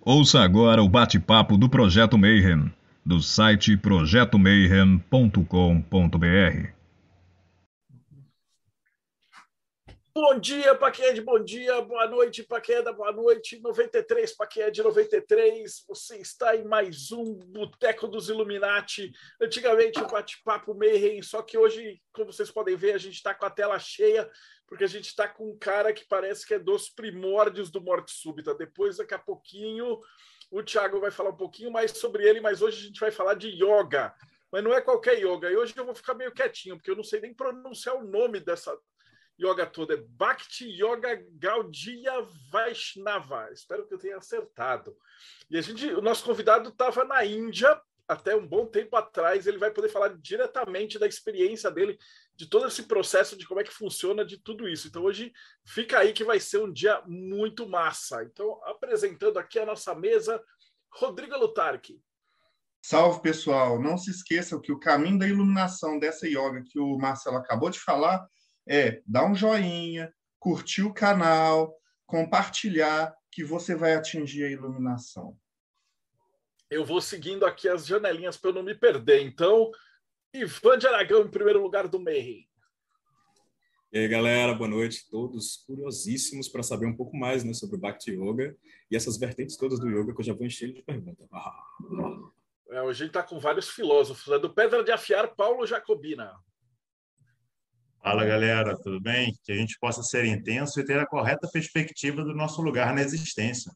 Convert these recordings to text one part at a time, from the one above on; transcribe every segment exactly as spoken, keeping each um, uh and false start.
Ouça agora o bate-papo do Projeto Mayhem, do site projeto mayhem ponto com ponto br. Bom dia, Paquede, bom dia, boa noite, Paqueda, boa noite, noventa e três, Paquede, noventa e três, você está em mais um Boteco dos Illuminati, antigamente o Bate-Papo Mayhem, só que hoje, como vocês podem ver, a gente está com a tela cheia, porque a gente está com um cara que parece que é dos primórdios do Morte Súbita. Depois, daqui a pouquinho, o Thiago vai falar um pouquinho mais sobre ele, mas hoje a gente vai falar de yoga, mas não é qualquer yoga, e hoje eu vou ficar meio quietinho, porque eu não sei nem pronunciar o nome dessa yoga toda, é Bhakti Yoga Gaudiya Vaishnava. Espero que eu tenha acertado. E a gente, o nosso convidado estava na Índia até um bom tempo atrás. Ele vai poder falar diretamente da experiência dele, de todo esse processo, de como é que funciona, de tudo isso. Então hoje fica aí que vai ser um dia muito massa. Então, apresentando aqui a nossa mesa, Rodrigo Lutarque. Salve, pessoal! Não se esqueçam que o caminho da iluminação dessa yoga que o Marcelo acabou de falar é dar um joinha, curtir o canal, compartilhar, que você vai atingir a iluminação. Eu vou seguindo aqui as janelinhas para eu não me perder. Então, Ivan de Aragão em primeiro lugar do Mayhem. E aí, galera, boa noite. Todos curiosíssimos para saber um pouco mais, né, sobre o Bhakti Yoga e essas vertentes todas do yoga que eu já vou encher de perguntas. É, hoje a gente está com vários filósofos. É do Pedra de Afiar, Paulo Jacobina. Fala, galera, tudo bem? Que a gente possa ser intenso e ter a correta perspectiva do nosso lugar na existência.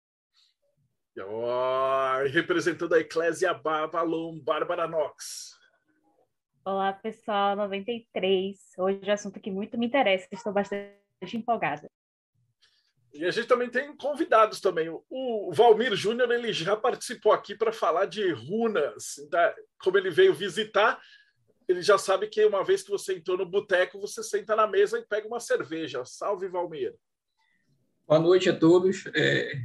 Oh, representando a Eclésia Babylon, Bárbara Knox. Olá, pessoal, noventa e três. Hoje é um assunto que muito me interessa, estou bastante empolgada. E a gente também tem convidados também. O Valmir Júnior, ele já participou aqui para falar de runas. Como ele veio visitar, ele já sabe que uma vez que você entrou no boteco, você senta na mesa e pega uma cerveja. Salve, Valmir. Boa noite a todos. É...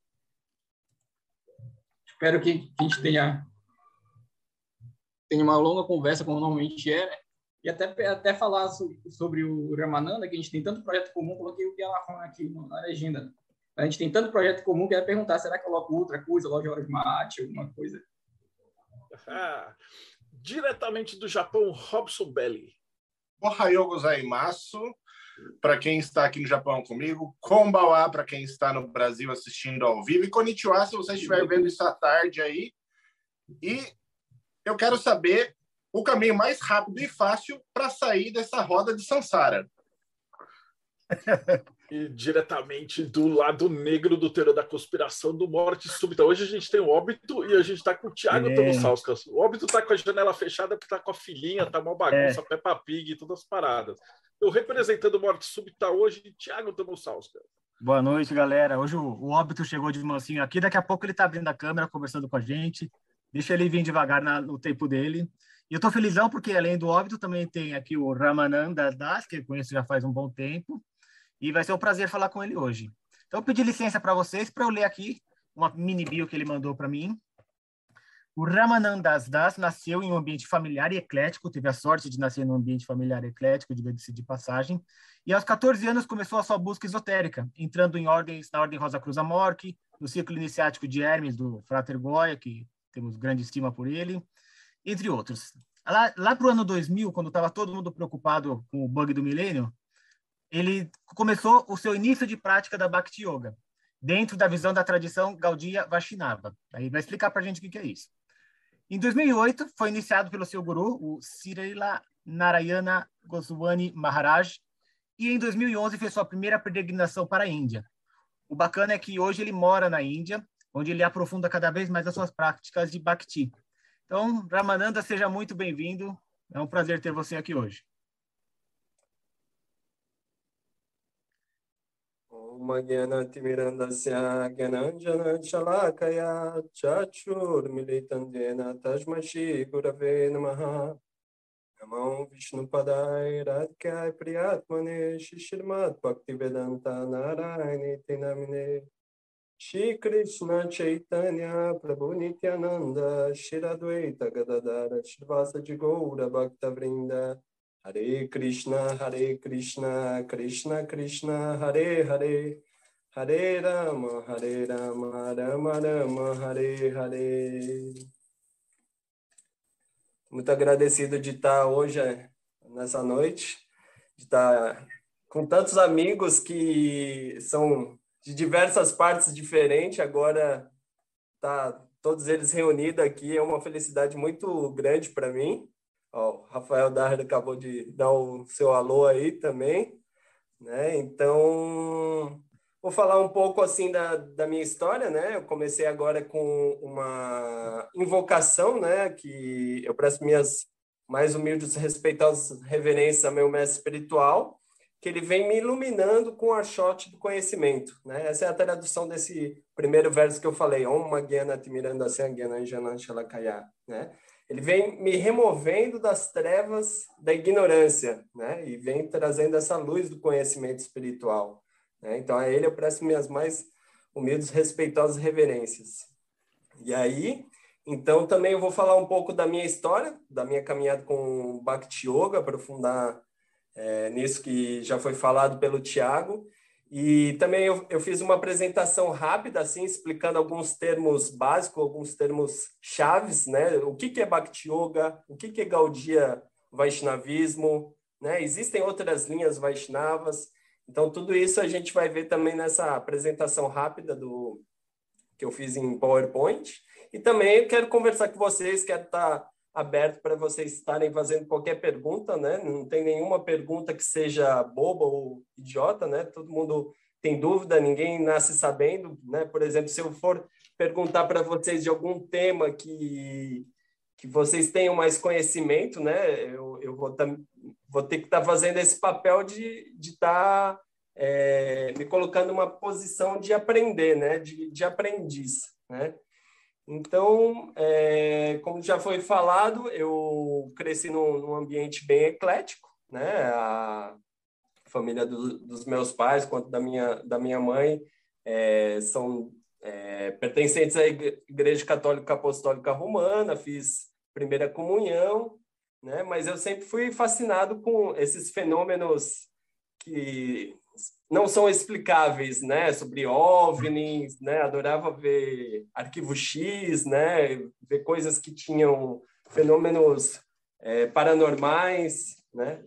Espero que a gente tenha, tenha uma longa conversa, como normalmente é, né? E até, até falar sobre o Ramananda, que a gente tem tanto projeto comum, coloquei o Bialahon aqui na legenda. A gente tem tanto projeto comum que eu ia perguntar, será que eu coloco outra coisa, loja hora de mate, alguma coisa? Ah, diretamente do Japão, Robson Belli. Ohayou gozaimasu, para quem está aqui no Japão comigo, Konbawa para quem está no Brasil assistindo ao vivo, e Konnichiwa se você estiver vendo isso à tarde aí. E eu quero saber o caminho mais rápido e fácil para sair dessa roda de Sansara. E diretamente do lado negro do terror da conspiração do Morte Súbita. Hoje a gente tem o Óbito e a gente está com o Thiago é. Tamussauskas. O Óbito está com a janela fechada porque está com a filhinha, tá uma bagunça, é. Peppa Pig e todas as paradas. Eu representando o Morte Súbita hoje, Thiago Tamussauskas. Boa noite, galera. Hoje o, o Óbito chegou de mansinho aqui, daqui a pouco ele está abrindo a câmera, conversando com a gente. Deixa ele vir devagar na, no tempo dele. E eu estou felizão porque, além do Óbito, também tem aqui o Ramananda Das, que eu conheço já faz um bom tempo. E vai ser um prazer falar com ele hoje. Então, eu pedi licença para vocês para eu ler aqui uma mini bio que ele mandou para mim. O Ramananda Das nasceu em um ambiente familiar e eclético, teve a sorte de nascer num ambiente familiar e eclético, diga-se de passagem, e aos catorze anos começou a sua busca esotérica, entrando em ordens, na Ordem Rosa Cruz Amorque, no Círculo Iniciático de Hermes, do Frater Goya, que temos grande estima por ele, entre outros. Lá, lá para o ano dois mil, quando estava todo mundo preocupado com o bug do milênio, ele começou o seu início de prática da Bhakti Yoga, dentro da visão da tradição Gaudiya Vaishnava. Aí vai explicar para a gente o que é isso. Em dois mil e oito, foi iniciado pelo seu guru, o Srila Narayana Goswami Maharaj, e em dois mil e onze fez sua primeira peregrinação para a Índia. O bacana é que hoje ele mora na Índia, onde ele aprofunda cada vez mais as suas práticas de Bhakti. Então, Ramananda, seja muito bem-vindo. É um prazer ter você aqui hoje. Magyanatimirandasya Gyananjana Shalakaya Chachur Militandena Tajmashi Gurave Namaha Namo Vishnu Padai Radhyai Priyatmane Shishirmat Bhaktivedanta Narayani Tinamine Shri Krishna Chaitanya Prabhu Nityananda Shiradwaita Gadadara Shivasa Gaura Bhakta Vrinda Hare Krishna, Hare Krishna, Krishna Krishna, Hare Hare, Hare Rama, Hare Rama, Rama Rama, Hare Hare. Muito agradecido de estar hoje, nessa noite, de estar com tantos amigos que são de diversas partes diferentes. Agora tá todos eles reunidos aqui, é uma felicidade muito grande para mim. Ó, o Rafael Dardo acabou de dar o seu alô aí também, né? Então, vou falar um pouco assim da, da minha história, né? Eu comecei agora com uma invocação, né? Que eu presto minhas mais humildes, respeitosas reverências ao meu mestre espiritual, que ele vem me iluminando com o archote do conhecimento, né? Essa é a tradução desse primeiro verso que eu falei, Om Magyana Timirandasya Gyananjana Shalakaya, né? Ele vem me removendo das trevas da ignorância, né? E vem trazendo essa luz do conhecimento espiritual, né? Então, a ele eu presto minhas mais humildes, respeitosas reverências. E aí, então, também eu vou falar um pouco da minha história, da minha caminhada com o Bhakti Yoga, aprofundar é, nisso que já foi falado pelo Tiago. E também eu, eu fiz uma apresentação rápida, assim, explicando alguns termos básicos, alguns termos chaves, né? O que, que é Bhakti Yoga, o que, que é Gaudiya Vaishnavismo, né? Existem outras linhas Vaishnavas. Então, tudo isso a gente vai ver também nessa apresentação rápida do, que eu fiz em PowerPoint. E também eu quero conversar com vocês, quero estar aberto para vocês estarem fazendo qualquer pergunta, né? Não tem nenhuma pergunta que seja boba ou idiota, né? Todo mundo tem dúvida, ninguém nasce sabendo, né? Por exemplo, se eu for perguntar para vocês de algum tema que, que vocês tenham mais conhecimento, né? Eu, eu vou, tam, vou ter que estar tá fazendo esse papel de estar de tá, é, me colocando numa posição de aprender, né? De, de aprendiz, né? Então, é, como já foi falado, eu cresci num, num ambiente bem eclético, né? A família do, dos meus pais, quanto da minha, da minha mãe, é, são é, pertencentes à Igreja Católica Apostólica Romana, fiz primeira comunhão, né? Mas eu sempre fui fascinado com esses fenômenos que não são explicáveis, né? Sobre OVNIs, né? Adorava ver Arquivo X, né? Ver coisas que tinham fenômenos é, paranormais, né?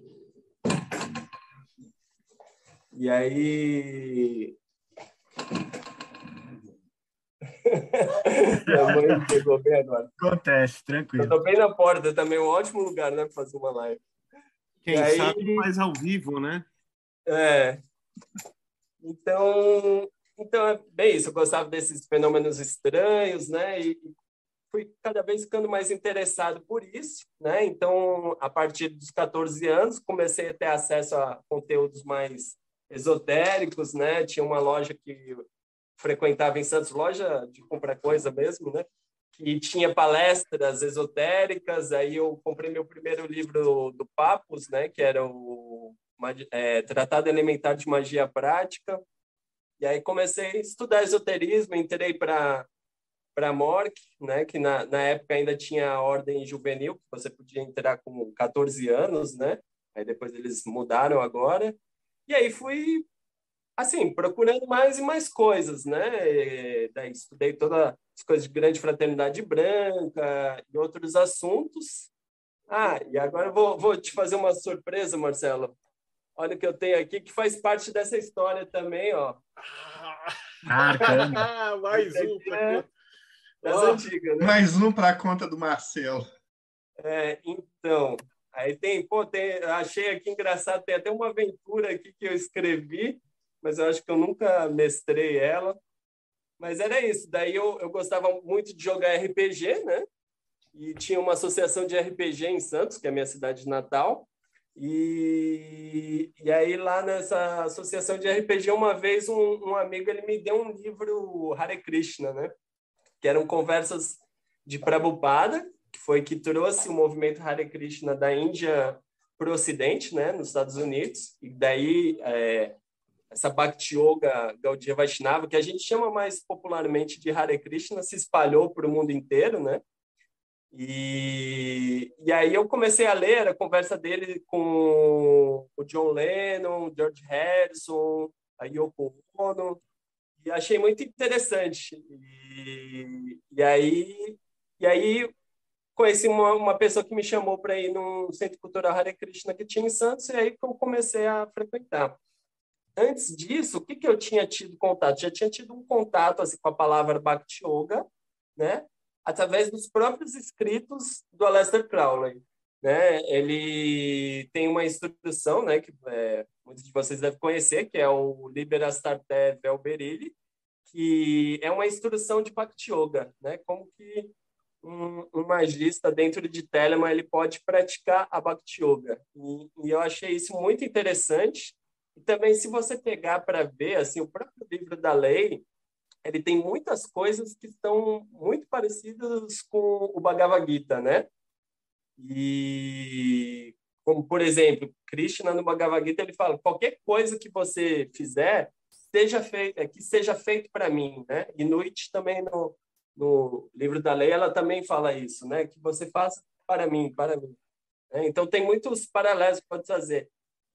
E aí... Minha mãe chegou bem agora. Acontece, tranquilo. Eu tô bem na porta também, um ótimo lugar, né? Para fazer uma live. Quem aí... sabe faz ao vivo, né? É... Então, então, é bem isso. Eu gostava desses fenômenos estranhos, né? E fui cada vez ficando mais interessado por isso, né? Então, a partir dos catorze anos, comecei a ter acesso a conteúdos mais esotéricos, né? Tinha uma loja que eu frequentava em Santos, loja de comprar coisa mesmo, né? Que tinha palestras esotéricas. Aí eu comprei meu primeiro livro do Papus, né? Que era o É, Tratado Elementar de Magia Prática, e aí comecei a estudar esoterismo, entrei para para a M O R C, né, que na, na época ainda tinha a ordem juvenil, que você podia entrar com catorze anos, né, aí depois eles mudaram agora, e aí fui, assim, procurando mais e mais coisas, né, e daí estudei todas as coisas de Grande Fraternidade Branca e outros assuntos. Ah, e agora eu vou, vou te fazer uma surpresa, Marcelo. Olha o que eu tenho aqui, que faz parte dessa história também, ó. Ah, mais um. É das oh, antigas, né? Mais um para a conta do Marcelo. É, então, aí tem, pô, tem, achei aqui engraçado, tem até uma aventura aqui que eu escrevi, mas eu acho que eu nunca mestrei ela. Mas era isso, daí eu, eu gostava muito de jogar R P G, né? E tinha uma associação de R P G em Santos, que é a minha cidade natal. E, e aí, lá nessa associação de R P G, uma vez um, um amigo ele me deu um livro Hare Krishna, né? Que eram conversas de Prabhupada, que foi que trouxe o movimento Hare Krishna da Índia para o Ocidente, né? Nos Estados Unidos. E daí, é, essa Bhakti Yoga Gaudiya Vaishnava, que a gente chama mais popularmente de Hare Krishna, se espalhou para o mundo inteiro, né? E, e aí eu comecei a ler a conversa dele com o John Lennon, George Harrison, a Yoko Ono, e achei muito interessante. E, e aí, e aí conheci uma, uma pessoa que me chamou para ir num centro cultural Hare Krishna que tinha em Santos, e aí que eu comecei a frequentar. Antes disso, o que, que eu tinha tido contato? Já tinha tido um contato assim, com a palavra Bhakti Yoga, né? Através dos próprios escritos do Aleister Crowley. Né? Ele tem uma instrução, né, que é, muitos de vocês devem conhecer, que é o Liberastarte Velberili, que é uma instrução de Bhakti Yoga, né? Como que um, um magista dentro de Telemann ele pode praticar a Bhakti Yoga. E, e eu achei isso muito interessante. E também, se você pegar para ver, assim, o próprio livro da lei, ele tem muitas coisas que estão muito parecidas com o Bhagavad Gita, né? E, como, por exemplo, Krishna no Bhagavad Gita, ele fala, qualquer coisa que você fizer, seja feito, que seja feito para mim, né? E Nuit também, no, no livro da lei, ela também fala isso, né? Que você faça para mim, para mim. Então, tem muitos paralelos que pode fazer.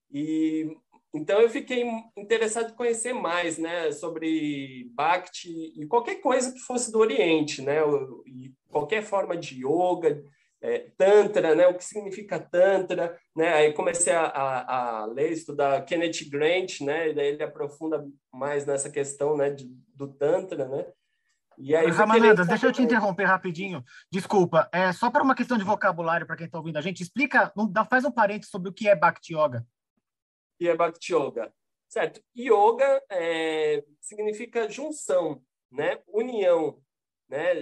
E... Então, eu fiquei interessado em conhecer mais, né, sobre Bhakti e qualquer coisa que fosse do Oriente, né, e qualquer forma de yoga, é, Tantra, né, o que significa Tantra, né, aí comecei a, a, a ler, estudar Kenneth Grant, né, e daí ele aprofunda mais nessa questão, né, de, do Tantra, né, e aí Ramananda, deixa eu te interromper rapidinho, desculpa, é só para uma questão de vocabulário, para quem está ouvindo a gente, explica, faz um parênteses sobre o que é Bhakti Yoga. E é Bhakti Yoga, certo? Yoga é, significa junção, né? União, né?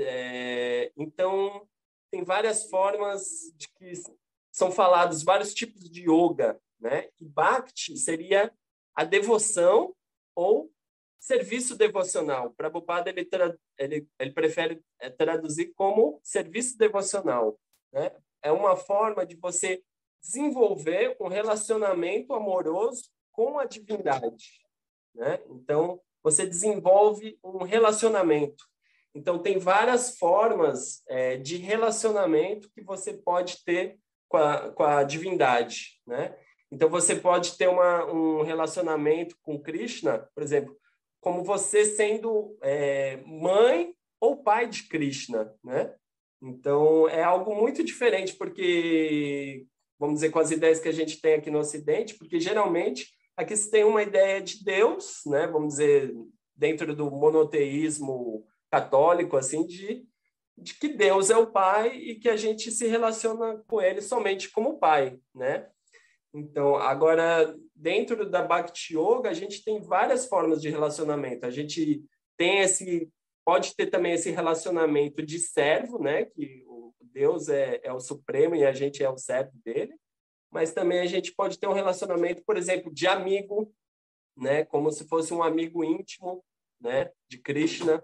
É, então, tem várias formas de que são falados, vários tipos de yoga, né? E Bhakti seria a devoção ou serviço devocional. Prabhupada, ele, tra, ele, ele prefere traduzir como serviço devocional, né? É uma forma de você desenvolver um relacionamento amoroso com a divindade, né? Então, você desenvolve um relacionamento. Então, tem várias formas é, de relacionamento que você pode ter com a, com a divindade, né? Então, você pode ter uma, um relacionamento com Krishna, por exemplo, como você sendo é, mãe ou pai de Krishna, né? Então, é algo muito diferente, porque... vamos dizer, com as ideias que a gente tem aqui no Ocidente, porque geralmente aqui se tem uma ideia de Deus, né? Vamos dizer, dentro do monoteísmo católico, assim, de, de que Deus é o Pai e que a gente se relaciona com Ele somente como Pai, né? Então, agora, dentro da Bhakti Yoga, a gente tem várias formas de relacionamento. A gente tem esse, pode ter também esse relacionamento de servo, né? Que Deus é, é o supremo e a gente é o servo dele, mas também a gente pode ter um relacionamento, por exemplo, de amigo, né, como se fosse um amigo íntimo, né, de Krishna.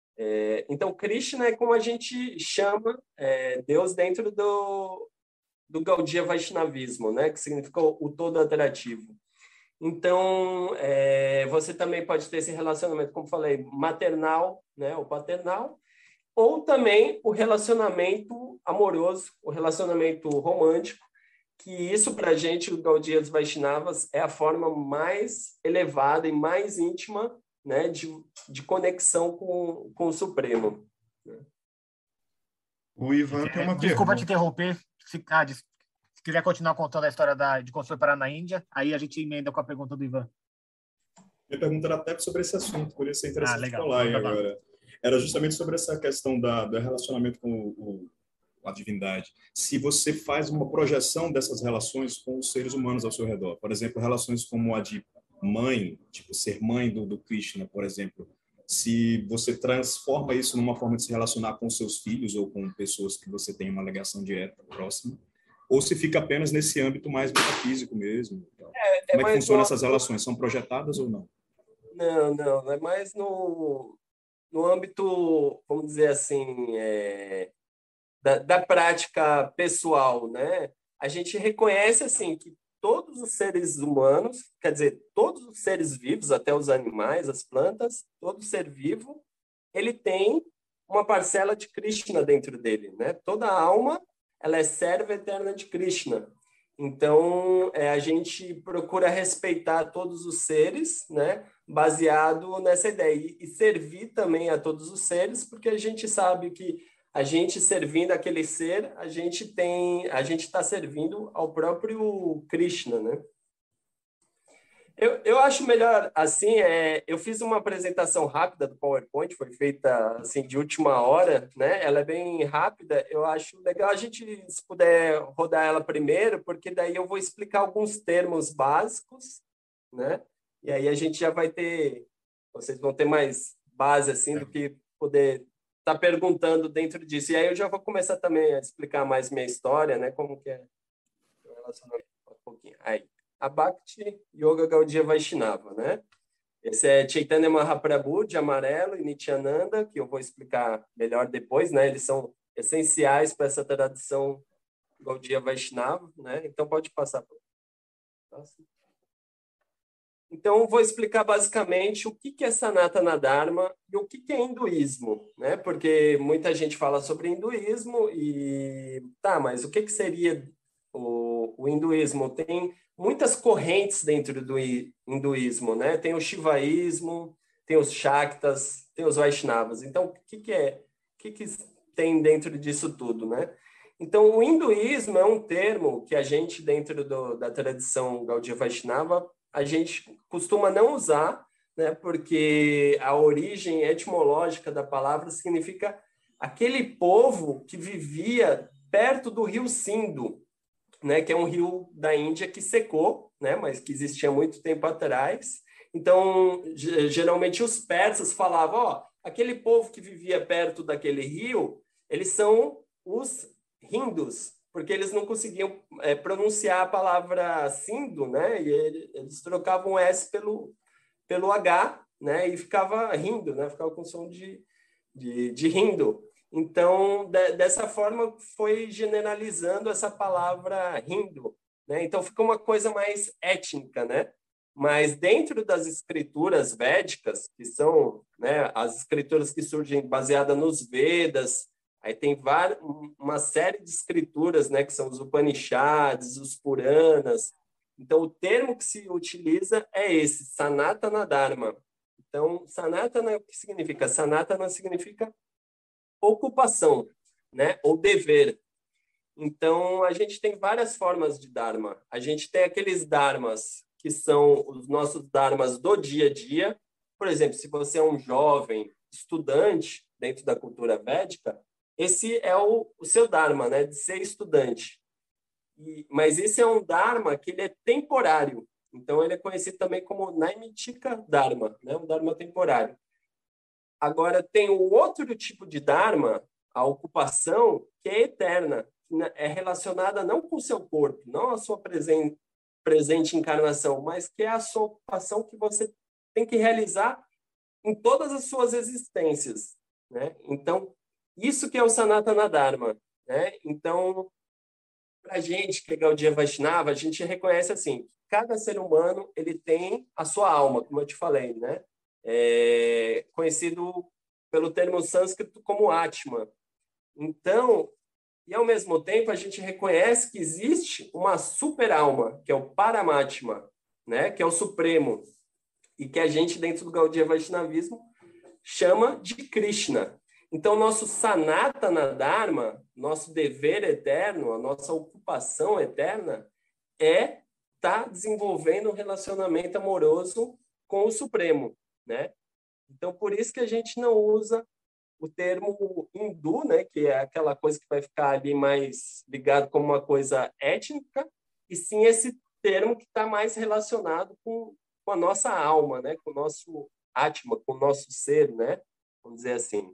É, então, Krishna é como a gente chama é, Deus dentro do, do Gaudiya Vaishnavismo, né, que significa o, o todo atrativo. Então, é, você também pode ter esse relacionamento, como falei, maternal, né, ou paternal, ou também o relacionamento amoroso, o relacionamento romântico, que isso para a gente, o Gaudiya dos Vaishnavas, é a forma mais elevada e mais íntima, né, de, de conexão com, com o Supremo. O Ivan tem uma Desculpa pergunta. te interromper. Se, ah, se quiser continuar contando a história da, de como foi parar na Índia, aí a gente emenda com a pergunta do Ivan. Minha pergunta era até sobre esse assunto, por isso é interessante ah, legal. falar aí agora. Era justamente sobre essa questão da, do relacionamento com o, o, a divindade. Se você faz uma projeção dessas relações com os seres humanos ao seu redor, por exemplo, relações como a de mãe, tipo ser mãe do, do Krishna, por exemplo, se você transforma isso numa forma de se relacionar com seus filhos ou com pessoas que você tem uma ligação direta próxima, ou se fica apenas nesse âmbito mais metafísico mesmo. É, como é, é que funcionam essas relações? São projetadas ou não? Não, não. É mais no... no âmbito, vamos dizer assim, é, da, da prática pessoal, né? A gente reconhece, assim, que todos os seres humanos, quer dizer, todos os seres vivos, até os animais, as plantas, todo ser vivo, ele tem uma parcela de Krishna dentro dele, né? Toda alma, ela é serva eterna de Krishna. Então, é, a gente procura respeitar todos os seres, né, baseado nessa ideia, e, e servir também a todos os seres, porque a gente sabe que a gente servindo aquele ser, a gente tem, a gente está servindo ao próprio Krishna, né? Eu, eu acho melhor, assim, é, eu fiz uma apresentação rápida do PowerPoint, foi feita, assim, de última hora, né? Ela é bem rápida, eu acho legal a gente, se puder, rodar ela primeiro, porque daí eu vou explicar alguns termos básicos, né? E aí a gente já vai ter, vocês vão ter mais base, assim, do que poder estar tá perguntando dentro disso. E aí eu já vou começar também a explicar mais minha história, né? Como que é o relacionamento, um pouquinho. Aí. A Bhakti Yoga Gaudiya Vaishnava, né? Esse é Chaitanya Mahaprabhu, de amarelo, e Nityananda, que eu vou explicar melhor depois, né? Eles são essenciais para essa tradição Gaudiya Vaishnava, né? Então, pode passar. Então, vou explicar basicamente o que é Sanatana Dharma e o que é hinduísmo, né? Porque muita gente fala sobre hinduísmo e... Tá, mas o que seria o, o hinduísmo? Tem muitas correntes dentro do hinduísmo, né? Tem o shivaísmo, tem os shaktas, tem os vaishnavas. Então, o que, que é? O que, que tem dentro disso tudo, né? Então, o hinduísmo é um termo que a gente, dentro do, da tradição Gaudiya Vaishnava, a gente costuma não usar, né? Porque a origem etimológica da palavra significa aquele povo que vivia perto do rio Sindhu, né, que é um rio da Índia que secou, né, mas que existia muito tempo atrás. Então, geralmente os persas falavam, ó, aquele povo que vivia perto daquele rio, eles são os hindus, porque eles não conseguiam é, pronunciar a palavra Sindhu, né, e eles trocavam o S pelo, pelo H, né, e ficava rindo, né, ficava com som de, de, de rindo. Então, de, dessa forma, foi generalizando essa palavra hindu, né? Então, fica uma coisa mais étnica, né? Mas dentro das escrituras védicas, que são, né, as escrituras que surgem baseadas nos Vedas, aí tem várias, uma série de escrituras, né, que são os Upanishads, os Puranas. Então, o termo que se utiliza é esse, Sanatana Dharma. Então, Sanatana, o que significa? Sanatana significa ocupação, né? Ou dever. Então, a gente tem várias formas de Dharma. A gente tem aqueles Dharmas que são os nossos Dharmas do dia a dia. Por exemplo, se você é um jovem estudante dentro da cultura védica, esse é o, o seu Dharma, né? De ser estudante. E, mas esse é um Dharma que ele é temporário. Então, ele é conhecido também como Naimitika Dharma, né? Um Dharma temporário. Agora, tem o outro tipo de Dharma, a ocupação, que é eterna, que é relacionada não com o seu corpo, não a sua presen presente encarnação, mas que é a sua ocupação que você tem que realizar em todas as suas existências, né? Então, isso que é o Sanatana Dharma, né? Então, para a gente que é Gaudiya Vaishnava, a gente reconhece assim, que cada ser humano ele tem a sua alma, como eu te falei, né? É conhecido pelo termo sânscrito como Atma. Então, e ao mesmo tempo a gente reconhece que existe uma super-alma, que é o Paramatma, né? Que é o Supremo, e que a gente, dentro do Gaudiya Vaishnavismo, chama de Krishna. Então, nosso Sanatana Dharma, nosso dever eterno, a nossa ocupação eterna, é estar tá desenvolvendo um relacionamento amoroso com o Supremo, né? Então, por isso que a gente não usa o termo hindu, né, que é aquela coisa que vai ficar ali mais ligado como uma coisa étnica, e sim esse termo que está mais relacionado com, com a nossa alma, né, com o nosso Atma, com o nosso ser, né, vamos dizer assim.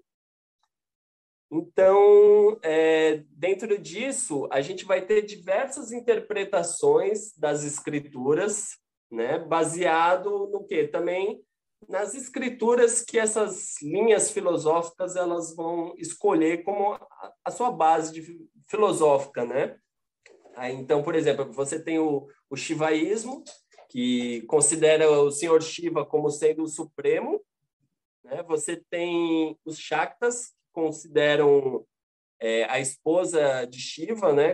Então, é, dentro disso, a gente vai ter diversas interpretações das escrituras, né, baseado no quê? Também nas escrituras que essas linhas filosóficas elas vão escolher como a, a sua base de, filosófica, né? Aí, então, por exemplo, você tem o, o shivaísmo, que considera o senhor Shiva como sendo o supremo, né? Você tem os shaktas, que consideram é, a esposa de Shiva, né,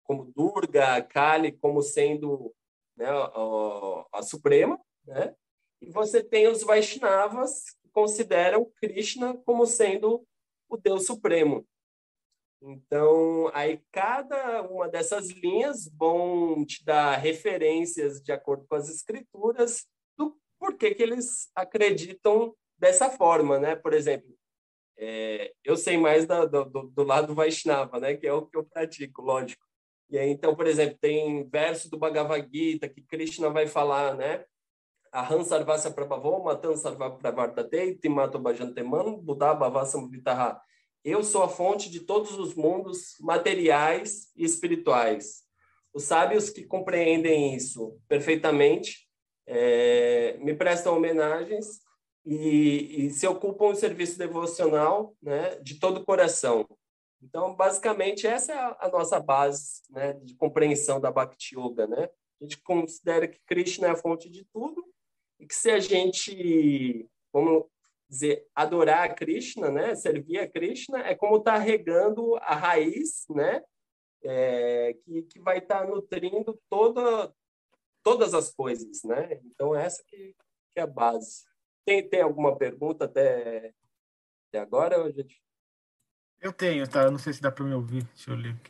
como Durga, Kali, como sendo, né, a, a Suprema, né? E você tem os Vaishnavas, que consideram Krishna como sendo o Deus Supremo. Então, aí cada uma dessas linhas vão te dar referências de acordo com as escrituras do porquê que eles acreditam dessa forma, né? Por exemplo, é, eu sei mais da, do, do lado Vaishnava, né? Que é o que eu pratico, lógico. E aí, então, por exemplo, tem verso do Bhagavad Gita que Krishna vai falar, né? Aham sarvasya prabhavo, matan sarva pravartate, timato bhajanteman, buddha bhavasam vitaha. Eu sou a fonte de todos os mundos materiais e espirituais. Os sábios que compreendem isso perfeitamente é, me prestam homenagens e, e se ocupam em serviço devocional, né, de todo o coração. Então, basicamente, essa é a, a nossa base, né, de compreensão da Bhakti Yoga, né? A gente considera que Krishna é a fonte de tudo e que se a gente, vamos dizer, adorar a Krishna, né, servir a Krishna, é como estar regando a raiz, né, é, que, que vai estar nutrindo toda, todas as coisas, né? Então, essa que, que é a base. Tem, tem alguma pergunta até, até agora, gente? Eu tenho, tá? Eu não sei se dá para me ouvir. Deixa eu ler aqui.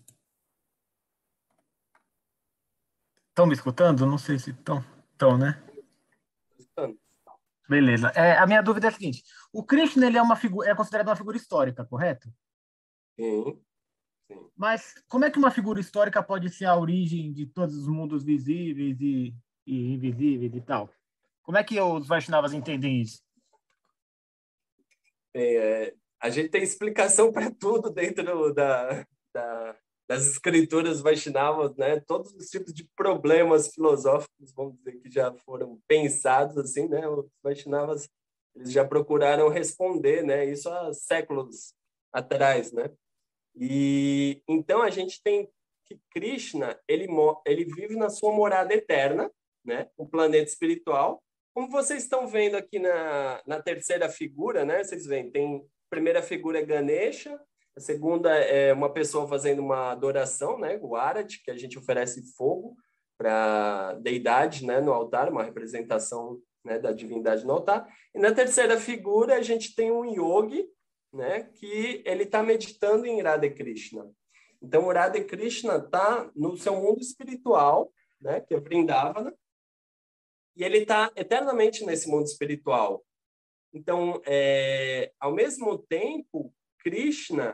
Estão me escutando? Não sei se estão. Estão, né? Escutando. Beleza. É, a minha dúvida é a seguinte: o Krishna ele é uma figura, é considerado uma figura histórica, correto? Sim. Sim. Mas como é que uma figura histórica pode ser a origem de todos os mundos visíveis e, e invisíveis e tal? Como é que os Vaishnavas entendem isso? É, a gente tem explicação para tudo dentro da, da, das escrituras Vaishnavas, né? Todos os tipos de problemas filosóficos, vamos dizer, que já foram pensados assim, né? Os Vaishnavas eles já procuraram responder, né? Isso há séculos atrás, né? E então a gente tem que Krishna ele ele vive na sua morada eterna, né? O planeta espiritual. Como vocês estão vendo aqui na, na terceira figura, né? Vocês veem, tem a primeira figura é Ganesha, a segunda é uma pessoa fazendo uma adoração, né? O Arati, que a gente oferece fogo para deidade, né? No altar, uma representação, né? Da divindade no altar. E na terceira figura a gente tem um yogi, né? Que ele está meditando em Radha Krishna. Então, o Radha Krishna está no seu mundo espiritual, né? Que é Vrindavana. E ele está eternamente nesse mundo espiritual. Então, é, ao mesmo tempo, Krishna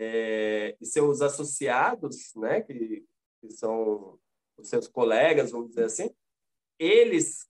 é, e seus associados, né, que, que são os seus colegas, vamos dizer assim, eles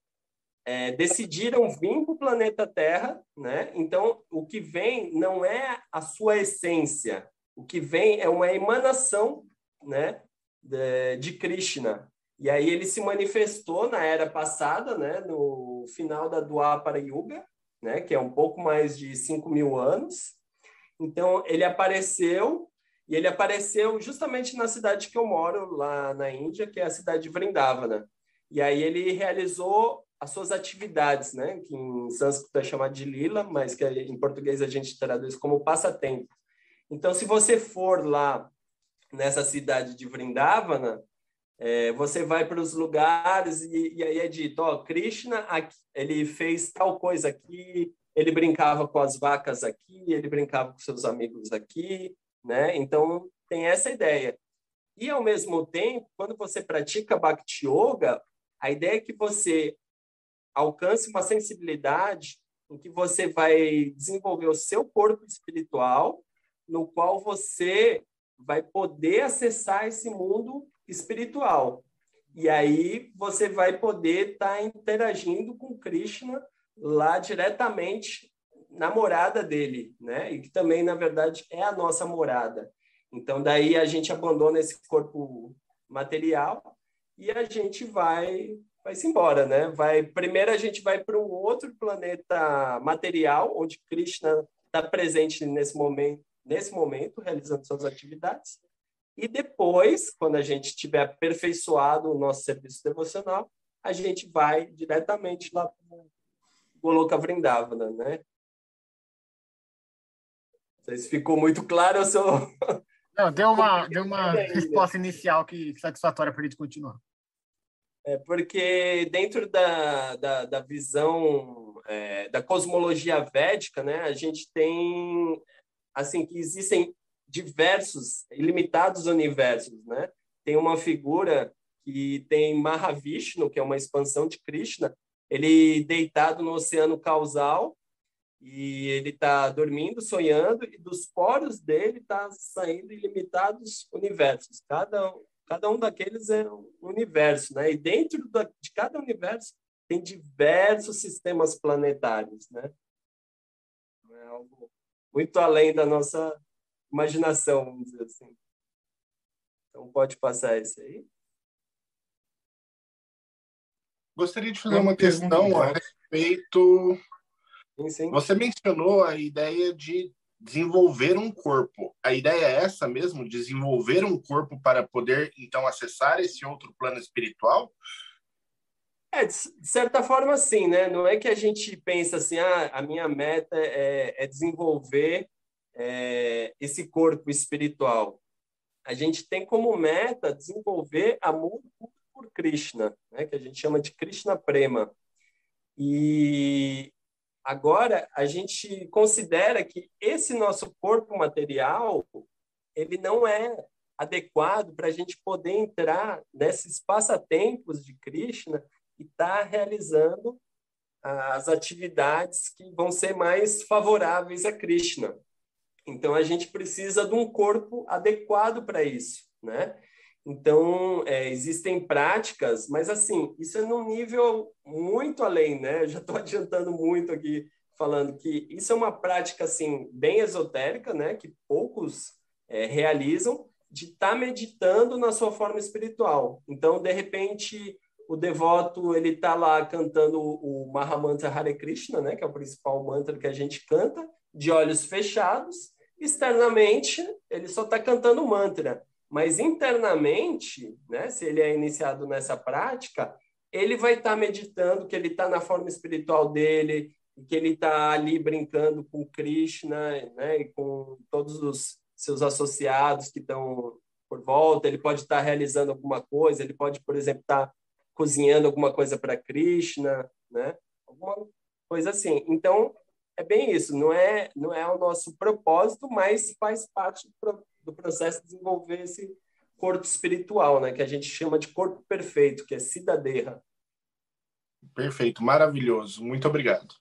é, decidiram vir para o planeta Terra, né? Então, o que vem não é a sua essência, o que vem é uma emanação, né, de, de Krishna. E aí ele se manifestou na era passada, né, no final da Dwapara Yuga, né, que é um pouco mais de cinco mil anos. Então, ele apareceu, e ele apareceu justamente na cidade que eu moro, lá na Índia, que é a cidade de Vrindavana. E aí ele realizou as suas atividades, né, que em sânscrito é chamado de lila, mas que em português a gente traduz como passatempo. Então, se você for lá nessa cidade de Vrindavana, É, você vai para os lugares e, e aí é dito, ó, Krishna, aqui, ele fez tal coisa aqui, ele brincava com as vacas aqui, ele brincava com seus amigos aqui, né? Então, tem essa ideia. E, ao mesmo tempo, quando você pratica Bhakti Yoga, a ideia é que você alcance uma sensibilidade em que você vai desenvolver o seu corpo espiritual, no qual você vai poder acessar esse mundo espiritual. E aí você vai poder estar tá interagindo com Krishna lá diretamente na morada dele, né? E que também, na verdade, é a nossa morada. Então, daí a gente abandona esse corpo material e a gente vai vai-se embora, né? Vai, primeiro a gente vai para um outro planeta material, onde Krishna está presente nesse momento, nesse momento, realizando suas atividades. E depois, quando a gente tiver aperfeiçoado o nosso serviço devocional, a gente vai diretamente lá para o Goloka Vrindavana, né? Não sei se ficou muito claro, eu sou... Não, deu uma, deu uma resposta inicial que satisfatória para a gente continuar. É porque dentro da, da, da visão é, da cosmologia védica, né, a gente tem assim que existem diversos, ilimitados universos, né? Tem uma figura que tem Mahavishnu, que é uma expansão de Krishna, ele deitado no oceano causal e ele está dormindo, sonhando, e dos poros dele está saindo ilimitados universos. Cada Cada um daqueles é um universo, né? E dentro de cada universo tem diversos sistemas planetários, né? É algo muito além da nossa imaginação, vamos dizer assim. Então, pode passar esse aí. Gostaria de fazer uma questão a respeito... Sim, sim. Você mencionou a ideia de desenvolver um corpo. A ideia é essa mesmo? Desenvolver um corpo para poder, então, acessar esse outro plano espiritual? É, de certa forma, sim, né? Não é que a gente pensa assim, ah, a minha meta é, é desenvolver é, esse corpo espiritual. A gente tem como meta desenvolver amor por Krishna, né? Que a gente chama de Krishna Prema. E agora, a gente considera que esse nosso corpo material, ele não é adequado para a gente poder entrar nesses passatempos de Krishna e estar tá realizando as atividades que vão ser mais favoráveis a Krishna. Então, a gente precisa de um corpo adequado para isso, né? Então, é, existem práticas, mas, assim, isso é num nível muito além, né? Eu já estou adiantando muito aqui, falando que isso é uma prática, assim, bem esotérica, né? Que poucos é, realizam, de estar tá meditando na sua forma espiritual. Então, de repente, o devoto, ele está lá cantando o Mahamantra Hare Krishna, né? Que é o principal mantra que a gente canta, de olhos fechados. Externamente, ele só está cantando o mantra. Mas internamente, né, se ele é iniciado nessa prática, ele vai estar tá meditando que ele está na forma espiritual dele, que ele está ali brincando com Krishna, né, e com todos os seus associados que estão por volta. Ele pode estar tá realizando alguma coisa, ele pode, por exemplo, estar tá cozinhando alguma coisa para Krishna, né, alguma coisa assim. Então, é bem isso, não é, não é o nosso propósito, mas faz parte do propósito do processo de desenvolver esse corpo espiritual, né, que a gente chama de corpo perfeito, que é Siddhadeha. Perfeito, maravilhoso. Muito obrigado.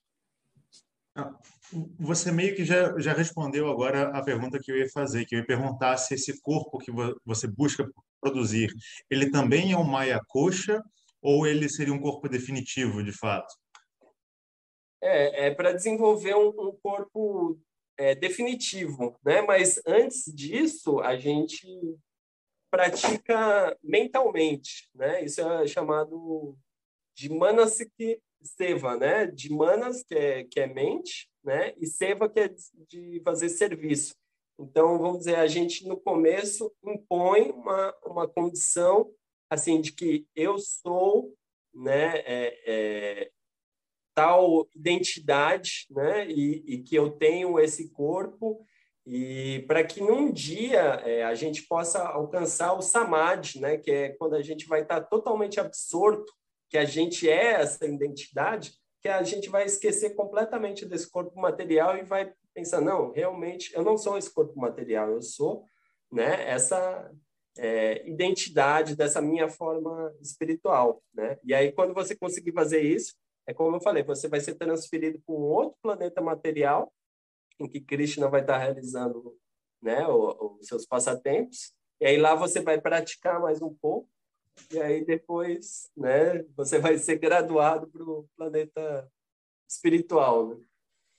Você meio que já, já respondeu agora a pergunta que eu ia fazer, que eu ia perguntar se esse corpo que você busca produzir, ele também é um Maya Kosha ou ele seria um corpo definitivo, de fato? É, é para desenvolver um, um corpo É, definitivo, né? Mas antes disso a gente pratica mentalmente, né? Isso é chamado de Manasik Seva, né? De Manas, que é, que é mente, né? E Seva, que é de fazer serviço. Então, vamos dizer, a gente no começo impõe uma, uma condição assim de que eu sou, né? É, é, tal identidade, né? E, e que eu tenho esse corpo, e para que num dia é, a gente possa alcançar o samadhi, né? Que é quando a gente vai estar totalmente absorto, que a gente é essa identidade, que a gente vai esquecer completamente desse corpo material e vai pensar, não, realmente eu não sou esse corpo material, eu sou, né? Essa é, identidade dessa minha forma espiritual, né? E aí quando você conseguir fazer isso, é como eu falei, você vai ser transferido para um outro planeta material, em que Krishna vai estar realizando, né, os seus passatempos, e aí lá você vai praticar mais um pouco, e aí depois, né, você vai ser graduado para o planeta espiritual, né?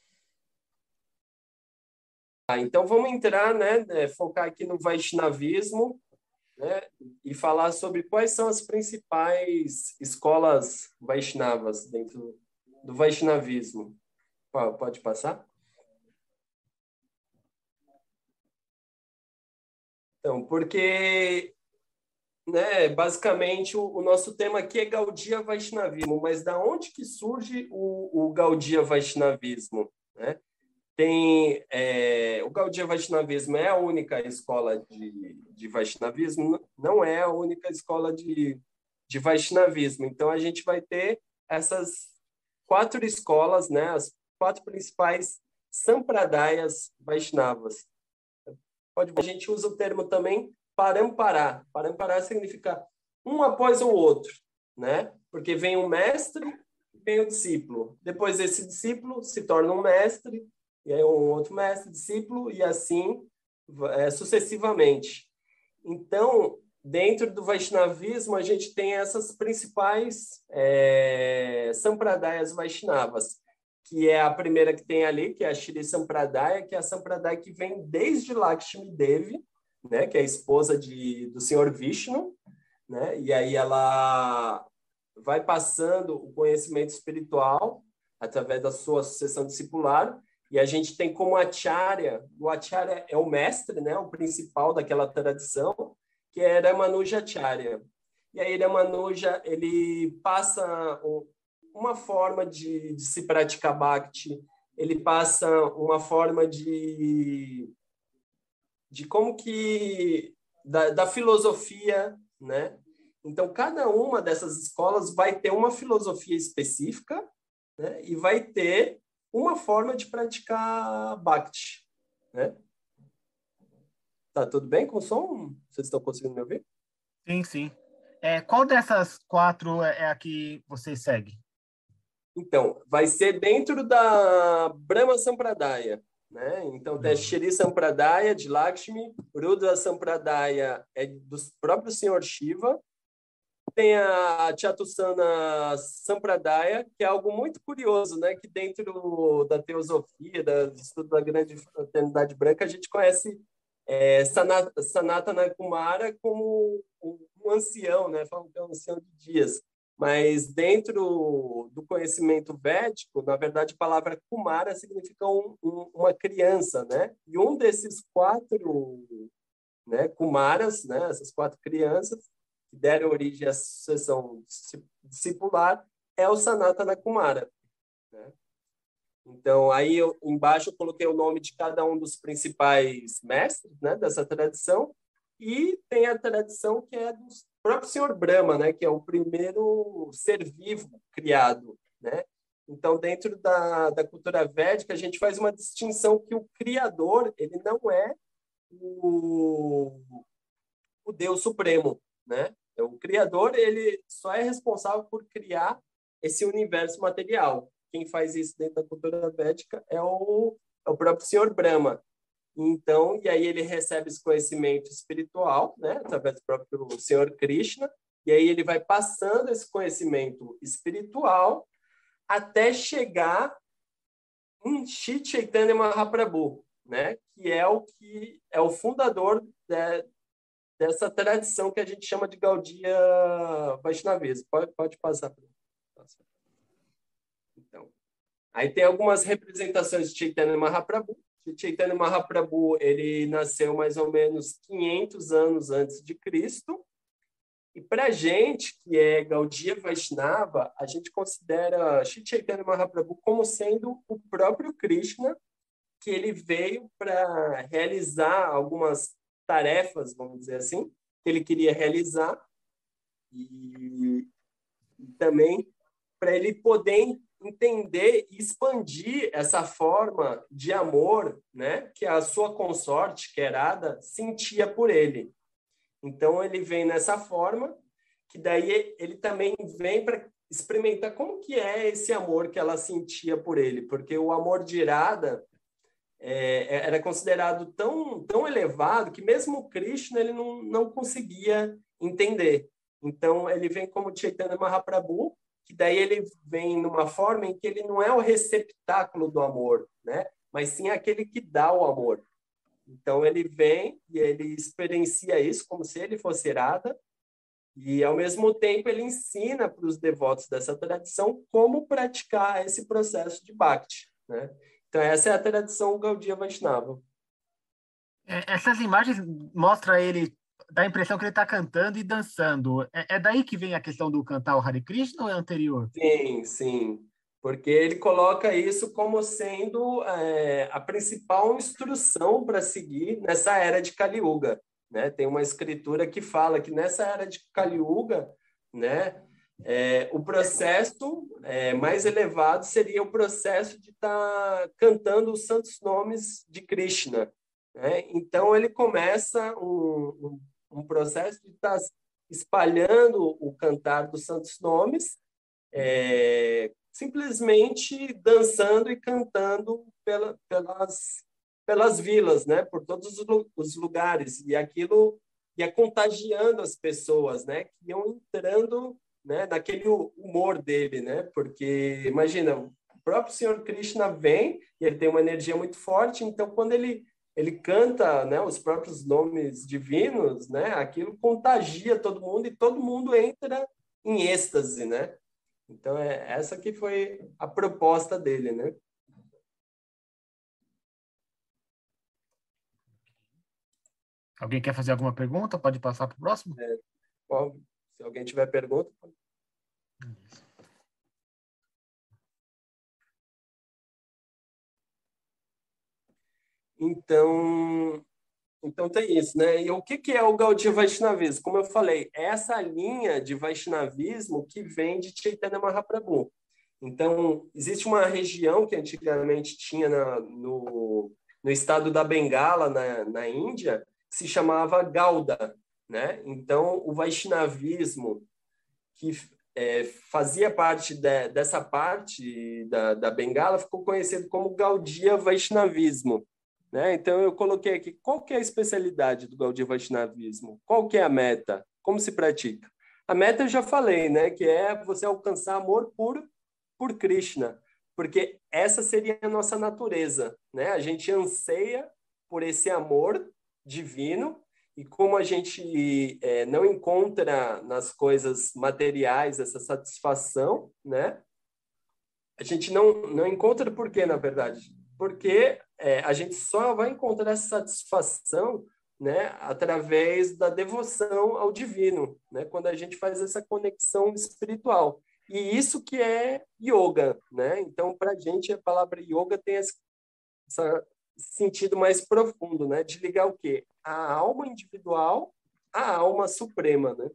Ah, então vamos entrar, né, focar aqui no Vaishnavismo, né, e falar sobre quais são as principais escolas Vaishnavas dentro do Vaishnavismo. Pode passar? Então, porque, né, basicamente o, o nosso tema aqui é Gaudiya Vaishnavismo, mas da onde que surge o, o Gaudiya Vaishnavismo, né? tem é, o Gaudiya Vaishnavismo é a única escola de, de Vaishnavismo, não é a única escola de, de Vaishnavismo. Então, a gente vai ter essas quatro escolas, né, as quatro principais Sampradayas Vaishnavas. Pode, a gente usa o termo também Parampara. Parampara significa um após o outro, né? Porque vem um mestre e vem o discípulo. Depois esse discípulo se torna um mestre, e aí um outro mestre, discípulo, e assim é, sucessivamente. Então, dentro do Vaishnavismo, a gente tem essas principais é, Sampradayas Vaishnavas, que é a primeira que tem ali, que é a Shri Sampradaya, que é a Sampradaya que vem desde Lakshmi Devi, né, que é a esposa de, do senhor Vishnu, né, e aí ela vai passando o conhecimento espiritual através da sua sucessão discipular, e a gente tem como acharya, o acharya é o mestre, né, o principal daquela tradição, que é Ramanuja Acharya. E aí Ramanuja, ele passa um, uma forma de, de se praticar Bhakti, ele passa uma forma de, de como que, da, da filosofia, né? Então, cada uma dessas escolas vai ter uma filosofia específica, né? E vai ter uma forma de praticar Bhakti, né? Tá tudo bem com o som? Vocês estão conseguindo me ouvir? Sim, sim. É, qual dessas quatro é a que você segue? Então, vai ser dentro da Brahma Sampradaya, né? Então, tem a Shri Sampradaya de Lakshmi, Rudra Sampradaya é do próprio senhor Shiva, tem a Chatusana Sampradaya, que é algo muito curioso, né? Que dentro da teosofia, do estudo da grande fraternidade branca, a gente conhece é, Sanatana Kumara como um ancião, né? Falam que é um ancião de dias. Mas dentro do conhecimento védico, na verdade, a palavra Kumara significa um, um, uma criança, né? E um desses quatro, né, Kumaras, né, essas quatro crianças que deram origem à sucessão discipular, é o Sanatana Kumara, né? Então, aí eu, embaixo eu coloquei o nome de cada um dos principais mestres, né, dessa tradição, e tem a tradição que é do próprio senhor Brahma, né, que é o primeiro ser vivo criado, né? Então, dentro da, da cultura védica, a gente faz uma distinção que o criador, ele não é o, o Deus Supremo, né? O criador, ele só é responsável por criar esse universo material. Quem faz isso dentro da cultura védica é o, é o próprio senhor Brahma. Então, e aí ele recebe esse conhecimento espiritual, né, através do próprio senhor Krishna, e aí ele vai passando esse conhecimento espiritual até chegar em Shri Chaitanya Mahaprabhu, né, que é o que é o fundador de, dessa tradição que a gente chama de Gaudiya Vaishnavismo. Pode, pode passar. Então, aí tem algumas representações de Chaitanya Mahaprabhu. Chaitanya Mahaprabhu, ele nasceu mais ou menos quinhentos anos antes de Cristo. E para a gente, que é Gaudiya Vaishnava, a gente considera Shri Chaitanya Mahaprabhu como sendo o próprio Krishna, que ele veio para realizar algumas tarefas, vamos dizer assim, que ele queria realizar, e, e também para ele poder entender e expandir essa forma de amor, né, que a sua consorte, que era Radha, sentia por ele. Então, ele vem nessa forma, que daí ele também vem para experimentar como que é esse amor que ela sentia por ele, porque o amor de Radha é, era considerado tão, tão elevado que mesmo o Krishna ele não, não conseguia entender. Então, ele vem como Chaitanya Mahaprabhu, que daí ele vem numa forma em que ele não é o receptáculo do amor, né? Mas sim aquele que dá o amor. Então, ele vem e ele experiencia isso como se ele fosse Radha, e, ao mesmo tempo, ele ensina para os devotos dessa tradição como praticar esse processo de Bhakti, né? Então, essa é a tradição Gaudiya Vaishnava. É, essas imagens mostram ele, dá a impressão que ele está cantando e dançando. É, é daí que vem a questão do cantar o Hare Krishna ou é anterior? Sim, sim. porque ele coloca isso como sendo é, a principal instrução para seguir nessa era de Kali Yuga, né? Tem uma escritura que fala que nessa era de Kali Yuga, né, é, o processo é, mais elevado seria o processo de estar tá cantando os santos nomes de Krishna, né? Então, ele começa um, um, um processo de estar tá espalhando o cantar dos santos nomes, é, simplesmente dançando e cantando pela, pelas, pelas vilas, né? Por todos os lugares. E aquilo ia contagiando as pessoas, né? Que iam entrando, né, naquele humor dele, né? Porque, imagina, o próprio Senhor Krishna vem e ele tem uma energia muito forte, então, quando ele, ele canta, né, os próprios nomes divinos, né? Aquilo contagia todo mundo e todo mundo entra em êxtase, né? Então, é, essa que foi a proposta dele, né? Alguém quer fazer alguma pergunta? Pode passar para o próximo? É, bom, se alguém tiver pergunta... Pode... Então, então tem isso, né? E o que, que é o Gaudiya Vaishnavismo? Como eu falei, é essa linha de Vaishnavismo que vem de Chaitanya Mahaprabhu. Então, existe uma região que antigamente tinha na, no, no estado da Bengala, na, na Índia, que se chamava Gauda, né? Então, o Vaishnavismo, que é, fazia parte de, dessa parte da, da Bengala, ficou conhecido como Gaudiya Vaishnavismo, né? Então, eu coloquei aqui, qual que é a especialidade do Gaudiya Vaishnavismo? Qual que é a meta? Como se pratica? A meta eu já falei, né? Que é você alcançar amor puro por Krishna, porque essa seria a nossa natureza, né? A gente anseia por esse amor divino, e como a gente é, não encontra nas coisas materiais essa satisfação, né? A gente não, não encontra por quê, na verdade? Porque é, a gente só vai encontrar essa satisfação, né, através da devoção ao divino, né? Quando a gente faz essa conexão espiritual. E isso que é yoga, né? Então, para a gente, a palavra yoga tem esse, esse sentido mais profundo, né? De ligar o quê? A alma individual à alma suprema, né?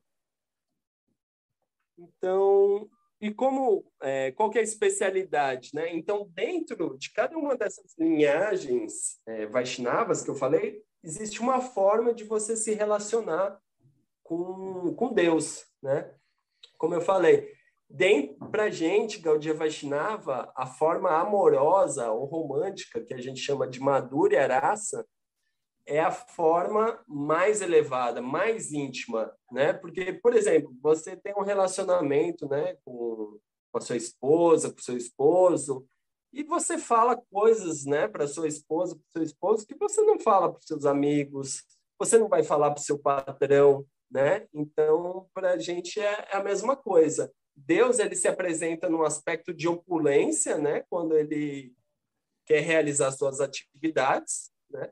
Então, e como, é, qual que é a especialidade, né? Então, dentro de cada uma dessas linhagens é, Vaishnavas que eu falei, existe uma forma de você se relacionar com, com Deus, né? Como eu falei, para a gente, Gaudiya Vaishnava, a forma amorosa ou romântica, que a gente chama de Madhurya Rasa, é a forma mais elevada, mais íntima, né? Porque, por exemplo, você tem um relacionamento, né, com, com a sua esposa, com o seu esposo, e você fala coisas, né, para sua esposa, para o seu esposo, que você não fala para os seus amigos, você não vai falar para o seu patrão, né? Então, para a gente é a mesma coisa. Deus, ele se apresenta num aspecto de opulência, né? Quando ele quer realizar suas atividades, né?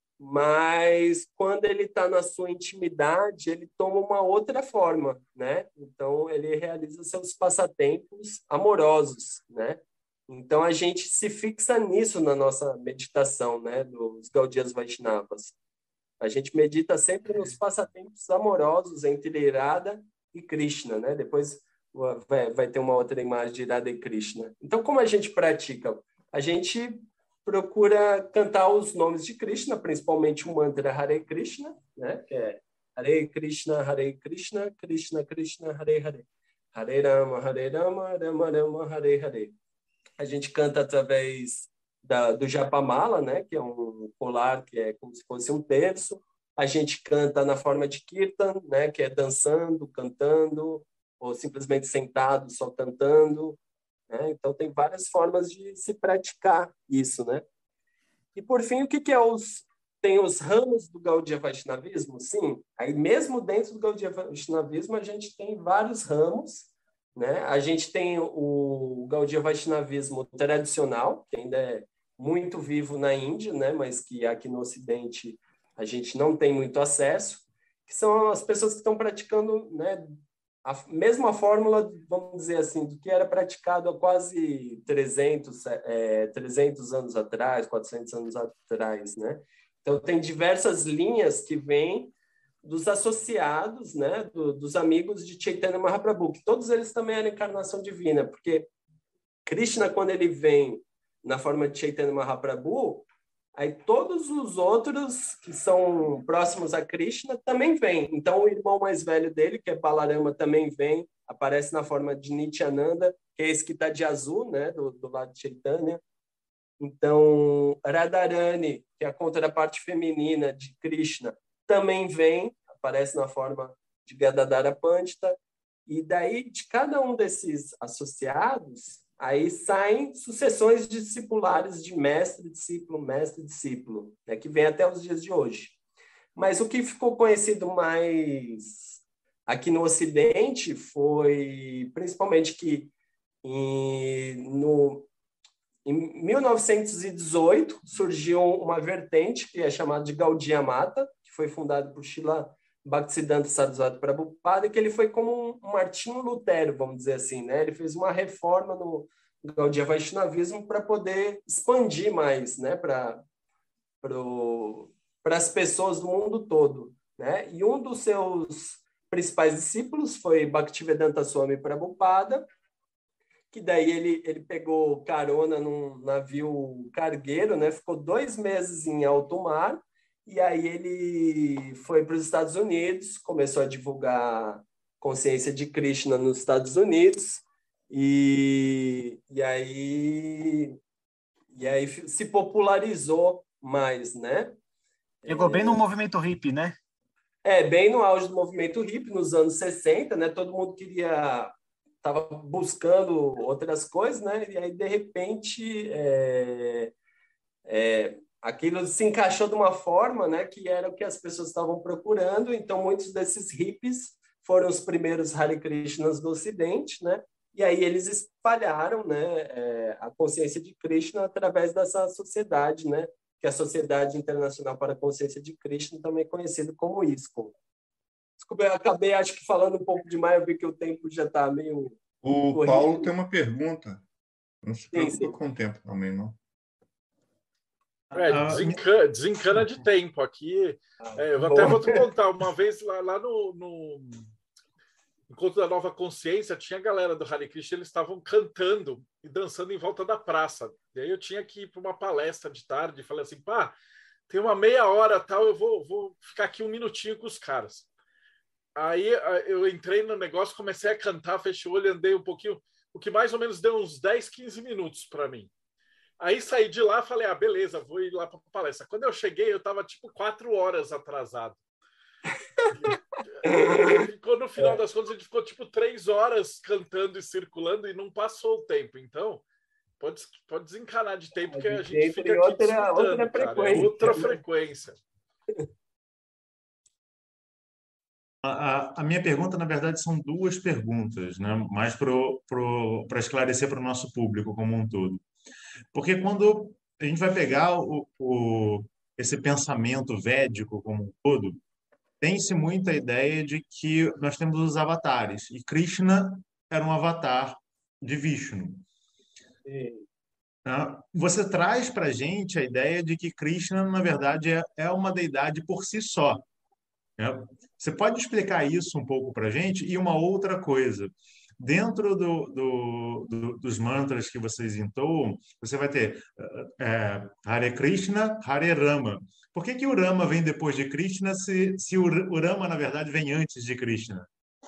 Mas quando ele está na sua intimidade, ele toma uma outra forma, né? Então, ele realiza seus passatempos amorosos, né? Então, a gente se fixa nisso na nossa meditação, né? Dos Gaudiyas Vaishnavas. A gente medita sempre nos passatempos amorosos entre Radha e Krishna, né? Depois vai, vai ter uma outra imagem de Radha e Krishna. Então, como a gente pratica? A gente procura cantar os nomes de Krishna, principalmente o mantra Hare Krishna, né? Que é Hare Krishna, Hare Krishna, Krishna Krishna, Hare Hare. Hare Rama, Hare Rama, Rama Rama, Hare Hare. A gente canta através da, do Japamala, né? Que é um colar que é como se fosse um terço. A gente canta na forma de Kirtan, né? Que é dançando, cantando, ou simplesmente sentado, só cantando. Né? Então, tem várias formas de se praticar isso, né? E, por fim, o que, que é os... Tem os ramos do Gaudiya Vaishnavismo? Sim. Aí, mesmo dentro do Gaudiya Vaishnavismo, a gente tem vários ramos, né? A gente tem o Gaudiya Vaishnavismo tradicional, que ainda é muito vivo na Índia, né? Mas que aqui no Ocidente a gente não tem muito acesso, que são as pessoas que estão praticando, né, a mesma fórmula, vamos dizer assim, do que era praticado há quase trezentos, é, trezentos anos atrás, quatrocentos anos atrás, né? Então, tem diversas linhas que vêm dos associados, né, do, dos amigos de Chaitanya Mahaprabhu, que todos eles também eram encarnação divina, porque Krishna, quando ele vem na forma de Chaitanya Mahaprabhu, aí todos os outros que são próximos a Krishna também vêm. Então, o irmão mais velho dele, que é Balarama, também vem, aparece na forma de Nityananda, que é esse que está de azul, né, do, do lado de Chaitanya. Então, Radharani, que é a contraparte feminina de Krishna, também vem, aparece na forma de Gadadhara Pandita, e daí, de cada um desses associados, aí saem sucessões discipulares de mestre, discípulo, mestre, discípulo, né, que vem até os dias de hoje. Mas o que ficou conhecido mais aqui no Ocidente foi, principalmente, que em, no, em mil novecentos e dezoito surgiu uma vertente que é chamada de Gaudiya Mata, foi fundado por Srila Bhaktisiddhanta Saraswati Prabhupada, que ele foi como um Martinho Lutero, vamos dizer assim, né? Ele fez uma reforma no Gaudiya Vaishnavismo para poder expandir mais, né? Para para as pessoas do mundo todo, né? E um dos seus principais discípulos foi Bhaktivedanta Swami Prabhupada, que daí ele, ele pegou carona num navio cargueiro, né? Ficou dois meses em alto mar. E aí ele foi para os Estados Unidos, começou a divulgar consciência de Krishna nos Estados Unidos, e, e, aí, e aí se popularizou mais, né? Chegou é, bem no movimento hippie, né? É, bem no auge do movimento hippie, nos anos sessenta, né? Todo mundo queria, estava buscando outras coisas, né? E aí, de repente, é, é, aquilo se encaixou de uma forma, né, que era o que as pessoas estavam procurando. Então, muitos desses hippies foram os primeiros Hare Krishnas do Ocidente, né? E aí eles espalharam, né, é, a consciência de Krishna através dessa sociedade, né? Que é a Sociedade Internacional para a Consciência de Krishna, também conhecido como ISKCON. Desculpa, eu acabei, acho que falando um pouco demais, eu vi que o tempo já está meio O corrido. Paulo tem uma pergunta. Não se preocupa sim, sim. com o tempo também, não. É, desencana, desencana de tempo aqui. É, eu até vou te contar, uma vez lá, lá no, no Encontro da Nova Consciência, tinha a galera do Hare Krishna, eles estavam cantando e dançando em volta da praça. E aí eu tinha que ir para uma palestra de tarde e falei assim, pá, tem uma meia hora tal, eu vou, vou ficar aqui um minutinho com os caras. Aí eu entrei no negócio, comecei a cantar, fechei o olho, andei um pouquinho, o que mais ou menos deu uns dez, quinze minutos para mim. Aí saí de lá, falei, ah, beleza, vou ir lá para a palestra. Quando eu cheguei, eu estava tipo quatro horas atrasado. E ficou, no final das contas, a gente ficou tipo três horas cantando e circulando e não passou o tempo. Então, pode, pode desencanar de tempo, porque a gente fica aqui outra, outra cara, frequência. é outra frequência. A, a minha pergunta, na verdade, são duas perguntas, né? Mais para esclarecer para o nosso público como um todo. Porque quando a gente vai pegar o, o, esse pensamento védico como um todo, tem-se muita ideia de que nós temos os avatares, e Krishna era um avatar de Vishnu. Você traz para a gente a ideia de que Krishna, na verdade, é, é uma deidade por si só. Você pode explicar isso um pouco para a gente? E uma outra coisa, dentro do, do, do, dos mantras que vocês entoam, você vai ter é, Hare Krishna, Hare Rama. Por que que o Rama vem depois de Krishna se, se o, o Rama, na verdade, vem antes de Krishna?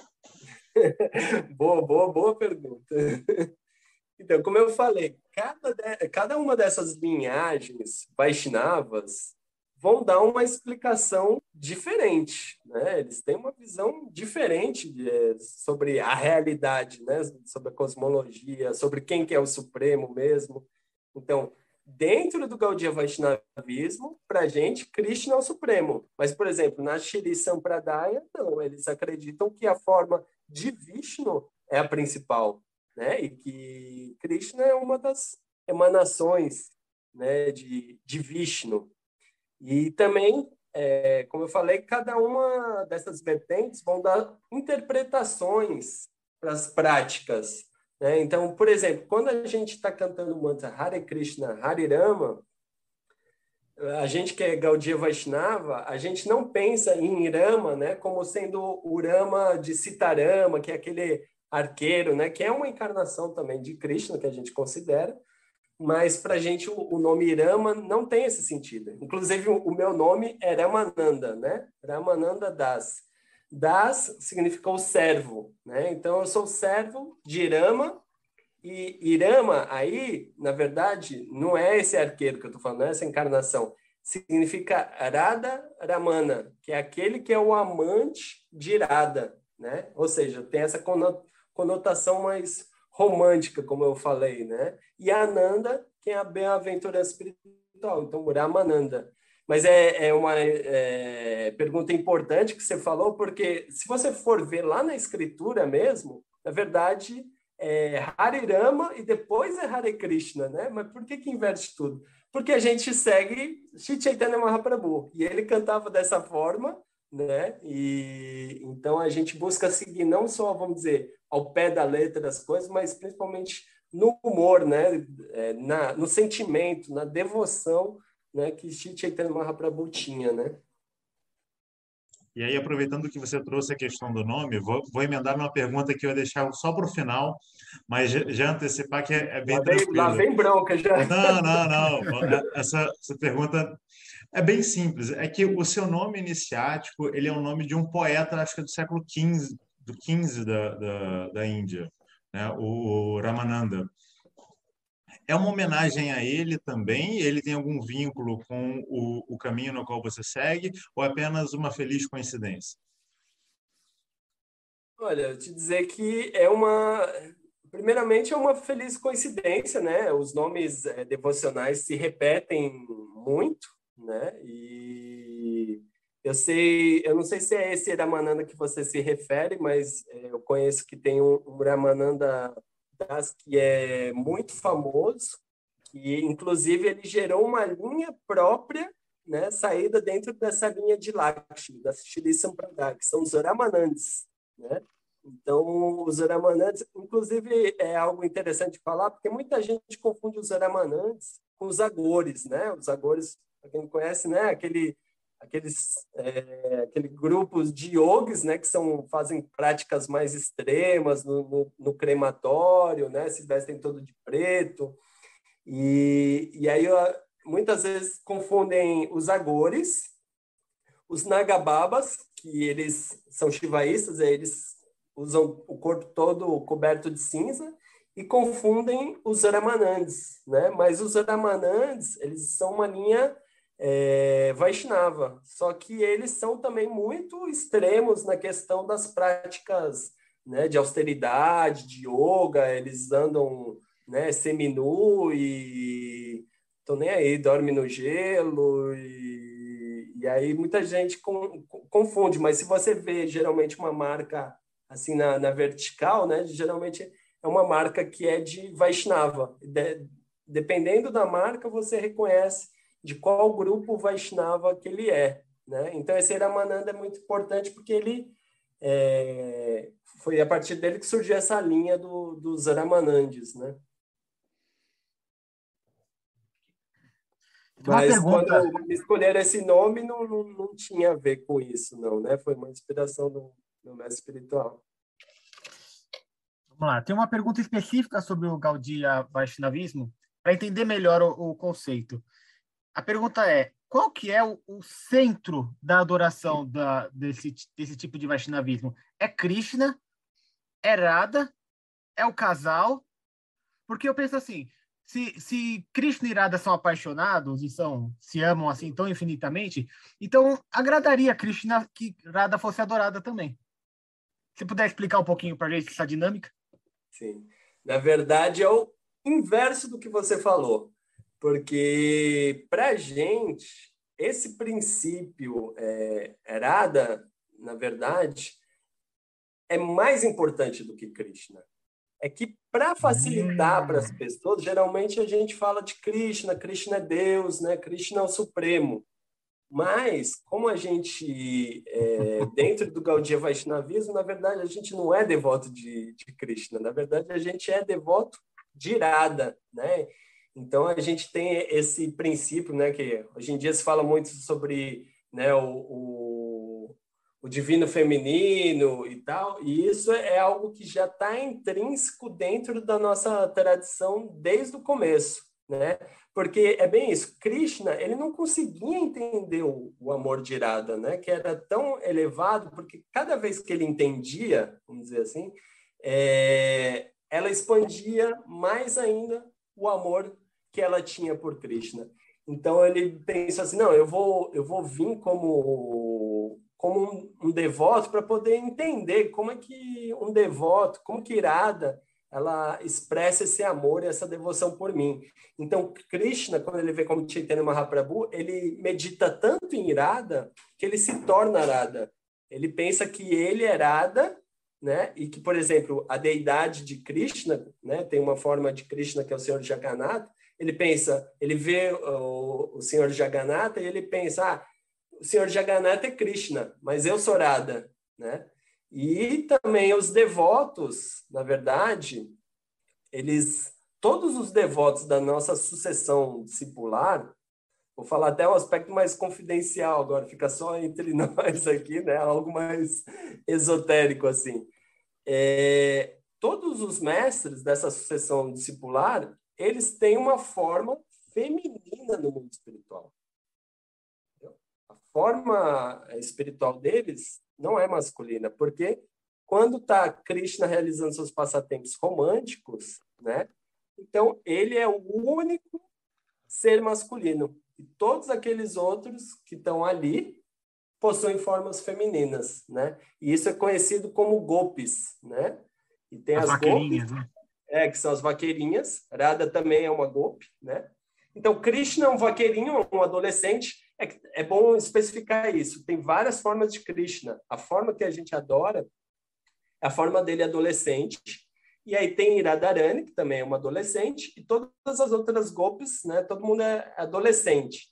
boa, boa, boa pergunta. Então, como eu falei, cada, de, cada uma dessas linhagens Vaishnavas vão dar uma explicação diferente, né? Eles têm uma visão diferente de, sobre a realidade, né? Sobre a cosmologia, sobre quem que é o Supremo mesmo. Então, dentro do Gaudiya Vaishnavismo, para a gente, Krishna é o Supremo. Mas, por exemplo, na Shri Sampradaya, não. Eles acreditam que a forma de Vishnu é a principal, né? E que Krishna é uma das emanações, né, de, de Vishnu. E também é, como eu falei, cada uma dessas vertentes vão dar interpretações para as práticas, né? Então, por exemplo, quando a gente está cantando o mantra Hare Krishna, Hare Rama, a gente que é Gaudiya Vaishnava, a gente não pensa em Rama, né, como sendo o Rama de Sitarama, que é aquele arqueiro, né, que é uma encarnação também de Krishna, que a gente considera, mas para a gente o, o nome Rama não tem esse sentido. Inclusive, o, o meu nome é Ramananda, né? Ramananda Das. Das significa o servo, né? Então, eu sou servo de Rama, e Irama, aí, na verdade, não é esse arqueiro que eu estou falando, não é essa encarnação. Significa Radha Ramana, que é aquele que é o amante de Radha, né? Ou seja, tem essa conotação mais romântica, como eu falei, né? E Ananda, que é a bem-aventurança espiritual. Então, Ramananda. Mas é, é uma é, pergunta importante que você falou, porque se você for ver lá na escritura mesmo, na verdade... é Hare Rama e depois é Hare Krishna, né? Mas por que que inverte tudo? Porque a gente segue Shri Chaitanya Mahaprabhu e ele cantava dessa forma, né? E então a gente busca seguir não só, vamos dizer, ao pé da letra das coisas, mas principalmente no humor, né? É, na, no sentimento, na devoção, né? Que Shri Chaitanya Mahaprabhu tinha, né? E aí, aproveitando que você trouxe a questão do nome, vou, vou emendar uma pergunta que eu ia deixar só para o final, mas já, já antecipar que é, é bem lá vem, tranquilo. lá vem bronca já. Não, não, não. Essa, essa pergunta é bem simples. É que o seu nome iniciático, ele é o nome de um poeta, acho que é do século quinze, do quinze da, da, da Índia, né? O, o Ramananda. É uma homenagem a ele também? Ele tem algum vínculo com o, o caminho no qual você segue? Ou é apenas uma feliz coincidência? Olha, eu te dizer que é uma... Primeiramente, é uma feliz coincidência, né? Os nomes é, devocionais se repetem muito, né? E eu sei... Eu não sei se é esse Ramananda que você se refere, mas é, eu conheço que tem um, um Ramananda Das que é muito famoso, e inclusive ele gerou uma linha própria, né, saída dentro dessa linha de Lakshmi, da Shri Sampradaya, que são os Ramanandas, né? Então, os Ramanandas, inclusive, é algo interessante de falar, porque muita gente confunde os Ramanandas com os Agores, né? Os Agores, para quem não conhece, né, aquele aqueles é, aquele grupos de yogis, né, que são fazem práticas mais extremas no, no, no crematório, né, se vestem todo de preto, e, e aí muitas vezes confundem os agores, os nagababas, que eles são shivaístas, eles usam o corpo todo coberto de cinza, e confundem os Ramanandas, né, mas os Ramanandas, eles são uma linha É, Vaishnava, só que eles são também muito extremos na questão das práticas, né, de austeridade, de yoga, eles andam, né, seminu e estão nem aí, dormem no gelo, e, e aí muita gente com, confunde, mas se você vê geralmente uma marca assim na, na vertical, né, geralmente é uma marca que é de Vaishnava, de, dependendo da marca você reconhece de qual grupo Vaishnava que ele é, né? Então, esse Ramananda é muito importante porque ele é, foi a partir dele que surgiu essa linha do, dos Ramanandis, né? Uma Mas pergunta... quando me escolheram esse nome, não, não, não tinha a ver com isso, não, né? Foi uma inspiração do, do mestre espiritual. Vamos lá, tem uma pergunta específica sobre o Gaudiya Vaishnavismo, para entender melhor o, o conceito. A pergunta é, qual que é o, o centro da adoração da, desse, desse tipo de Vaishnavismo? É Krishna? É Radha? É o casal? Porque eu penso assim, se, se Krishna e Radha são apaixonados e são, se amam assim tão infinitamente, então agradaria a Krishna que Radha fosse adorada também. Se puder explicar um pouquinho para a gente essa dinâmica? Sim. Na verdade, é o inverso do que você falou. Porque, para a gente, esse princípio é, Radha, na verdade, é mais importante do que Krishna. É que, para facilitar hum. para as pessoas, geralmente a gente fala de Krishna, Krishna é Deus, né? Krishna é o Supremo. Mas, como a gente, é, dentro do Gaudiya Vaishnavismo, na verdade, a gente não é devoto de, de Krishna, na verdade, a gente é devoto de Radha, né? Então, a gente tem esse princípio, né, que hoje em dia se fala muito sobre, né, o, o, o divino feminino e tal, e isso é algo que já está intrínseco dentro da nossa tradição desde o começo, né? Porque é bem isso, Krishna, ele não conseguia entender o, o amor de Radha, né? Que era tão elevado, porque cada vez que ele entendia, vamos dizer assim, é, ela expandia mais ainda o amor que ela tinha por Krishna. Então ele pensa assim, não, eu vou, eu vou vir como, como um, um devoto para poder entender como é que um devoto, como que Radha, ela expressa esse amor e essa devoção por mim. Então, Krishna, quando ele vê como Chaitanya Mahaprabhu, ele medita tanto em Radha que ele se torna Radha. Ele pensa que ele é Radha, né? E que, por exemplo, a deidade de Krishna, né? Tem uma forma de Krishna que é o Senhor Jagannatha. Ele pensa, ele vê o, o Senhor Jagannatha e ele pensa, ah, o Senhor Jagannatha é Krishna, mas eu sou Radha, né? E também os devotos, na verdade, eles, todos os devotos da nossa sucessão discipular, vou falar até um aspecto mais confidencial agora, fica só entre nós aqui, né? Algo mais esotérico assim. É, todos os mestres dessa sucessão discipular, eles têm uma forma feminina no mundo espiritual. Entendeu? A forma espiritual deles não é masculina, porque quando está Krishna realizando seus passatempos românticos, né? Então ele é o único ser masculino. E todos aqueles outros que estão ali possuem formas femininas, né? E isso é conhecido como gopis, né? E tem as, as vaqueirinhas, gopis, né? É, que são as vaqueirinhas. Radha também é uma gopi, né? Então, Krishna é um vaqueirinho, um adolescente. É, é bom especificar isso. Tem várias formas de Krishna. A forma que a gente adora é a forma dele adolescente. E aí tem Radharani, que também é uma adolescente, e todas as outras gopis, né? Todo mundo é adolescente.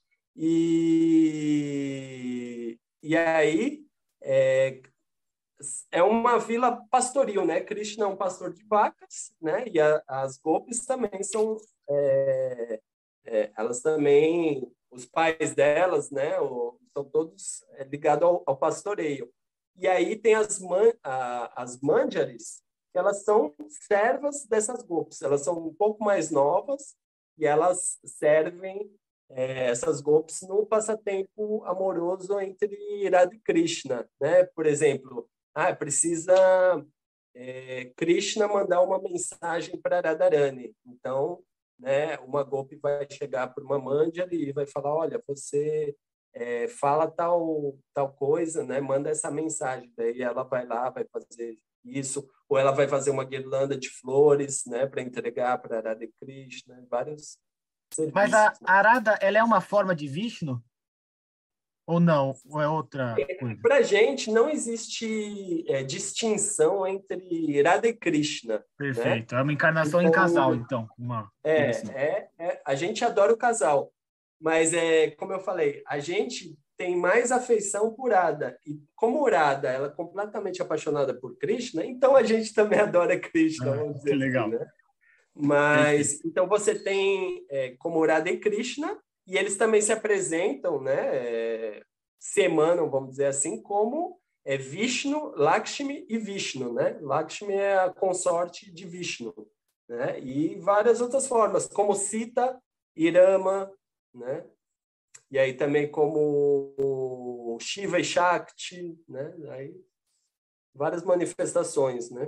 E, e aí é, é uma vila pastoril, né? Krishna é um pastor de vacas, né? E a, as gopis também são... É, é, elas também... Os pais delas, né? O, são todos ligados ao, ao pastoreio. E aí tem as, man, a, as manjaris, que elas são servas dessas gopis. Elas são um pouco mais novas e elas servem é, essas gopis no passatempo amoroso entre Radha e Krishna, né? Por exemplo, ah, precisa é, Krishna mandar uma mensagem para Radharani. Então, né, uma gopi vai chegar para uma manjari e vai falar, olha, você é, fala tal, tal coisa, né? Manda essa mensagem. Daí ela vai lá, vai fazer isso, ou ela vai fazer uma guirlanda de flores, né, para entregar para Radha Krishna, vários serviços. Mas a, a Radha, ela é uma forma de Vishnu? Ou não? Ou é outra coisa? Para a gente, não existe é, distinção entre Radha e Krishna. Perfeito. Né? É uma encarnação então, em casal, então. Uma, é, assim. é, é, a gente adora o casal. Mas, é, como eu falei, a gente tem mais afeição por Radha. E como Radha ela é completamente apaixonada por Krishna, então a gente também adora Krishna, ah, vamos dizer que legal. assim, né? Mas, Perfeito. então você tem é, como Radha e Krishna, e eles também se apresentam, né, é, se emanam, vamos dizer assim, como é, Vishnu, Lakshmi e Vishnu, né? Lakshmi é a consorte de Vishnu, né? E várias outras formas, como Sita e Rama, né? E aí também como Shiva e Shakti, né? Aí, várias manifestações, né?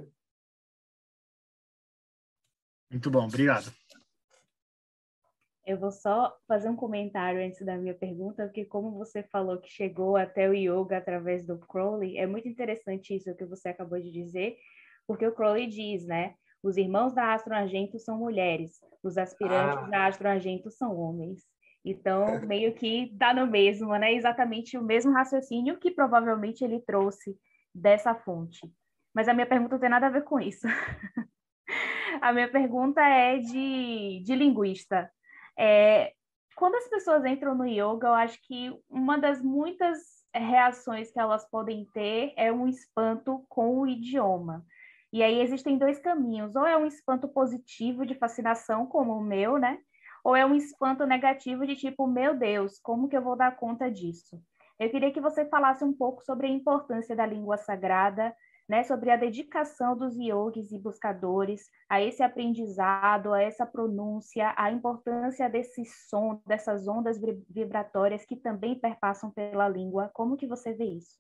Muito bom, obrigado. Eu vou só fazer um comentário antes da minha pergunta, porque como você falou que chegou até o yoga através do Crowley, é muito interessante isso que você acabou de dizer, porque o Crowley diz, né? Os irmãos da Astro Argento são mulheres, os aspirantes ah. da Astro Argento são homens. Então, meio que dá no mesmo, né? Exatamente o mesmo raciocínio que provavelmente ele trouxe dessa fonte. Mas a minha pergunta não tem nada a ver com isso. A minha pergunta é de, de linguista. É, quando as pessoas entram no yoga, eu acho que uma das muitas reações que elas podem ter é um espanto com o idioma. E aí existem dois caminhos, ou é um espanto positivo de fascinação, como o meu, né? Ou é um espanto negativo de tipo, meu Deus, como que eu vou dar conta disso? Eu queria que você falasse um pouco sobre a importância da língua sagrada, né, sobre a dedicação dos yogis e buscadores a esse aprendizado, a essa pronúncia, a importância desse som, dessas ondas vibratórias que também perpassam pela língua. Como que você vê isso?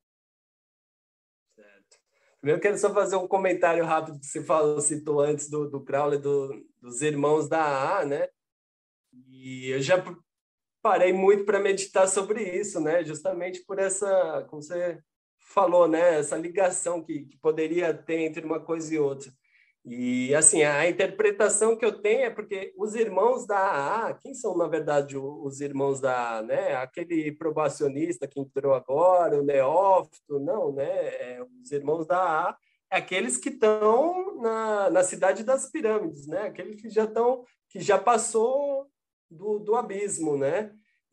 Certo. Primeiro, eu quero só fazer um comentário rápido que você falou, citou antes do, do Crowley, do, dos irmãos da A A, né? E eu já parei muito para meditar sobre isso, né? Justamente por essa, como você falou, né? Essa ligação que, que poderia ter entre uma coisa e outra. E, assim, a interpretação que eu tenho é porque os irmãos da A A, quem são, na verdade, os irmãos da A A, né? Aquele probacionista que entrou agora, o neófito, não, né? É, os irmãos da A A é aqueles que estão na, na cidade das pirâmides, né? Aqueles que já estão, que já passou do, do abismo, né?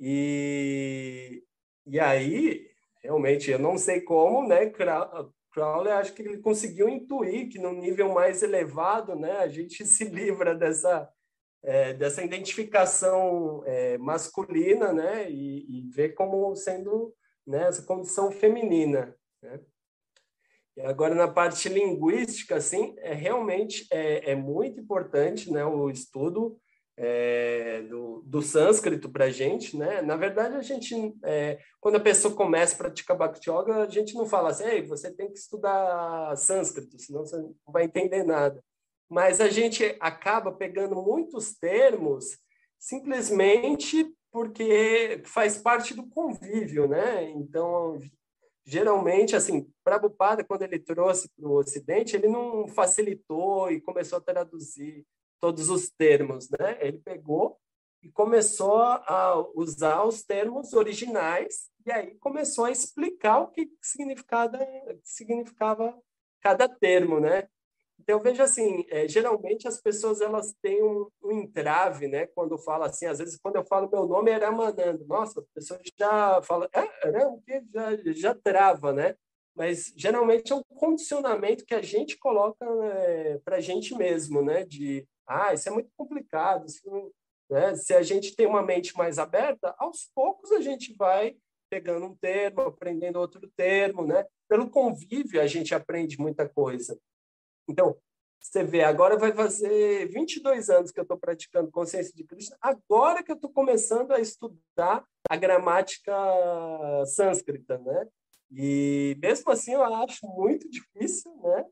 E, e aí, realmente, eu não sei como, né? Crowley, acho que ele conseguiu intuir que no nível mais elevado, né, a gente se livra dessa, é, dessa identificação é, masculina, né, e, e vê como sendo, né, essa condição feminina, né? E agora, na parte linguística, assim, é, realmente é, é muito importante, né, o estudo É, do, do sânscrito para a gente, né? Na verdade, a gente, é, quando a pessoa começa a praticar Bhakti Yoga, a gente não fala assim, ei, você tem que estudar sânscrito, senão você não vai entender nada. Mas a gente acaba pegando muitos termos simplesmente porque faz parte do convívio, né? Então, geralmente, assim, Prabhupada, quando ele trouxe para o Ocidente, ele não facilitou e começou a traduzir todos os termos, né? Ele pegou e começou a usar os termos originais e aí começou a explicar o que significava, significava cada termo, né? Então, veja assim, é, geralmente as pessoas elas têm um, um entrave, né? Quando fala assim, às vezes quando eu falo meu nome é Ramananda, nossa, a pessoa já fala, é, é, já, já trava, né? Mas geralmente é um condicionamento que a gente coloca é, para a gente mesmo, né? De ah, isso é muito complicado. Isso não, né? Se a gente tem uma mente mais aberta, aos poucos a gente vai pegando um termo, aprendendo outro termo, né? Pelo convívio a gente aprende muita coisa. Então, você vê, agora vai fazer vinte e dois anos que eu estou praticando consciência de Krishna, agora que eu estou começando a estudar a gramática sânscrita, né? E mesmo assim eu acho muito difícil, né?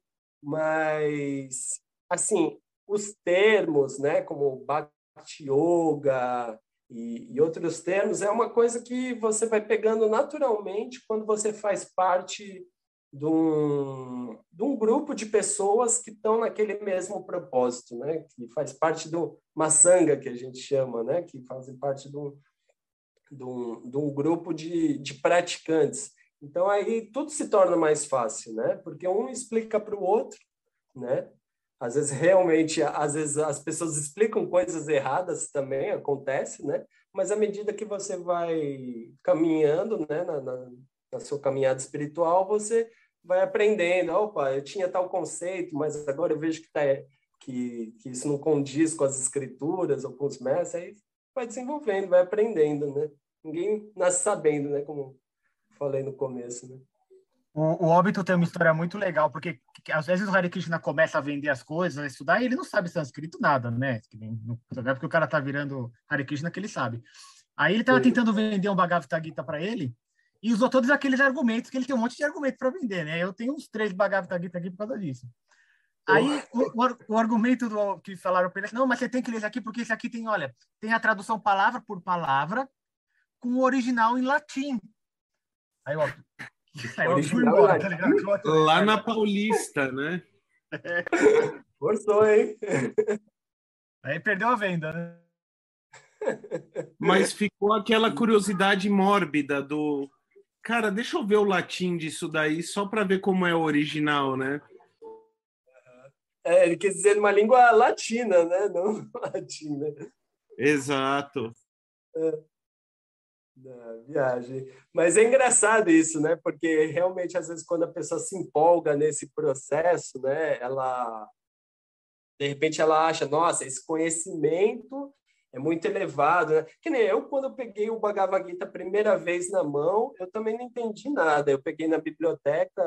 Mas, assim, os termos, né, como Bhakti Yoga e, e outros termos, é uma coisa que você vai pegando naturalmente quando você faz parte de um, de um grupo de pessoas que estão naquele mesmo propósito, né, que faz parte do uma sangha, que a gente chama, né, que fazem parte de um, de um, de um grupo de, de praticantes. Então, aí tudo se torna mais fácil, né, porque um explica para o outro, né. Às vezes, realmente, às vezes as pessoas explicam coisas erradas também, acontece, né? Mas à medida que você vai caminhando, né, na, na, na sua caminhada espiritual, você vai aprendendo. Opa, eu tinha tal conceito, mas agora eu vejo que, tá, que, que isso não condiz com as escrituras ou com os mestres, aí vai desenvolvendo, vai aprendendo, né? Ninguém nasce sabendo, né? Como falei no começo, né? O, o Óbito tem uma história muito legal, porque que, às vezes o Hare Krishna começa a vender as coisas, a estudar, e ele não sabe sânscrito nada, né? Não é porque o cara tá virando Hare Krishna que ele sabe. Aí ele tava tentando vender um Bhagavad Gita para ele, e usou todos aqueles argumentos, que ele tem um monte de argumento para vender, né? Eu tenho uns três Bhagavad Gita aqui por causa disso. Aí o, o, o argumento do, que falaram para ele, não, mas você tem que ler esse aqui, porque esse aqui tem, olha, tem a tradução palavra por palavra, com o original em latim. Aí, ó, aí eu fui embora, tá ligado? Lá na Paulista, né? Forçou, hein? Aí perdeu a venda, né? Mas ficou aquela curiosidade mórbida do... Cara, deixa eu ver o latim disso daí, só para ver como é o original, né? É, ele quis dizer uma língua latina, né? Não latina. Exato. Da viagem. Mas é engraçado isso, né? Porque realmente, às vezes, quando a pessoa se empolga nesse processo, né? Ela, de repente, ela acha, nossa, esse conhecimento é muito elevado, né? Que nem eu, quando eu peguei o Bhagavad Gita a primeira vez na mão, eu também não entendi nada. Eu peguei na biblioteca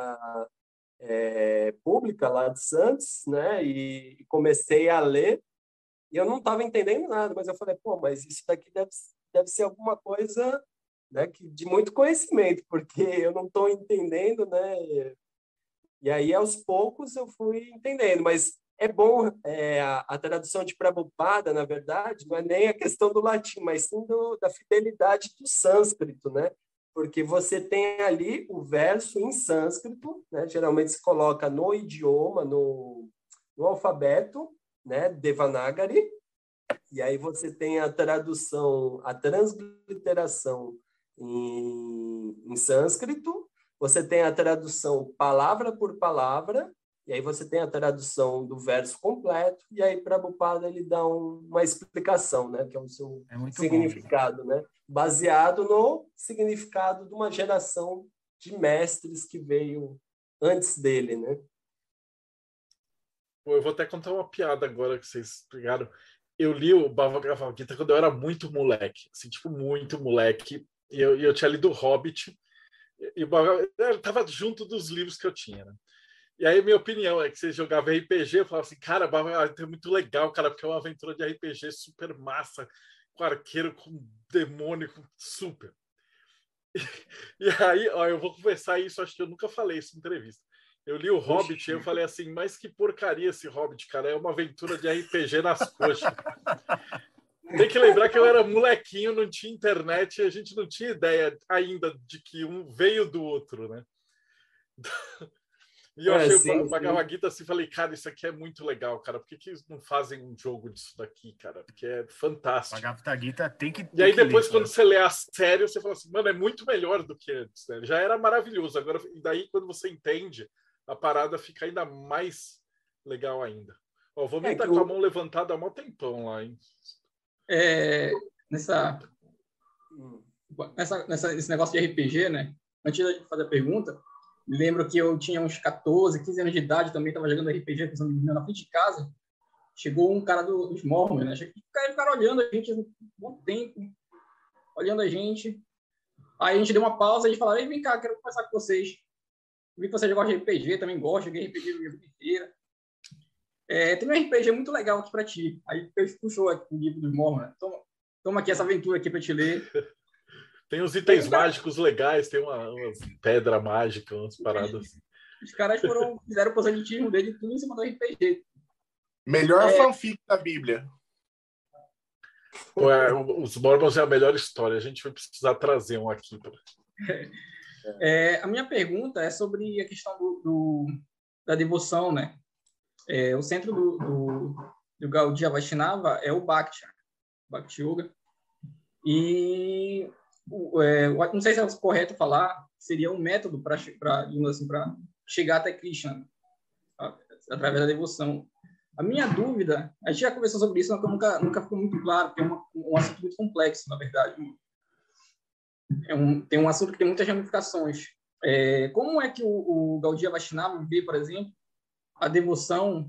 é, pública lá de Santos, né? E, e comecei a ler, e eu não estava entendendo nada, mas eu falei, pô, mas isso daqui deve, deve ser alguma coisa, né, que, de muito conhecimento, porque eu não estou entendendo, né? E aí, aos poucos, eu fui entendendo, mas é bom, é, a, a tradução de Prabhupada, na verdade, não é nem a questão do latim, mas sim do, da fidelidade do sânscrito, né? Porque você tem ali o verso em sânscrito, né? Geralmente se coloca no idioma, no, no alfabeto, né? Devanagari, e aí você tem a tradução, a transliteração em, em sânscrito, você tem a tradução palavra por palavra, e aí você tem a tradução do verso completo, e aí Prabhupada ele dá um, uma explicação, né, que é o seu é significado, bom, né, baseado no significado de uma geração de mestres que veio antes dele, né? Pô, eu vou até contar uma piada agora que vocês pegaram. Eu li o Bhagavad Gita quando eu era muito moleque, assim, tipo, muito moleque, e eu, e eu tinha lido o Hobbit, e o Bhagavad estava junto dos livros que eu tinha, né? E aí, minha opinião é que você jogava R P G, eu falava assim, cara, é muito legal, cara, porque é uma aventura de R P G super massa, com arqueiro, com demônio, com super. E, e aí, ó, eu vou conversar isso, acho que eu nunca falei isso em entrevista. Eu li o Hobbit e eu falei assim, mas que porcaria esse Hobbit, cara, é uma aventura de R P G nas coxas. Tem que lembrar que eu era molequinho, não tinha internet, e a gente não tinha ideia ainda de que um veio do outro, né? E eu é, achei sim, o Bhagavad Gita assim, falei, cara, isso aqui é muito legal, cara. Por que, que eles não fazem um jogo disso daqui, cara? Porque é fantástico. Bhagavad Gita tem que. E aí tem depois, que ler, quando você lê a sério, você fala assim, mano, é muito melhor do que antes, né? Já era maravilhoso. Agora, e daí, quando você entende, a parada fica ainda mais legal ainda. Ó, vou me estar com a mão levantada há um tempão lá, hein? É, nessa, nessa, nessa, esse negócio de R P G, né? Antes de fazer a pergunta, me lembro que eu tinha uns catorze, quinze anos de idade, também estava jogando R P G com os amigos meus na frente de casa. Chegou um cara do, dos Mormons, né? Chegou um cara olhando a gente um bom tempo, olhando a gente. Aí a gente deu uma pausa e a gente falou, vem cá, quero conversar com vocês. Vi que vocês gostam de R P G, também gosto, joguei R P G a vida inteira. É, tem um R P G muito legal aqui para ti. Aí ele puxou aqui o livro dos Mormons, né? Toma, toma aqui essa aventura aqui para te ler. Tem uns itens mágicos legais, tem uma, umas pedra mágica, umas paradas. Os caras foram, fizeram o proselitismo dele tudo em cima do R P G. Melhor é... fanfic da Bíblia. Pô, é, os Mormons é a melhor história. A gente vai precisar trazer um aqui. Pra... É, a minha pergunta é sobre a questão do, do, da devoção, né? É, o centro do, do, do Gaudiya Vaishnava é o Bhakti, Bhakti Yoga. E é, não sei se é correto falar, seria um método para assim, para chegar até Krishna através da devoção. A minha dúvida, a gente já conversou sobre isso, mas nunca, nunca ficou muito claro, porque é uma, um assunto muito complexo, na verdade. É um, tem um assunto que tem muitas ramificações. É, como é que o, o Gaudiya Vaishnava vê, por exemplo, a devoção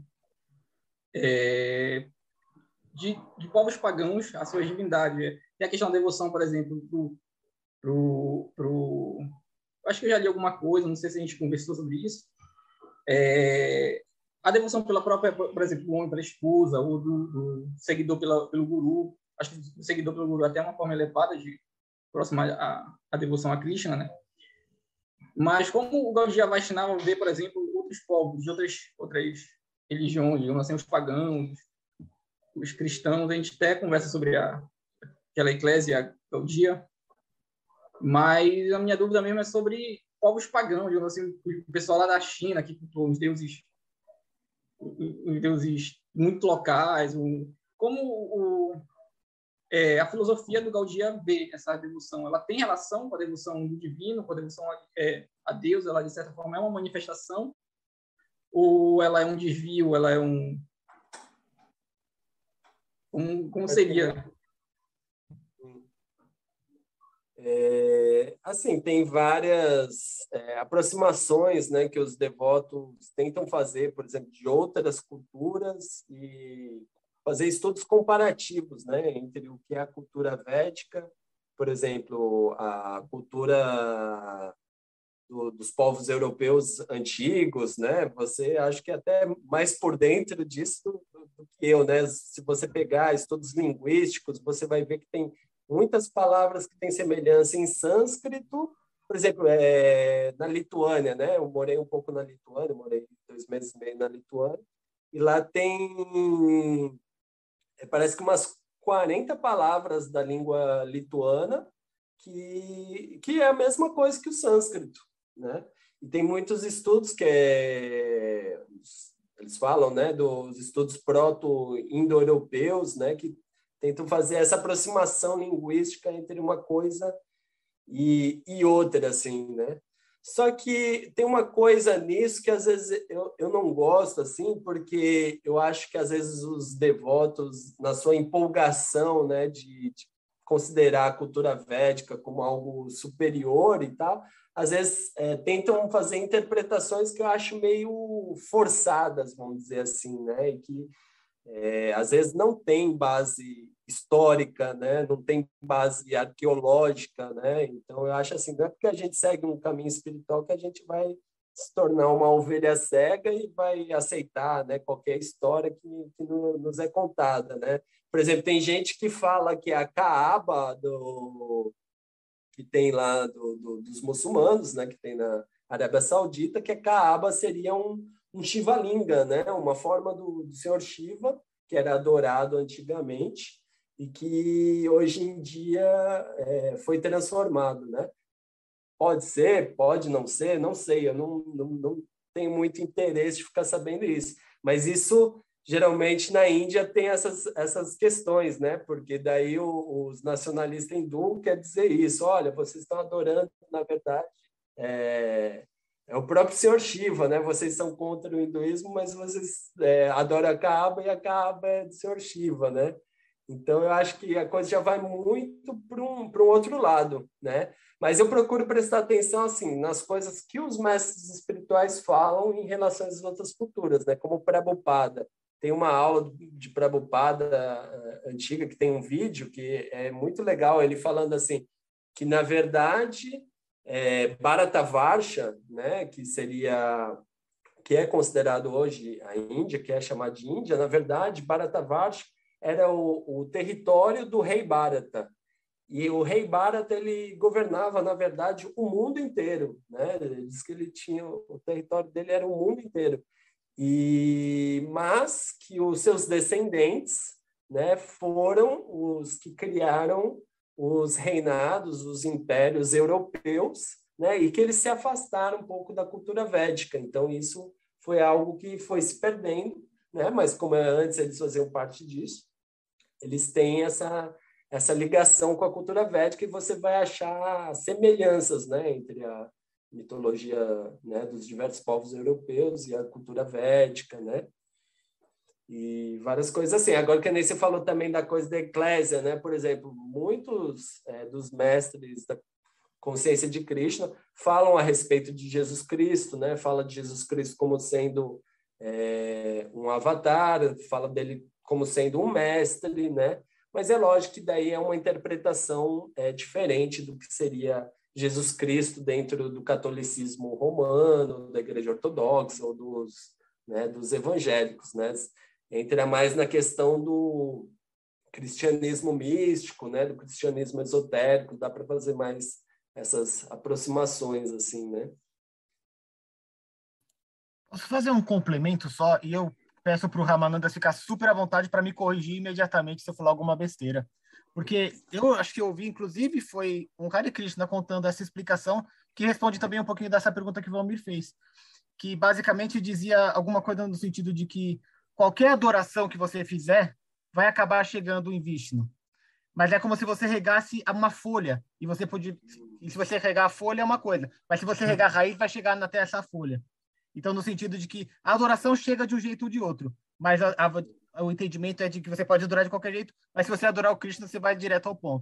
é, de, de povos pagãos às suas divindades? Tem a questão da devoção, por exemplo, pro, pro, pro... acho que eu já li alguma coisa, não sei se a gente conversou sobre isso. É, a devoção pela própria, por exemplo, o homem pela esposa, ou do, do seguidor pela, pelo guru. Acho que o seguidor pelo guru até é uma forma elevada de aproximar a, a devoção a Krishna, né? Mas como o Gaudiya Vaishnava vê, por exemplo, outros povos de outras, outras religiões, digamos assim, os pagãos, os cristãos, a gente até conversa sobre a, aquela eclésia Gaudiya, mas a minha dúvida mesmo é sobre povos pagãos, digamos assim, o pessoal lá da China, que cultuou os deuses, os deuses muito locais, o, como o, é, a filosofia do Gaudiya vê essa devoção. Ela tem relação com a devoção do divino, com a devoção a, é, a Deus, ela de certa forma é uma manifestação, ou ela é um desvio, ela é um... um como seria? É, assim, tem várias é, aproximações, né, que os devotos tentam fazer, por exemplo, de outras culturas e fazer estudos comparativos, né, entre o que é a cultura védica, por exemplo, a cultura do, dos povos europeus antigos, né? Você acho que é até mais por dentro disso do, do que eu, né? Se você pegar estudos linguísticos, você vai ver que tem muitas palavras que têm semelhança em sânscrito, por exemplo, é, na Lituânia, né? Eu morei um pouco na Lituânia, morei dois meses e meio na Lituânia, e lá tem, parece que umas quarenta palavras da língua lituana que, que é a mesma coisa que o sânscrito, né? E tem muitos estudos que é, eles falam, né, dos estudos proto-indo-europeus, né, que tentam fazer essa aproximação linguística entre uma coisa e, e outra, assim, né? Só que tem uma coisa nisso que às vezes eu, eu não gosto, assim, porque eu acho que às vezes os devotos, na sua empolgação, né, de, de considerar a cultura védica como algo superior e tal, às vezes é, tentam fazer interpretações que eu acho meio forçadas, vamos dizer assim, né, e que é, às vezes não tem base histórica, né? Não tem base arqueológica, né? Então eu acho assim, não é porque a gente segue um caminho espiritual que a gente vai se tornar uma ovelha cega e vai aceitar, né, qualquer história que, que nos é contada, né? Por exemplo, tem gente que fala que a Kaaba do que tem lá do, do, dos muçulmanos, né, que tem na Arábia Saudita, que a Kaaba seria um um Shiva Linga, né? Uma forma do, do Senhor Shiva, que era adorado antigamente e que hoje em dia é, foi transformado, né? Pode ser, pode não ser, não sei, eu não, não, não tenho muito interesse de ficar sabendo isso, mas isso geralmente na Índia tem essas, essas questões, né? Porque daí o, os nacionalistas hindus quer dizer isso, olha, vocês estão adorando, na verdade, é, é o próprio Senhor Shiva, né? Vocês são contra o hinduísmo, mas vocês é, adoram a Kaaba e a Kaaba é do Senhor Shiva, né? Então, eu acho que a coisa já vai muito para um, para um outro lado, né? Mas eu procuro prestar atenção, assim, nas coisas que os mestres espirituais falam em relação às outras culturas, né? Como o Prabhupada. Tem uma aula de Prabhupada uh, antiga, que tem um vídeo que é muito legal, ele falando assim, que, na verdade... É, Bharatavarsha, né, que seria, que é considerado hoje a Índia, que é chamada de Índia, na verdade, Bharatavarsha era o, o território do rei Bharata. E o rei Bharata, ele governava, na verdade, o mundo inteiro, né? Ele diz que ele tinha, o território dele era o mundo inteiro. E, mas que os seus descendentes, né, foram os que criaram os reinados, os impérios europeus, né, e que eles se afastaram um pouco da cultura védica. Então, isso foi algo que foi se perdendo, né, mas como antes eles faziam parte disso, eles têm essa, essa ligação com a cultura védica e você vai achar semelhanças, né, entre a mitologia, né, dos diversos povos europeus e a cultura védica, né? E várias coisas assim. Agora, que nem você falou também da coisa da eclésia, né? Por exemplo, muitos é, dos mestres da consciência de Krishna falam a respeito de Jesus Cristo, né? Fala de Jesus Cristo como sendo é, um avatar, fala dele como sendo um mestre, né? Mas é lógico que daí é uma interpretação é, diferente do que seria Jesus Cristo dentro do catolicismo romano, da Igreja Ortodoxa ou dos, né, dos evangélicos, né? Entra mais na questão do cristianismo místico, né, do cristianismo esotérico, dá para fazer mais essas aproximações, assim, né? Posso fazer um complemento só? E eu peço para o Ramananda ficar super à vontade para me corrigir imediatamente se eu falar alguma besteira. Porque eu acho que eu ouvi, inclusive, foi um Hare Krishna contando essa explicação, que responde também um pouquinho dessa pergunta que o Valmir fez, que basicamente dizia alguma coisa no sentido de que qualquer adoração que você fizer vai acabar chegando em Vishnu. Mas é como se você regasse uma folha. E você podia, e se você regar a folha é uma coisa. Mas se você regar a raiz, vai chegar até essa folha. Então, no sentido de que a adoração chega de um jeito ou de outro. Mas a, a, o entendimento é de que você pode adorar de qualquer jeito. Mas se você adorar o Krishna, você vai direto ao ponto.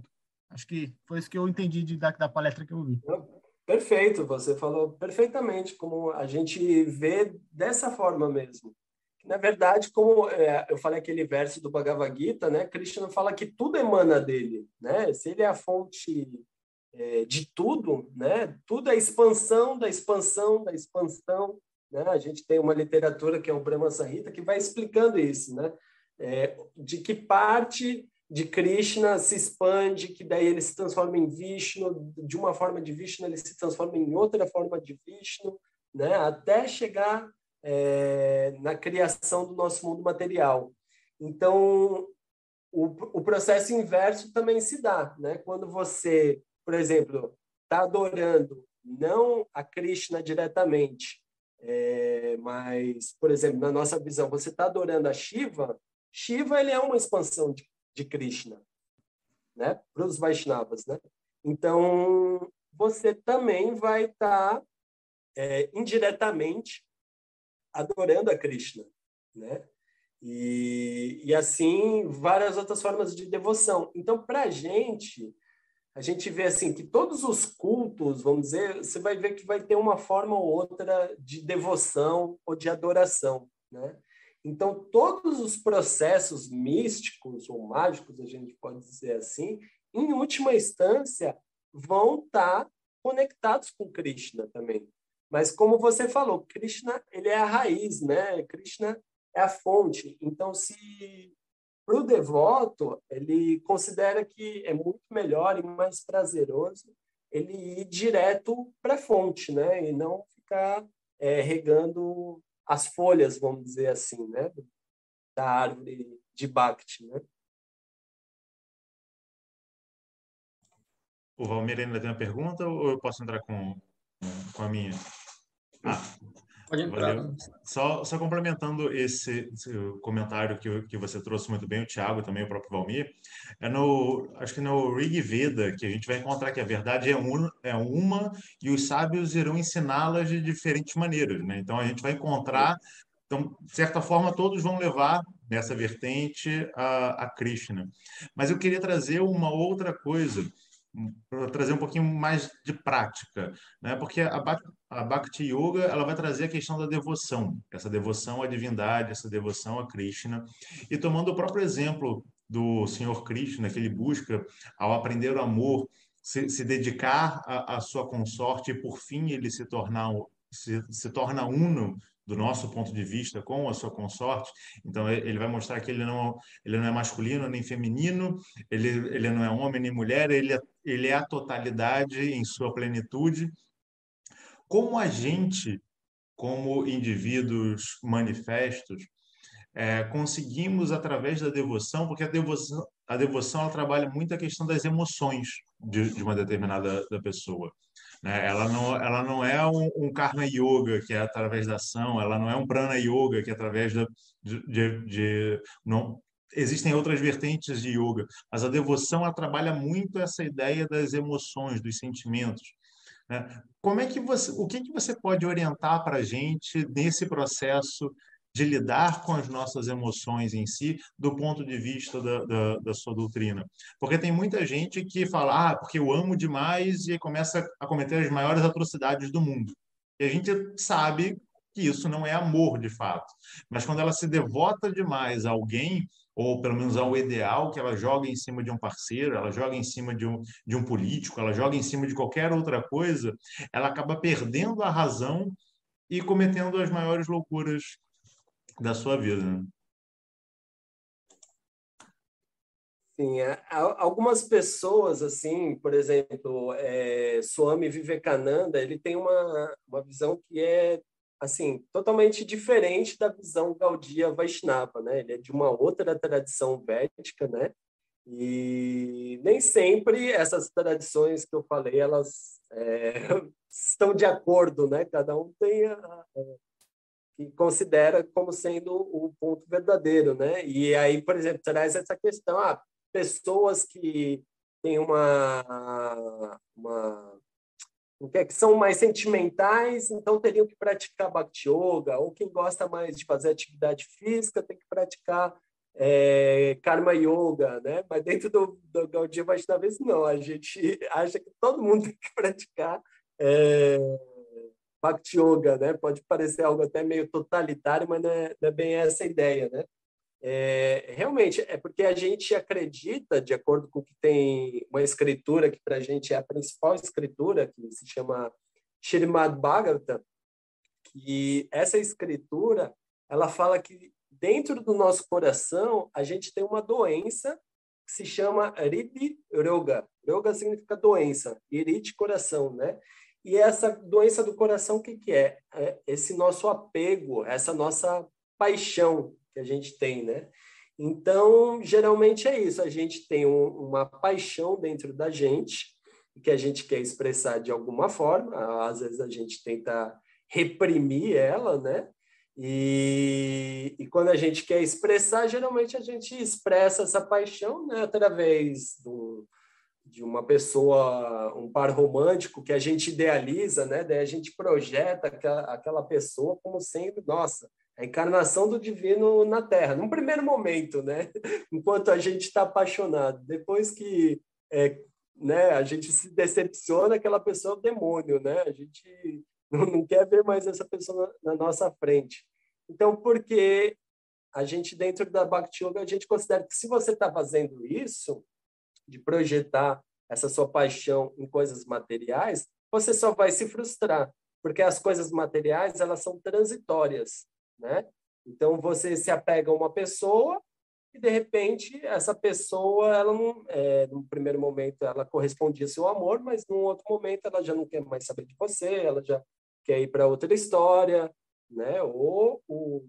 Acho que foi isso que eu entendi de, da, da palestra que eu vi. Perfeito, você falou perfeitamente, como a gente vê dessa forma mesmo. Na verdade, como é, eu falei aquele verso do Bhagavad Gita, né? Krishna fala que tudo emana dele, né? Se ele é a fonte é, de tudo, né? Tudo é expansão da expansão da expansão, né? A gente tem uma literatura que é o Brahma Samhita que vai explicando isso, né? É, de que parte de Krishna se expande, que daí ele se transforma em Vishnu, de uma forma de Vishnu ele se transforma em outra forma de Vishnu, né? Até chegar é, na criação do nosso mundo material. Então, o, o processo inverso também se dá, né? Quando você, por exemplo, está adorando não a Krishna diretamente, é, mas, por exemplo, na nossa visão, você está adorando a Shiva, Shiva ele é uma expansão de de Krishna, né? Para os Vaishnavas, né? Então, você também vai estar tá, é, indiretamente adorando a Krishna, né? E, e assim, várias outras formas de devoção. Então, para a gente, a gente vê assim que todos os cultos, vamos dizer, você vai ver que vai ter uma forma ou outra de devoção ou de adoração, né? Então, todos os processos místicos ou mágicos, a gente pode dizer assim, em última instância, vão estar conectados com Krishna também. Mas, como você falou, Krishna ele é a raiz, né? Krishna é a fonte. Então, se para o devoto, ele considera que é muito melhor e mais prazeroso ele ir direto para a fonte, né? E não ficar é, regando as folhas, vamos dizer assim, né, da árvore de Bhakti, né? O Valmir ainda tem uma pergunta ou eu posso entrar com, com a minha? Ah, Pode entrar. valeu. Só, só complementando esse, esse comentário que, que você trouxe muito bem, o Thiago também, o próprio Valmir, é no, acho que no Rig Veda que a gente vai encontrar que a verdade é, un, é uma e os sábios irão ensiná-las de diferentes maneiras, né? Então a gente vai encontrar, então, de certa forma, todos vão levar nessa vertente a, a Krishna. Mas eu queria trazer uma outra coisa, para trazer um pouquinho mais de prática, né? Porque a, a Bhakti Yoga ela vai trazer a questão da devoção, essa devoção à divindade, essa devoção a Krishna. E tomando o próprio exemplo do Senhor Krishna, que ele busca, ao aprender o amor, se, se dedicar à sua consorte e, por fim, ele se, tornar, se, se torna uno do nosso ponto de vista com a sua consorte. Então ele vai mostrar que ele não ele não é masculino nem feminino, ele ele não é homem nem mulher, ele é, ele é a totalidade em sua plenitude. Como a gente, como indivíduos manifestos, é, conseguimos através da devoção, porque a devoção a devoção ela trabalha muito a questão das emoções de, de uma determinada da pessoa. Ela não, ela não é um, um Karma Yoga, que é através da ação, ela não é um Prana Yoga, que é através da, de, de, de não, existem outras vertentes de yoga, mas a devoção ela trabalha muito essa ideia das emoções, dos sentimentos. Né? Como é que você, o que, que você pode orientar para a gente nesse processo de lidar com as nossas emoções em si, do ponto de vista da, da, da sua doutrina? Porque tem muita gente que fala, ah, porque eu amo demais, e começa a cometer as maiores atrocidades do mundo. E a gente sabe que isso não é amor, de fato. Mas quando ela se devota demais a alguém, ou pelo menos ao ideal, que ela joga em cima de um parceiro, ela joga em cima de um, de um político, ela joga em cima de qualquer outra coisa, ela acaba perdendo a razão e cometendo as maiores loucuras da sua vida, né? Sim, algumas pessoas, assim, por exemplo, é, Swami Vivekananda, ele tem uma, uma visão que é, assim, totalmente diferente da visão Gaudiya Vaishnava, né? Ele é de uma outra tradição védica, né? E nem sempre essas tradições que eu falei, elas é, estão de acordo, né? Cada um tem a, a que considera como sendo o ponto verdadeiro, né? E aí, por exemplo, traz essa questão, ah, pessoas que têm uma, uma que são mais sentimentais, então teriam que praticar Bhakti Yoga, ou quem gosta mais de fazer atividade física tem que praticar é, Karma Yoga, né? Mas dentro do, do Gaudiya Vaishnavismo, não. A gente acha que todo mundo tem que praticar é, Bhakti Yoga, né? Pode parecer algo até meio totalitário, mas não é, não é bem essa a ideia, né? É, realmente, é porque a gente acredita, de acordo com que tem uma escritura que para a gente é a principal escritura, que se chama Srimad Bhagavatam, que essa escritura, ela fala que dentro do nosso coração a gente tem uma doença que se chama Riddhi Roga. Roga significa doença, Iri, coração, né? E essa doença do coração, o que que é? É esse nosso apego, essa nossa paixão que a gente tem, né? Então, geralmente é isso, a gente tem um, uma paixão dentro da gente, que a gente quer expressar de alguma forma, às vezes a gente tenta reprimir ela, né? E, e quando a gente quer expressar, geralmente a gente expressa essa paixão, né? Através do, de uma pessoa, um par romântico que a gente idealiza, né? Daí a gente projeta aquela, aquela pessoa como sendo, nossa, a encarnação do divino na Terra, num primeiro momento, né? Enquanto a gente está apaixonado. Depois que é, né, a gente se decepciona, aquela pessoa é o demônio, né? A gente não, não quer ver mais essa pessoa na, na nossa frente. Então, porque a gente, dentro da Bhakti Yoga, a gente considera que se você está fazendo isso, de projetar essa sua paixão em coisas materiais, você só vai se frustrar, porque as coisas materiais, elas são transitórias, né? Então, você se apega a uma pessoa e, de repente, essa pessoa, ela não, é, no primeiro momento, ela correspondia ao seu amor, mas num outro momento, ela já não quer mais saber de você, ela já quer ir para outra história, né? Ou o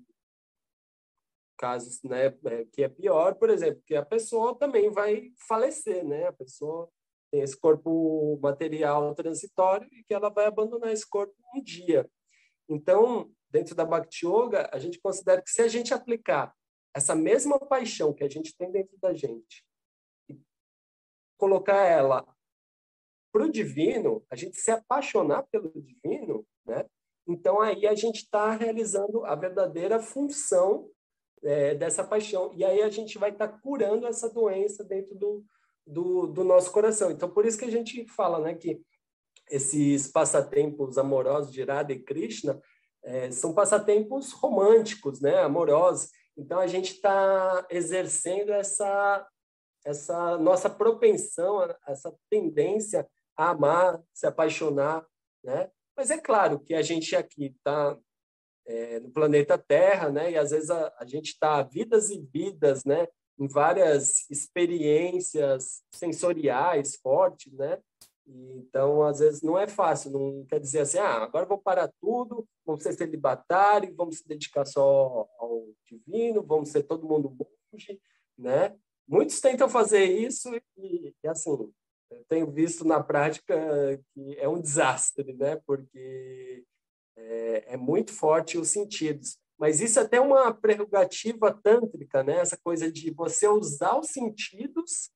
casos, né, que é pior, por exemplo, que a pessoa também vai falecer, né? A pessoa tem esse corpo material transitório e que ela vai abandonar esse corpo um dia. Então, dentro da Bhakti Yoga, a gente considera que se a gente aplicar essa mesma paixão que a gente tem dentro da gente e colocar ela para o divino, a gente se apaixonar pelo divino, né? Então, aí a gente está realizando a verdadeira função é, dessa paixão. E aí a gente vai estar tá curando essa doença dentro do, do, do nosso coração. Então, por isso que a gente fala, né, que esses passatempos amorosos de Radha e Krishna é, são passatempos românticos, né, amorosos. Então, a gente está exercendo essa, essa nossa propensão, essa tendência a amar, se apaixonar, né? Mas é claro que a gente aqui está é, no planeta Terra, né? E às vezes a, a gente está vidas e vidas, né? Em várias experiências sensoriais fortes, né? E, então, às vezes não é fácil, não quer dizer assim, ah, agora vou parar tudo, vamos ser celibatários, vamos se dedicar só ao divino, vamos ser todo mundo monge, né? Muitos tentam fazer isso e, e assim, eu tenho visto na prática que é um desastre, né? Porque é, é muito forte os sentidos. Mas isso é até uma prerrogativa tântrica, né? Essa coisa de você usar os sentidos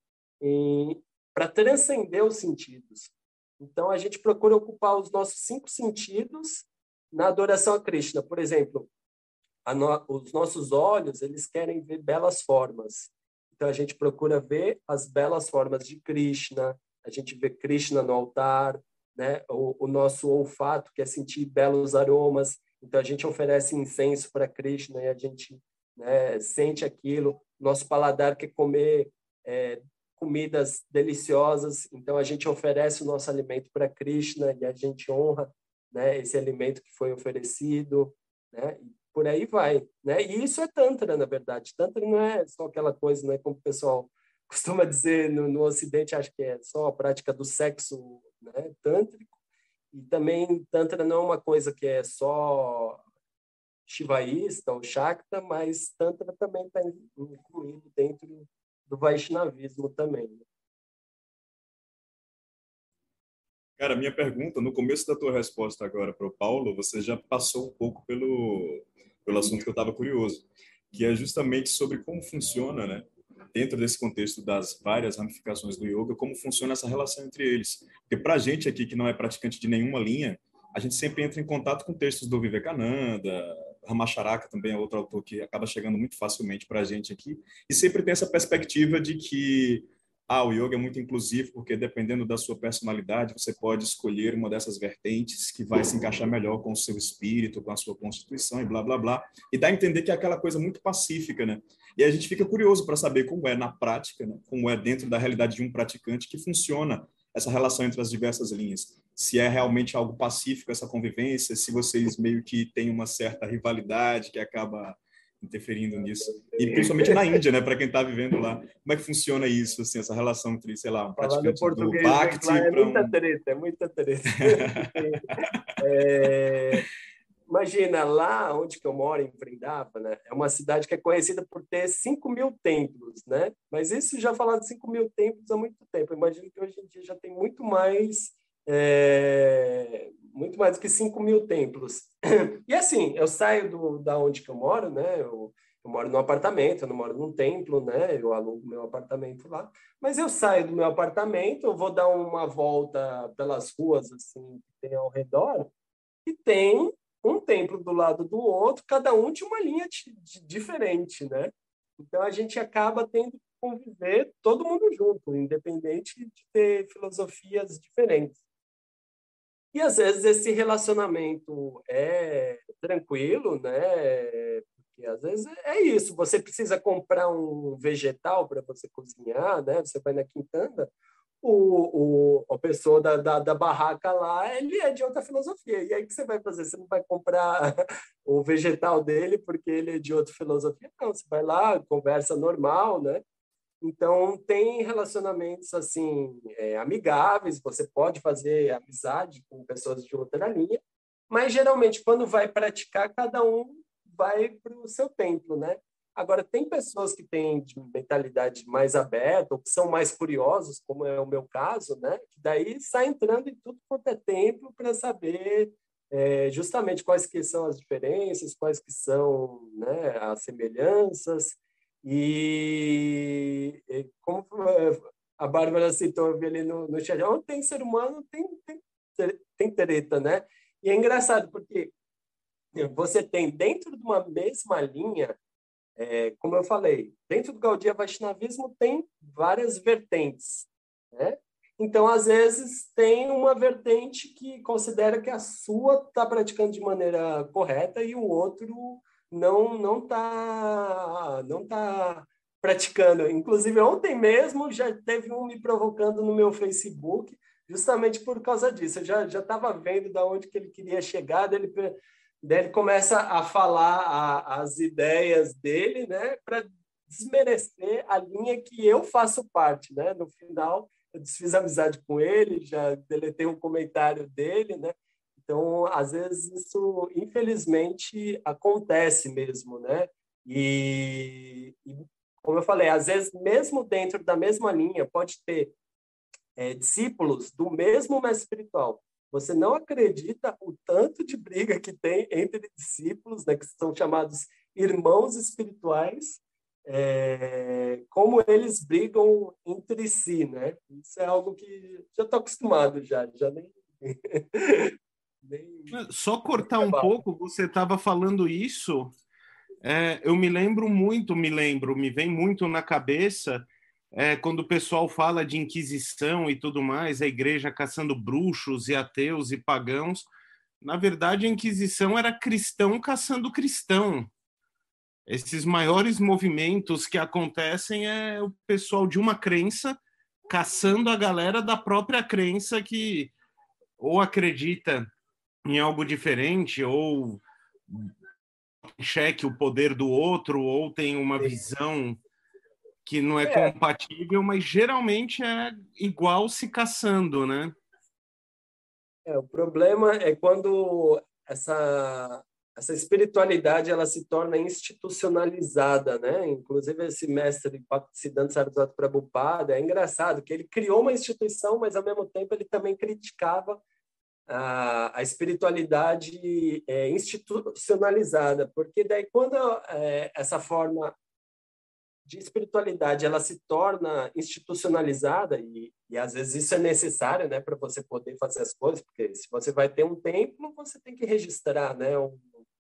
para transcender os sentidos. Então, a gente procura ocupar os nossos cinco sentidos na adoração a Krishna. Por exemplo, a no, os nossos olhos, eles querem ver belas formas. Então, a gente procura ver as belas formas de Krishna, a gente vê Krishna no altar, né? O, o nosso olfato quer sentir belos aromas, então a gente oferece incenso para Krishna e a gente, né, sente aquilo. Nosso paladar quer comer é, comidas deliciosas, então a gente oferece o nosso alimento para Krishna e a gente honra, né, esse alimento que foi oferecido, né? Por aí vai, né? E isso é Tantra, na verdade. Tantra não é só aquela coisa, né, como o pessoal costuma dizer no, no Ocidente, acho que é só a prática do sexo, né, tântrico. E também Tantra não é uma coisa que é só shivaísta ou shakta, mas Tantra também está incluído dentro do Vaishnavismo também. Cara, minha pergunta, no começo da tua resposta agora para o Paulo, você já passou um pouco pelo, pelo assunto que eu estava curioso, que é justamente sobre como funciona, né, dentro desse contexto das várias ramificações do yoga, como funciona essa relação entre eles. Porque para a gente aqui, que não é praticante de nenhuma linha, a gente sempre entra em contato com textos do Vivekananda, Ramacharaka também é outro autor que acaba chegando muito facilmente para a gente aqui, e sempre tem essa perspectiva de que ah, o yoga é muito inclusivo, porque dependendo da sua personalidade, você pode escolher uma dessas vertentes que vai se encaixar melhor com o seu espírito, com a sua constituição e blá, blá, blá. E dá a entender que é aquela coisa muito pacífica, né? E a gente fica curioso para saber como é na prática, né? Como é dentro da realidade de um praticante que funciona essa relação entre as diversas linhas. Se é realmente algo pacífico essa convivência, se vocês meio que têm uma certa rivalidade que acaba interferindo nisso. E principalmente na Índia, né, para quem está vivendo lá. Como é que funciona isso, assim, essa relação entre, sei lá, um praticante do Bhakti é para muita um... treta, é muita treta. é... Imagina, lá onde que eu moro, em Vrindavana, é uma cidade que é conhecida por ter cinco mil templos, né? Mas isso já falando de cinco mil templos há muito tempo. Imagino que hoje em dia já tem muito mais, é... muito mais do que cinco mil templos. E assim, eu saio do, da onde que eu moro, né? Eu, eu moro num apartamento, eu não moro num templo, né? Eu alugo meu apartamento lá. Mas eu saio do meu apartamento, eu vou dar uma volta pelas ruas assim que tem ao redor e tem um templo do lado do outro, cada um de uma linha de, de, diferente, né? Então a gente acaba tendo que conviver todo mundo junto, independente de ter filosofias diferentes. E às vezes esse relacionamento é tranquilo, né? Porque às vezes é isso, você precisa comprar um vegetal para você cozinhar, né? Você vai na quintanda, o, o, a pessoa da, da, da barraca lá, ele é de outra filosofia. E aí o que você vai fazer? Você não vai comprar o vegetal dele porque ele é de outra filosofia? Não, você vai lá, conversa normal, né? Então, tem relacionamentos, assim, é, amigáveis, você pode fazer amizade com pessoas de outra linha, mas, geralmente, quando vai praticar, cada um vai para o seu templo, né? Agora, tem pessoas que têm de mentalidade mais aberta, ou que são mais curiosos, como é o meu caso, né? Que daí sai entrando em tudo quanto é templo para saber é, justamente quais que são as diferenças, quais que são, né, as semelhanças. E, e como a Bárbara citou, eu vi ali no, no chat, onde tem ser humano, tem, tem, tem treta, né? E é engraçado, porque você tem dentro de uma mesma linha, é, como eu falei, dentro do Gaudiya Vaishnavismo tem várias vertentes, né? Então, às vezes, tem uma vertente que considera que a sua está praticando de maneira correta e o outro não não está não tá praticando. Inclusive, ontem mesmo já teve um me provocando no meu Facebook, justamente por causa disso. Eu já já estava vendo de onde que ele queria chegar, daí ele, daí ele começa a falar a, as ideias dele, né, para desmerecer a linha que eu faço parte, né? No final, eu desfiz amizade com ele, já deletei um comentário dele, né? Então, às vezes, isso, infelizmente, acontece mesmo, né? E, e, como eu falei, às vezes, mesmo dentro da mesma linha, pode ter é, discípulos do mesmo mestre espiritual. Você não acredita o tanto de briga que tem entre discípulos, né, que são chamados irmãos espirituais, é, como eles brigam entre si, né? Isso é algo que já estou acostumado, já, já nem... Só cortar um pouco, você estava falando isso, é, eu me lembro muito, me lembro, me vem muito na cabeça é, quando o pessoal fala de Inquisição e tudo mais, a igreja caçando bruxos e ateus e pagãos. Na verdade, a Inquisição era cristão caçando cristão. Esses maiores movimentos que acontecem é o pessoal de uma crença caçando a galera da própria crença que ou acredita em algo diferente, ou cheque o poder do outro, ou tem uma visão que não é, é compatível, mas geralmente é igual se caçando, né? É, o problema é quando essa, essa espiritualidade ela se torna institucionalizada, né? Inclusive esse mestre Bhaktisiddhanta Saraswati Prabhupada, é engraçado que ele criou uma instituição, mas ao mesmo tempo ele também criticava a, a espiritualidade é, institucionalizada, porque daí quando é, essa forma de espiritualidade ela se torna institucionalizada e, e às vezes isso é necessário, né, para você poder fazer as coisas, porque se você vai ter um templo você tem que registrar, né, um,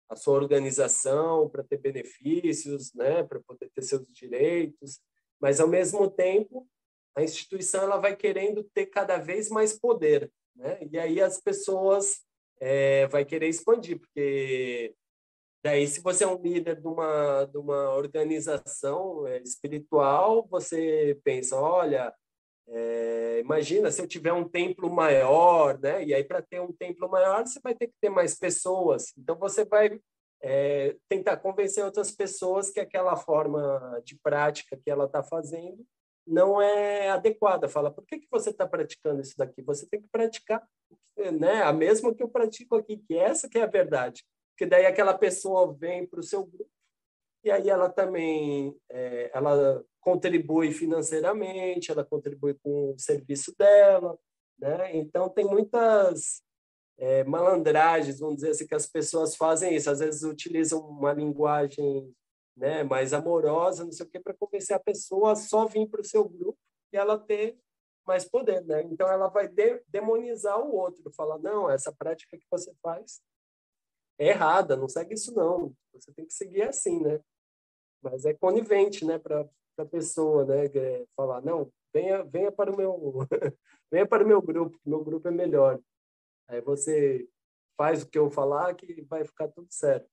a sua organização para ter benefícios, né, para poder ter seus direitos, mas ao mesmo tempo a instituição ela vai querendo ter cada vez mais poder, né? E aí as pessoas é, vai querer expandir, porque daí se você é um líder de uma de uma organização é, espiritual, você pensa, olha, é, imagina se eu tiver um templo maior, né? E aí para ter um templo maior você vai ter que ter mais pessoas. Então você vai é, tentar convencer outras pessoas que aquela forma de prática que ela está fazendo não é adequada. Fala, por que que você está praticando isso daqui? Você tem que praticar, né? A mesma que eu pratico aqui, que essa que é a verdade. Porque daí aquela pessoa vem para o seu grupo e aí ela também é, ela contribui financeiramente, ela contribui com o serviço dela, né? Então tem muitas é, malandragens, vamos dizer assim, que as pessoas fazem isso. Às vezes utilizam uma linguagem, né, mais amorosa, não sei o que, para convencer a pessoa a só vir para o seu grupo e ela ter mais poder, né? Então ela vai de demonizar o outro, falar, não, essa prática que você faz é errada, não segue isso não, você tem que seguir assim, né? Mas é conivente, né, para a pessoa, né, é falar, não, venha, venha para o meu venha para o meu grupo, meu grupo é melhor. Aí você faz o que eu falar que vai ficar tudo certo.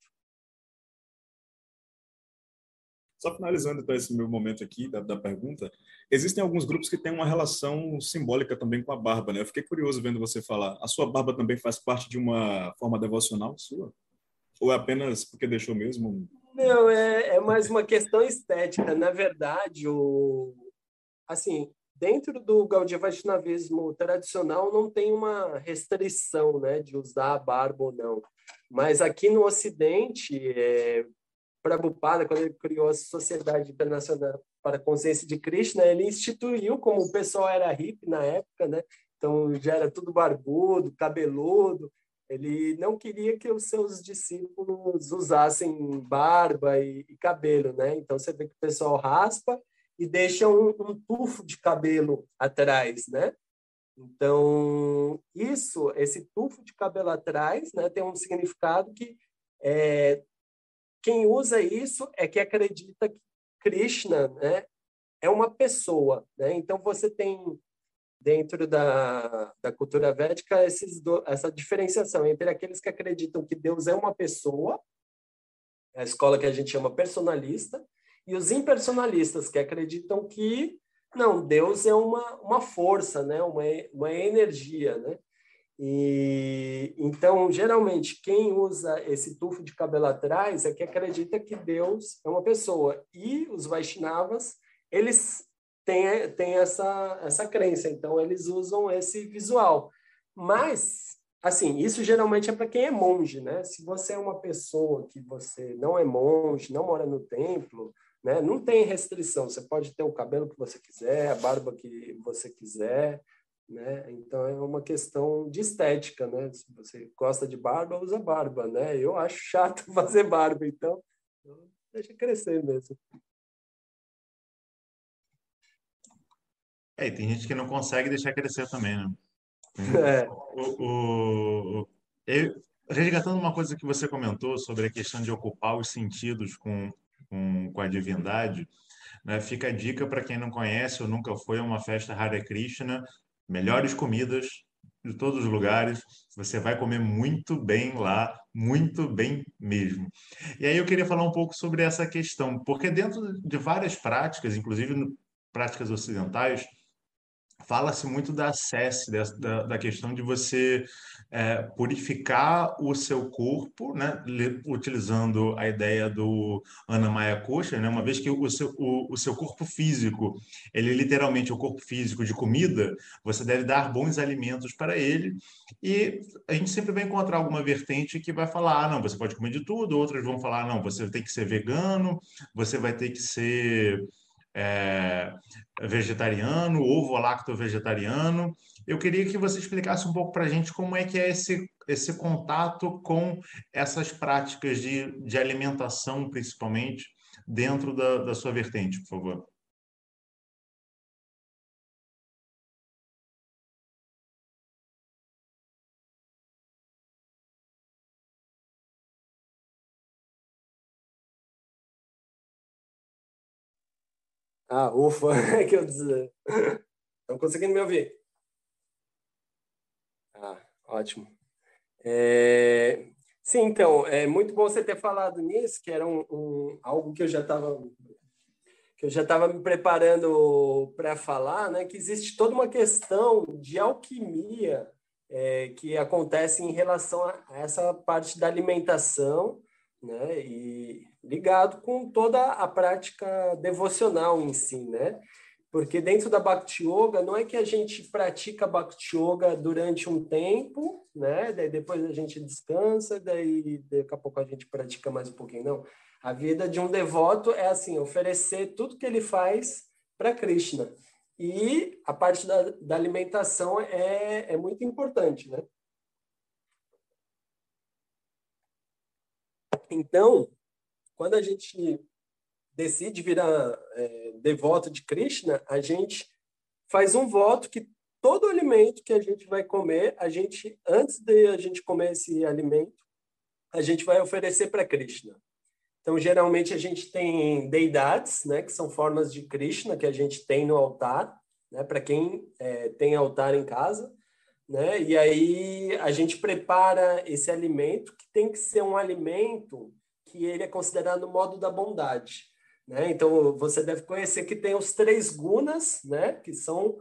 Só finalizando então esse meu momento aqui da, da pergunta, existem alguns grupos que têm uma relação simbólica também com a barba, né? Eu fiquei curioso vendo você falar. A sua barba também faz parte de uma forma devocional sua? Ou é apenas porque deixou mesmo? Não, é, é mais uma questão estética. Na verdade, o, assim, dentro do Gaudiya Vaishnavismo tradicional não tem uma restrição, né, de usar a barba ou não. Mas aqui no Ocidente, é, Prabhupada, quando ele criou a Sociedade Internacional para a Consciência de Krishna, ele instituiu, como o pessoal era hippie na época, né? Então já era tudo barbudo, cabeludo. Ele não queria que os seus discípulos usassem barba e, e cabelo, né? Então você vê que o pessoal raspa e deixa um, um tufo de cabelo atrás, né? Então isso, esse tufo de cabelo atrás, né, tem um significado que é, quem usa isso é que acredita que Krishna, né, é uma pessoa, né? Então você tem dentro da, da cultura védica esses do, essa diferenciação entre aqueles que acreditam que Deus é uma pessoa, a escola que a gente chama personalista, e os impersonalistas que acreditam que não, Deus é uma uma força, né? Uma uma energia, né? E então, geralmente, quem usa esse tufo de cabelo atrás é que acredita que Deus é uma pessoa. E os Vaishnavas, eles têm, têm essa, essa crença, então eles usam esse visual. Mas, assim, isso geralmente é para quem é monge, né? Se você é uma pessoa que você não é monge, não mora no templo, né? Não tem restrição, você pode ter o cabelo que você quiser, a barba que você quiser, né? Então é uma questão de estética, né? Se você gosta de barba, usa barba, né? Eu acho chato fazer barba, então deixa crescer mesmo. É, e tem gente que não consegue deixar crescer também, né? É. O, o, o- eu, resgatando uma coisa que você comentou sobre a questão de ocupar os sentidos com, com, com a divindade, né? Fica a dica para quem não conhece ou nunca foi a uma festa Hare Krishna, melhores comidas de todos os lugares, você vai comer muito bem lá, muito bem mesmo. E aí eu queria falar um pouco sobre essa questão, porque dentro de várias práticas, inclusive no- práticas ocidentais, fala-se muito da ascese, dessa- da, da questão de você é, purificar o seu corpo, né, le- utilizando a ideia do Anamaya Kosha, né, uma vez que o seu, o, o seu corpo físico, ele é literalmente o corpo físico de comida, você deve dar bons alimentos para ele, e a gente sempre vai encontrar alguma vertente que vai falar, ah, não, você pode comer de tudo, outras vão falar, não, você tem que ser vegano, você vai ter que ser é, vegetariano, ovo-lacto-vegetariano. Eu queria que você explicasse um pouco para a gente como é que é esse, esse contato com essas práticas de, de alimentação, principalmente, dentro da, da sua vertente, por favor. Ah, ufa, é que eu estão conseguindo me ouvir? Ah, ótimo. É... Sim, então, é muito bom você ter falado nisso, que era um, um algo que eu já estava que eu já estava me preparando para falar, né? Que existe toda uma questão de alquimia é, que acontece em relação a essa parte da alimentação, né? E ligado com toda a prática devocional em si, né? Porque dentro da Bhakti Yoga, não é que a gente pratica Bhakti Yoga durante um tempo, né? Daí depois a gente descansa, daí daqui a pouco a gente pratica mais um pouquinho, não. A vida de um devoto é assim, oferecer tudo que ele faz para Krishna. E a parte da, da alimentação é, é muito importante, né? Então, quando a gente decide virar é, devoto de Krishna, a gente faz um voto que todo alimento que a gente vai comer, a gente, antes de a gente comer esse alimento, a gente vai oferecer para Krishna. Então, geralmente, a gente tem deidades, né, que são formas de Krishna que a gente tem no altar, né, para quem é, tem altar em casa, né, e aí a gente prepara esse alimento, que tem que ser um alimento que ele é considerado no modo da bondade, né? Então, você deve conhecer que tem os três gunas, né, que são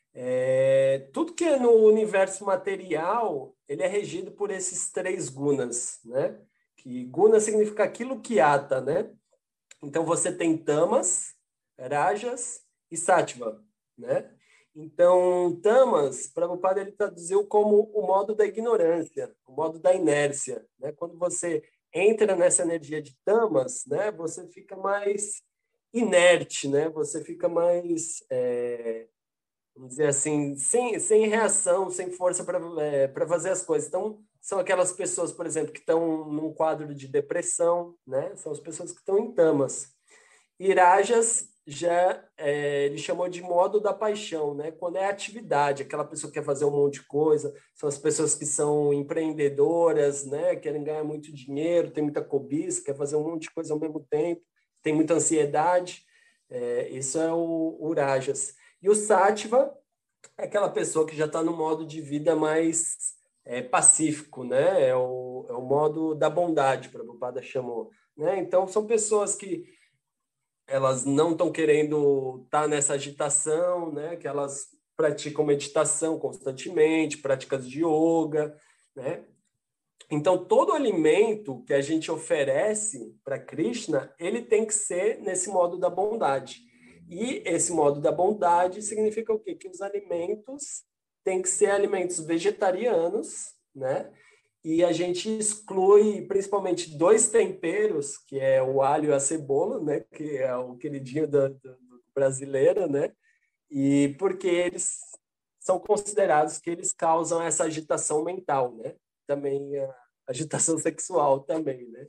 é, tudo que é no universo material, ele é regido por esses três gunas, né? Que guna significa aquilo que ata, né? Então, você tem tamas, rajas e sattva, né? Então, tamas, Prabhupada ele traduziu como o modo da ignorância, o modo da inércia, né? Quando você entra nessa energia de tamas, né? Você fica mais inerte, né? Você fica mais, é, vamos dizer assim, sem, sem reação, sem força para é, para fazer as coisas. Então, são aquelas pessoas, por exemplo, que estão num quadro de depressão, né? São as pessoas que estão em tamas. Irajas já é, ele chamou de modo da paixão, né? Quando é atividade, aquela pessoa que quer fazer um monte de coisa, são as pessoas que são empreendedoras, né? Querem ganhar muito dinheiro, tem muita cobiça, quer fazer um monte de coisa ao mesmo tempo, tem muita ansiedade. É, isso é o, o Rajas. E o Sattva é aquela pessoa que já está no modo de vida mais é, pacífico, né? É o, é o modo da bondade, Prabhupada chamou, né? Então, são pessoas que elas não estão querendo estar tá nessa agitação, né? Que elas praticam meditação constantemente, práticas de yoga, né? Então, todo alimento que a gente oferece para Krishna, ele tem que ser nesse modo da bondade. E esse modo da bondade significa o quê? Que os alimentos têm que ser alimentos vegetarianos, né? E a gente exclui principalmente dois temperos, que é o alho e a cebola, né? Que é o queridinho do, do, do brasileiro, né? E porque eles são considerados que eles causam essa agitação mental, né? Também a agitação sexual também, né?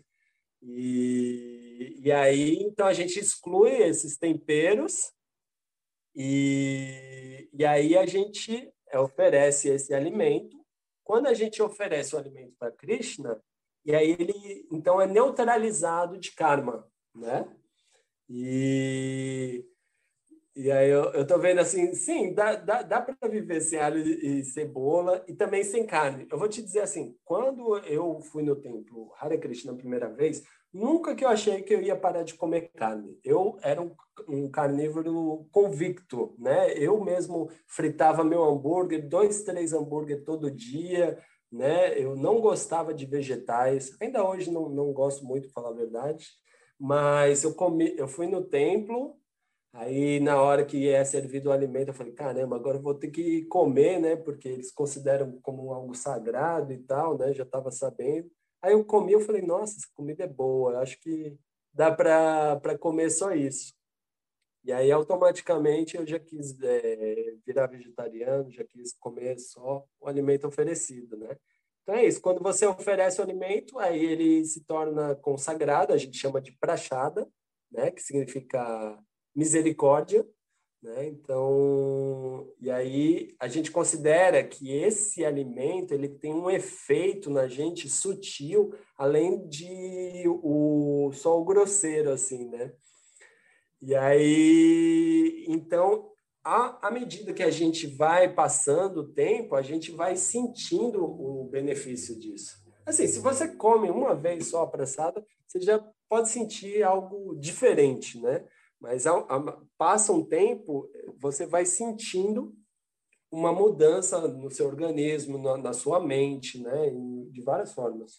E, e aí, então, a gente exclui esses temperos e, e aí a gente oferece esse alimento. Quando a gente oferece o alimento para Krishna, e aí ele, então, é neutralizado de karma, né? E, e aí eu, eu tô vendo assim, sim, dá, dá, dá para viver sem alho e cebola e também sem carne. Eu vou te dizer assim, quando eu fui no templo Hare Krishna a primeira vez, nunca que eu achei que eu ia parar de comer carne. Eu era um, um carnívoro convicto, né? Eu mesmo fritava meu hambúrguer, dois, três hambúrguer todo dia, né? Eu não gostava de vegetais. Ainda hoje não, não gosto muito, para falar a verdade. Mas eu, comi, eu fui no templo, aí na hora que é servido o alimento, eu falei, caramba, agora eu vou ter que comer, né? Porque eles consideram como algo sagrado e tal, né? Já estava sabendo. Aí eu comi, eu falei, nossa, essa comida é boa, acho que dá para comer só isso. E aí, automaticamente, eu já quis é, virar vegetariano, já quis comer só o alimento oferecido, né? Então é isso, quando você oferece o alimento, aí ele se torna consagrado, a gente chama de prachada, né? Que significa misericórdia, né? Então, e aí a gente considera que esse alimento ele tem um efeito na gente sutil, além de o só o grosseiro, assim, né? E aí, então, à, à medida que a gente vai passando o tempo, a gente vai sentindo o benefício disso. Assim, se você come uma vez só apressada, você já pode sentir algo diferente, né? Mas ao, ao, passa um tempo, você vai sentindo uma mudança no seu organismo, na, na sua mente, né? Em, de várias formas.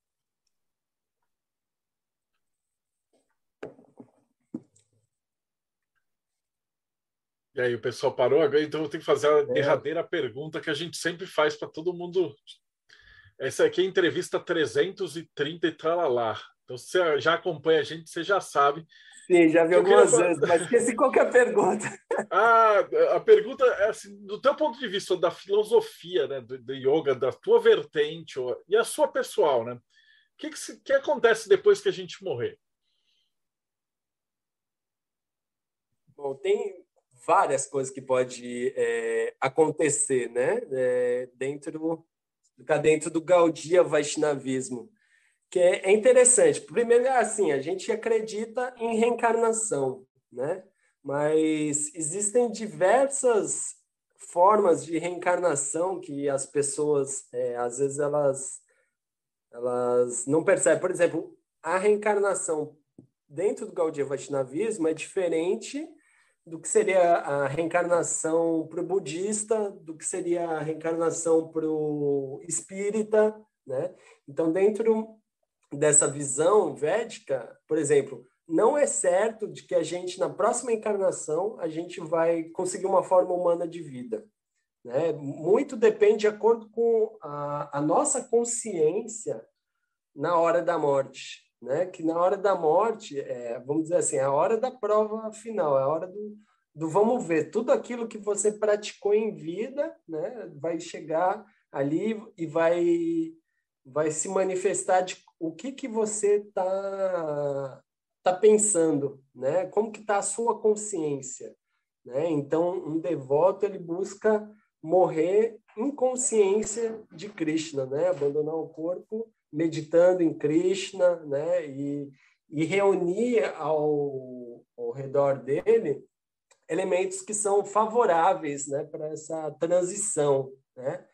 E aí, o pessoal parou agora, então eu tenho que fazer a derradeira pergunta que a gente sempre faz para todo mundo. Essa aqui é a entrevista trezentos e trinta e tralalá. Então, se você já acompanha a gente, você já sabe. Sim, já vi algumas queria... vezes, mas esqueci qual que é a pergunta. Ah, a pergunta é assim, do teu ponto de vista da filosofia, né, do, do yoga, da tua vertente e a sua pessoal, né? O que, que, se, que acontece depois que a gente morrer? Bom, tem várias coisas que pode é, acontecer, né? É, dentro, dentro do Gaudiya Vaishnavismo, que é, é interessante. Primeiro, assim, a gente acredita em reencarnação, né? Mas existem diversas formas de reencarnação que as pessoas, é, às vezes, elas, elas não percebem. Por exemplo, a reencarnação dentro do Gaudiya Vaishnavismo é diferente do que seria a reencarnação para o budista, do que seria a reencarnação para o espírita, né? Então, dentro dessa visão védica, por exemplo, não é certo de que a gente, na próxima encarnação, a gente vai conseguir uma forma humana de vida, né? Muito depende de acordo com a, a nossa consciência na hora da morte, né? Que na hora da morte, é, vamos dizer assim, é a hora da prova final, é a hora do, do vamos ver. Tudo aquilo que você praticou em vida, né? Vai chegar ali e vai, vai se manifestar de o que, que você está tá pensando, né? Como que está a sua consciência, né? Então, um devoto, ele busca morrer em consciência de Krishna, né? Abandonar o corpo meditando em Krishna, né? E, e reunir ao, ao redor dele elementos que são favoráveis, né, para essa transição, né?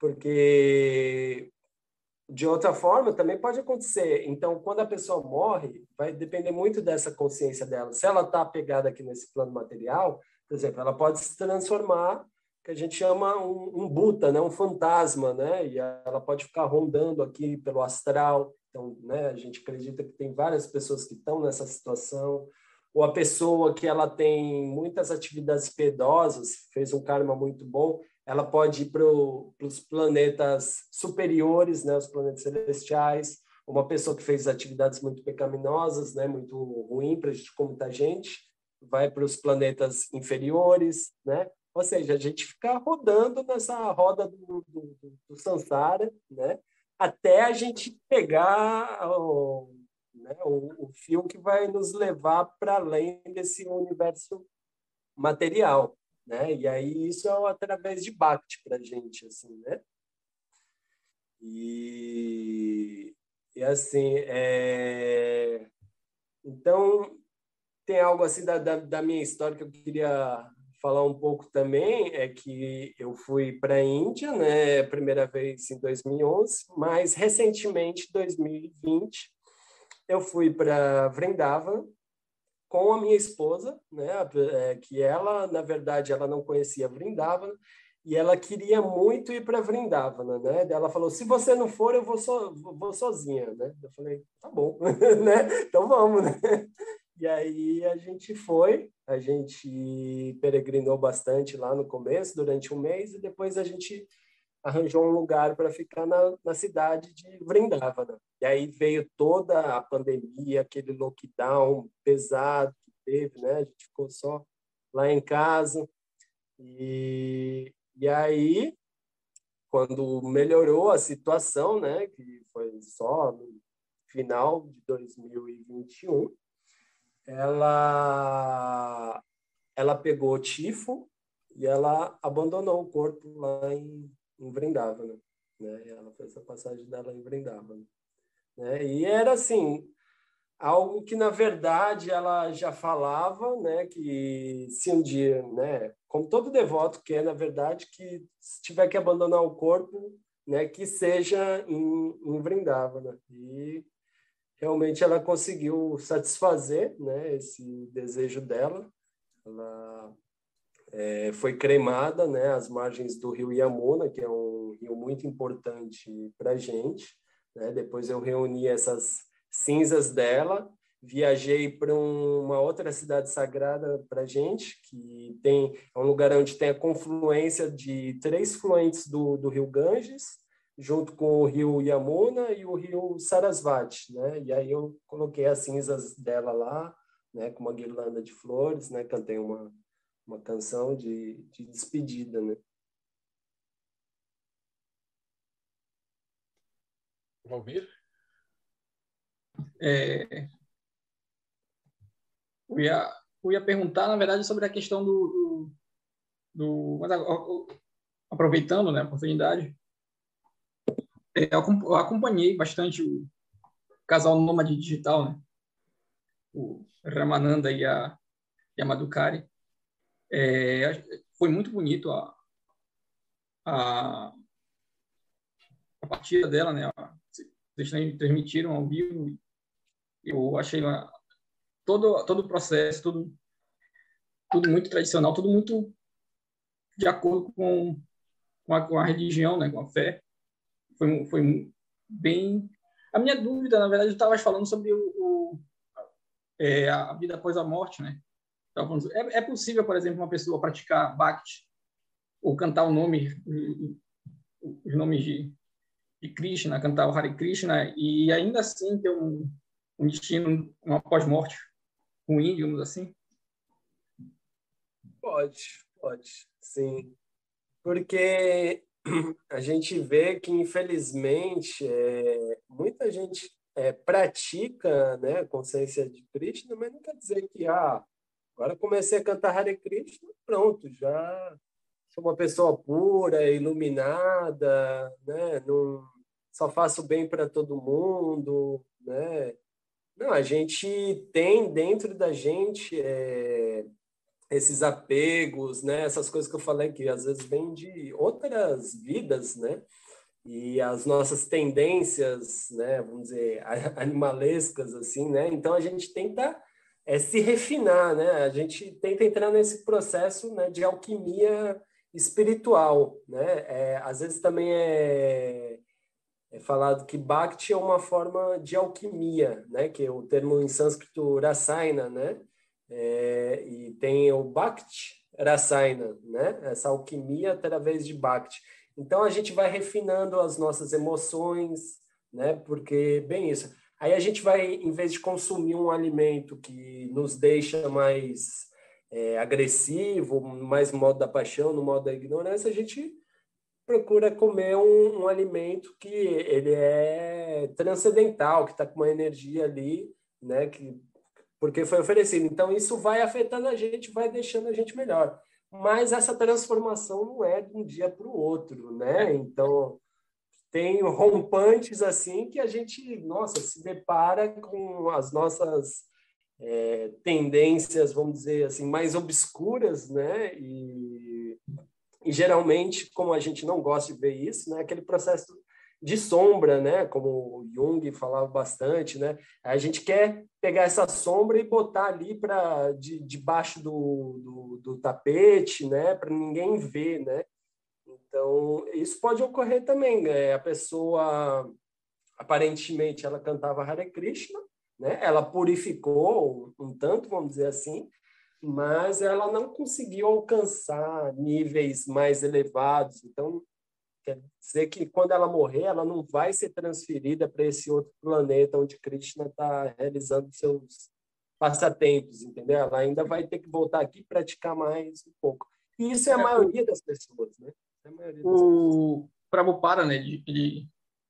Porque de outra forma também pode acontecer. Então, quando a pessoa morre, vai depender muito dessa consciência dela. Se ela está apegada aqui nesse plano material, por exemplo, ela pode se transformar, que a gente chama um, um Bhuta, né? Um fantasma, né? E ela pode ficar rondando aqui pelo astral. Então, né? A gente acredita que tem várias pessoas que estão nessa situação. Ou a pessoa que ela tem muitas atividades piedosas, fez um karma muito bom, ela pode ir para os planetas superiores, né? Os planetas celestiais. Uma pessoa que fez atividades muito pecaminosas, né? Muito ruim, prejudicou muita gente, vai para os planetas inferiores, né? Ou seja, a gente fica rodando nessa roda do, do, do samsara, né? Até a gente pegar o, né, o, o fio que vai nos levar para além desse universo material, né? E aí isso é através de Bhakti para a gente, assim, né? E, e assim, é... então tem algo assim da, da, da minha história que eu queria falar um pouco também, é que eu fui para a Índia, né, primeira vez em dois mil e onze, mas recentemente, em dois mil e vinte, eu fui para Vrindavan com a minha esposa, né, que ela, na verdade, ela não conhecia Vrindavan, e ela queria muito ir para Vrindavan, né? Ela falou, se você não for, eu vou, so, vou sozinha, né? Eu falei, tá bom, né? Então vamos, né? E aí a gente foi, a gente peregrinou bastante lá no começo, durante um mês, e depois a gente arranjou um lugar para ficar na, na cidade de Vrindavana. E aí veio toda a pandemia, aquele lockdown pesado que teve, né? A gente ficou só lá em casa. E, e aí, quando melhorou a situação, né? Que foi só no final de dois mil e vinte e um, ela ela pegou tifo e ela abandonou o corpo lá em, em Vrindavana, né? Ela fez a passagem dela em Vrindavana, né? E era assim, algo que, na verdade, ela já falava, né, que se um dia, né, como todo devoto quer, na verdade, que se tiver que abandonar o corpo, né, que seja em, em Vrindavana. E realmente ela conseguiu satisfazer, né, esse desejo dela. Ela é, foi cremada, né, às margens do rio Yamuna, que é um rio muito importante para a gente, né? Depois eu reuni essas cinzas dela, viajei para um, uma outra cidade sagrada para a gente, que tem, é um lugar onde tem a confluência de três fluentes do, do rio Ganges, junto com o rio Yamuna e o rio Sarasvati, né? E aí eu coloquei as cinzas dela lá, né, com uma guirlanda de flores, né? Cantei uma, uma canção de, de despedida, né? Valmir? É, eu, ia, eu ia perguntar, na verdade, sobre a questão do... do, do mas, aproveitando, né, a oportunidade, é, eu acompanhei bastante o casal nômade digital, né? O Ramananda e a, e a Madhukari. É, foi muito bonito a, a, a partida dela, né? Vocês transmitiram ao vivo. Eu achei uma, todo, todo o processo, tudo, tudo muito tradicional, tudo muito de acordo com, com, a, com a religião, né? Com a fé. Foi, foi bem... A minha dúvida, na verdade, eu estava falando sobre o, o, é, a vida após a morte, né? É, é possível, por exemplo, uma pessoa praticar Bhakti ou cantar o nome, os nomes de, de Krishna, cantar o Hare Krishna e ainda assim ter um, um destino, uma pós-morte ruim, digamos assim? Pode, pode, sim. Porque a gente vê que, infelizmente, é, muita gente é, pratica, né, a consciência de Krishna, mas não quer dizer que, ah, agora comecei a cantar Hare Krishna, pronto, já sou uma pessoa pura, iluminada, né, não, só faço bem para todo mundo, né? Não, a gente tem dentro da gente é, esses apegos, né? Essas coisas que eu falei que às vezes vêm de outras vidas, né? E as nossas tendências, né? Vamos dizer, animalescas, assim, né? Então a gente tenta é, se refinar, né? A gente tenta entrar nesse processo, né, de alquimia espiritual, né? É, às vezes também é É falado que Bhakti é uma forma de alquimia, né? Que é o termo em sânscrito Rasayana, né? É, e tem o Bhakti Rasayana, né? Essa alquimia através de Bhakti. Então a gente vai refinando as nossas emoções, né? Porque bem isso. Aí a gente vai, em vez de consumir um alimento que nos deixa mais é, agressivo, mais no modo da paixão, no modo da ignorância, a gente procura comer um, um alimento que ele é transcendental, que está com uma energia ali, né, que, porque foi oferecido. Então, isso vai afetando a gente, vai deixando a gente melhor. Mas essa transformação não é de um dia para o outro, né? Então, tem rompantes assim que a gente, nossa, se depara com as nossas é, tendências, vamos dizer assim, mais obscuras, né? E E, geralmente, como a gente não gosta de ver isso, né, aquele processo de sombra, né, como o Jung falava bastante, né, a gente quer pegar essa sombra e botar ali para de, debaixo do, do, do tapete, né, para ninguém ver, né. Então, isso pode ocorrer também, né? A pessoa, aparentemente, ela cantava Hare Krishna, né, ela purificou um, um tanto, vamos dizer assim, mas ela não conseguiu alcançar níveis mais elevados. Então, quer dizer que quando ela morrer, ela não vai ser transferida para esse outro planeta onde Krishna está realizando seus passatempos, entendeu? Ela ainda vai ter que voltar aqui e praticar mais um pouco. E isso é a é, maioria das pessoas, né? É a maioria das o Prabhupada, né? Ele, ele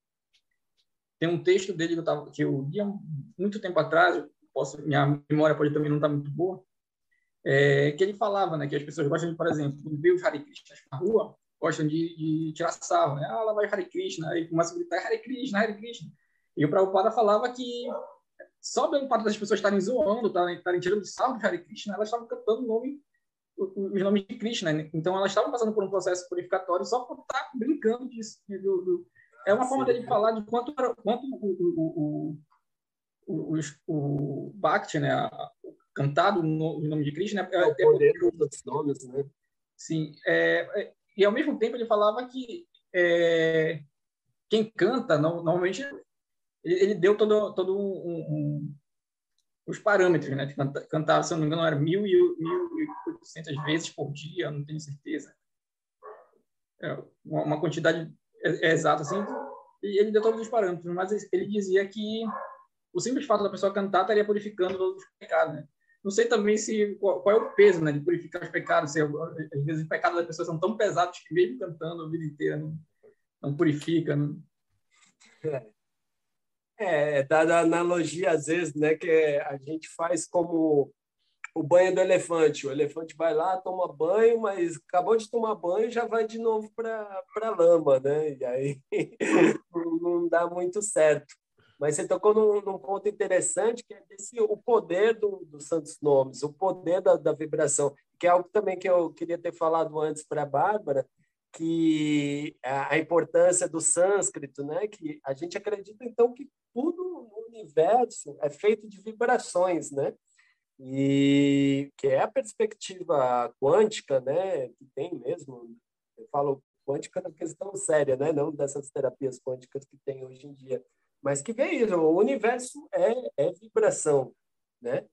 tem um texto dele que eu, tava, que eu li há muito tempo atrás, eu posso, minha memória pode também não estar muito boa, É, que ele falava, né, que as pessoas gostam de, por exemplo, ver os Hare Krishnas na rua, gostam de, de tirar sarro, né? Ah, lá vai Hare Krishna, aí começa a gritar Hare Krishna, Hare Krishna. E o Prabhupada falava que só pelo fato das pessoas estarem zoando, estarem tirando sarro de Hare Krishna, elas estavam cantando o nome, os nomes de Krishna, né? Então elas estavam passando por um processo purificatório só por estar brincando disso. Do, do... É uma forma dele falar de quanto, quanto o, o, o, o, o Bhakti, né? O cantado no nome de Krishna, é, é o poder dos nomes, né? Sim, é, é, e ao mesmo tempo ele falava que é, quem canta, não, normalmente ele, ele deu todo, todo um, um, os parâmetros, né? De cantar, cantar, se eu não me engano, era mil e oitocentas vezes por dia, não tenho certeza. É uma, uma quantidade exata, assim, e ele deu todos os parâmetros, mas ele dizia que o simples fato da pessoa cantar estaria purificando todos os pecados, né? Não sei também se qual, qual é o peso, né, de purificar os pecados. Se, às vezes os pecados das pessoas são tão pesados que mesmo cantando a vida inteira não, não purifica. Não... É, é dada a analogia às vezes, né, que a gente faz como o banho do elefante. O elefante vai lá, toma banho, mas acabou de tomar banho já vai de novo para para lama, né? E aí não dá muito certo. Mas você tocou num, num ponto interessante, que é esse, o poder do, dos santos nomes, o poder da, da vibração, que é algo também que eu queria ter falado antes para a Bárbara, que a, a importância do sânscrito, né? Que a gente acredita, então, que tudo no universo é feito de vibrações, né? E que é a perspectiva quântica, né? Que tem mesmo, eu falo quântica na questão séria, né? Não dessas terapias quânticas que tem hoje em dia, mas que vê isso, o universo é, é vibração, né?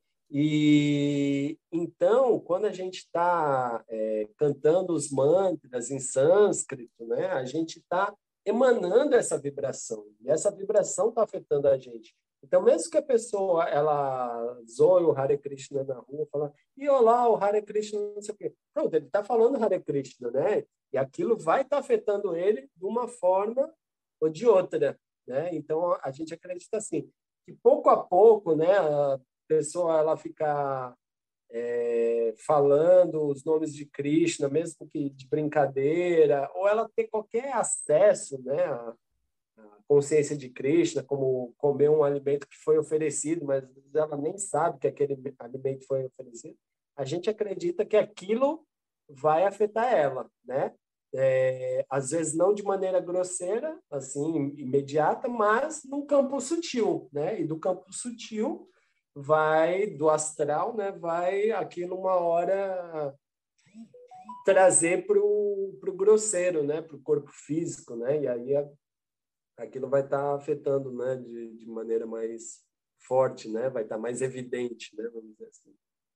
E então, quando a gente está é, cantando os mantras em sânscrito, né, a gente está emanando essa vibração, e essa vibração está afetando a gente. Então, mesmo que a pessoa ela zoe o Hare Krishna na rua, fala, e olá, o Hare Krishna, não sei o quê. Pronto, ele está falando Hare Krishna, né? E aquilo vai estar tá afetando ele de uma forma ou de outra. Né? Então, a gente acredita assim, que pouco a pouco, né, a pessoa ela fica é, falando os nomes de Krishna, mesmo que de brincadeira, ou ela ter qualquer acesso, né, à, à consciência de Krishna, como comer um alimento que foi oferecido, mas ela nem sabe que aquele alimento foi oferecido, a gente acredita que aquilo vai afetar ela, né? É, às vezes não de maneira grosseira, assim, imediata, mas num campo sutil, né? E do campo sutil vai, do astral, né? Vai aqui numa hora trazer para o grosseiro, né? Para o corpo físico, né? E aí a, aquilo vai estar tá afetando, né? De, de maneira mais forte, né? Vai estar tá mais evidente, né? Vamos dizer assim.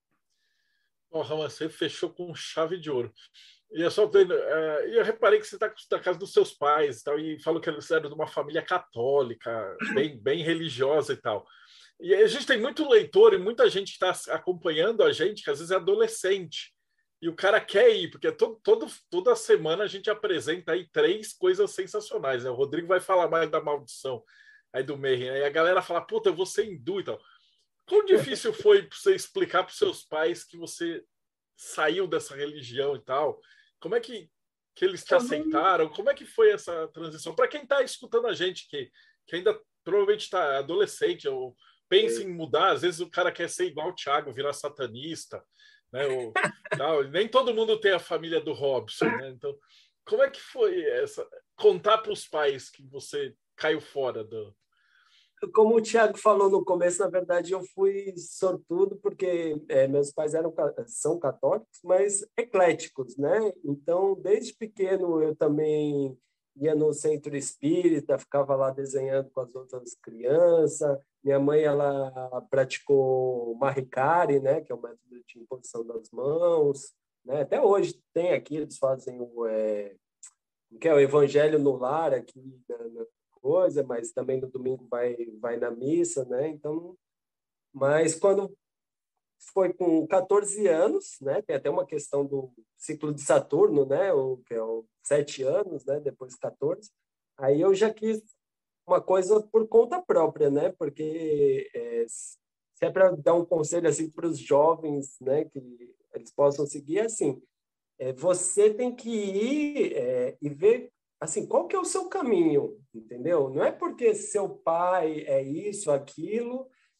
Oh, Raman, você fechou com chave de ouro. E eu só vendo, uh, eu reparei que você está na casa dos seus pais e tal, e falou que eles eram de uma família católica, bem, bem religiosa e tal. E a gente tem muito leitor e muita gente que está acompanhando a gente, que às vezes é adolescente, e o cara quer ir, porque todo, todo, toda semana a gente apresenta aí três coisas sensacionais, né? O Rodrigo vai falar mais da maldição aí do Mayhem, aí a galera fala, puta, eu vou ser hindu e tal. Quão difícil foi para você explicar para os seus pais que você saiu dessa religião e tal? Como é que, que eles te aceitaram? Como é que foi essa transição? Para quem está escutando a gente, que, que ainda provavelmente está adolescente ou pensa em mudar, às vezes o cara quer ser igual o Thiago, virar satanista, né? Ou, tal. Nem todo mundo tem a família do Robson, né? Então, como é que foi essa contar para os pais que você caiu fora do... Como o Thiago falou no começo, na verdade, eu fui sortudo porque é, meus pais eram, são católicos, mas ecléticos, né? Então, desde pequeno, eu também ia no centro espírita, ficava lá desenhando com as outras crianças. Minha mãe, ela praticou Mahikari, né? Que é o método de imposição das mãos. Né? Até hoje tem aqui, eles fazem o, é, que é o Evangelho no Lar aqui na, na coisa, mas também no domingo vai vai na missa, né? Então, mas quando foi com quatorze anos, né? Tem até uma questão do ciclo de Saturno, né? O que é o sete anos, né? Depois quatorze. Aí eu já quis uma coisa por conta própria, né? Porque é, se é para dar um conselho assim para os jovens, né? Que eles possam seguir, assim, é, você tem que ir é, e ver assim, qual que é o seu caminho, entendeu? Não é porque seu pai é isso, aquilo,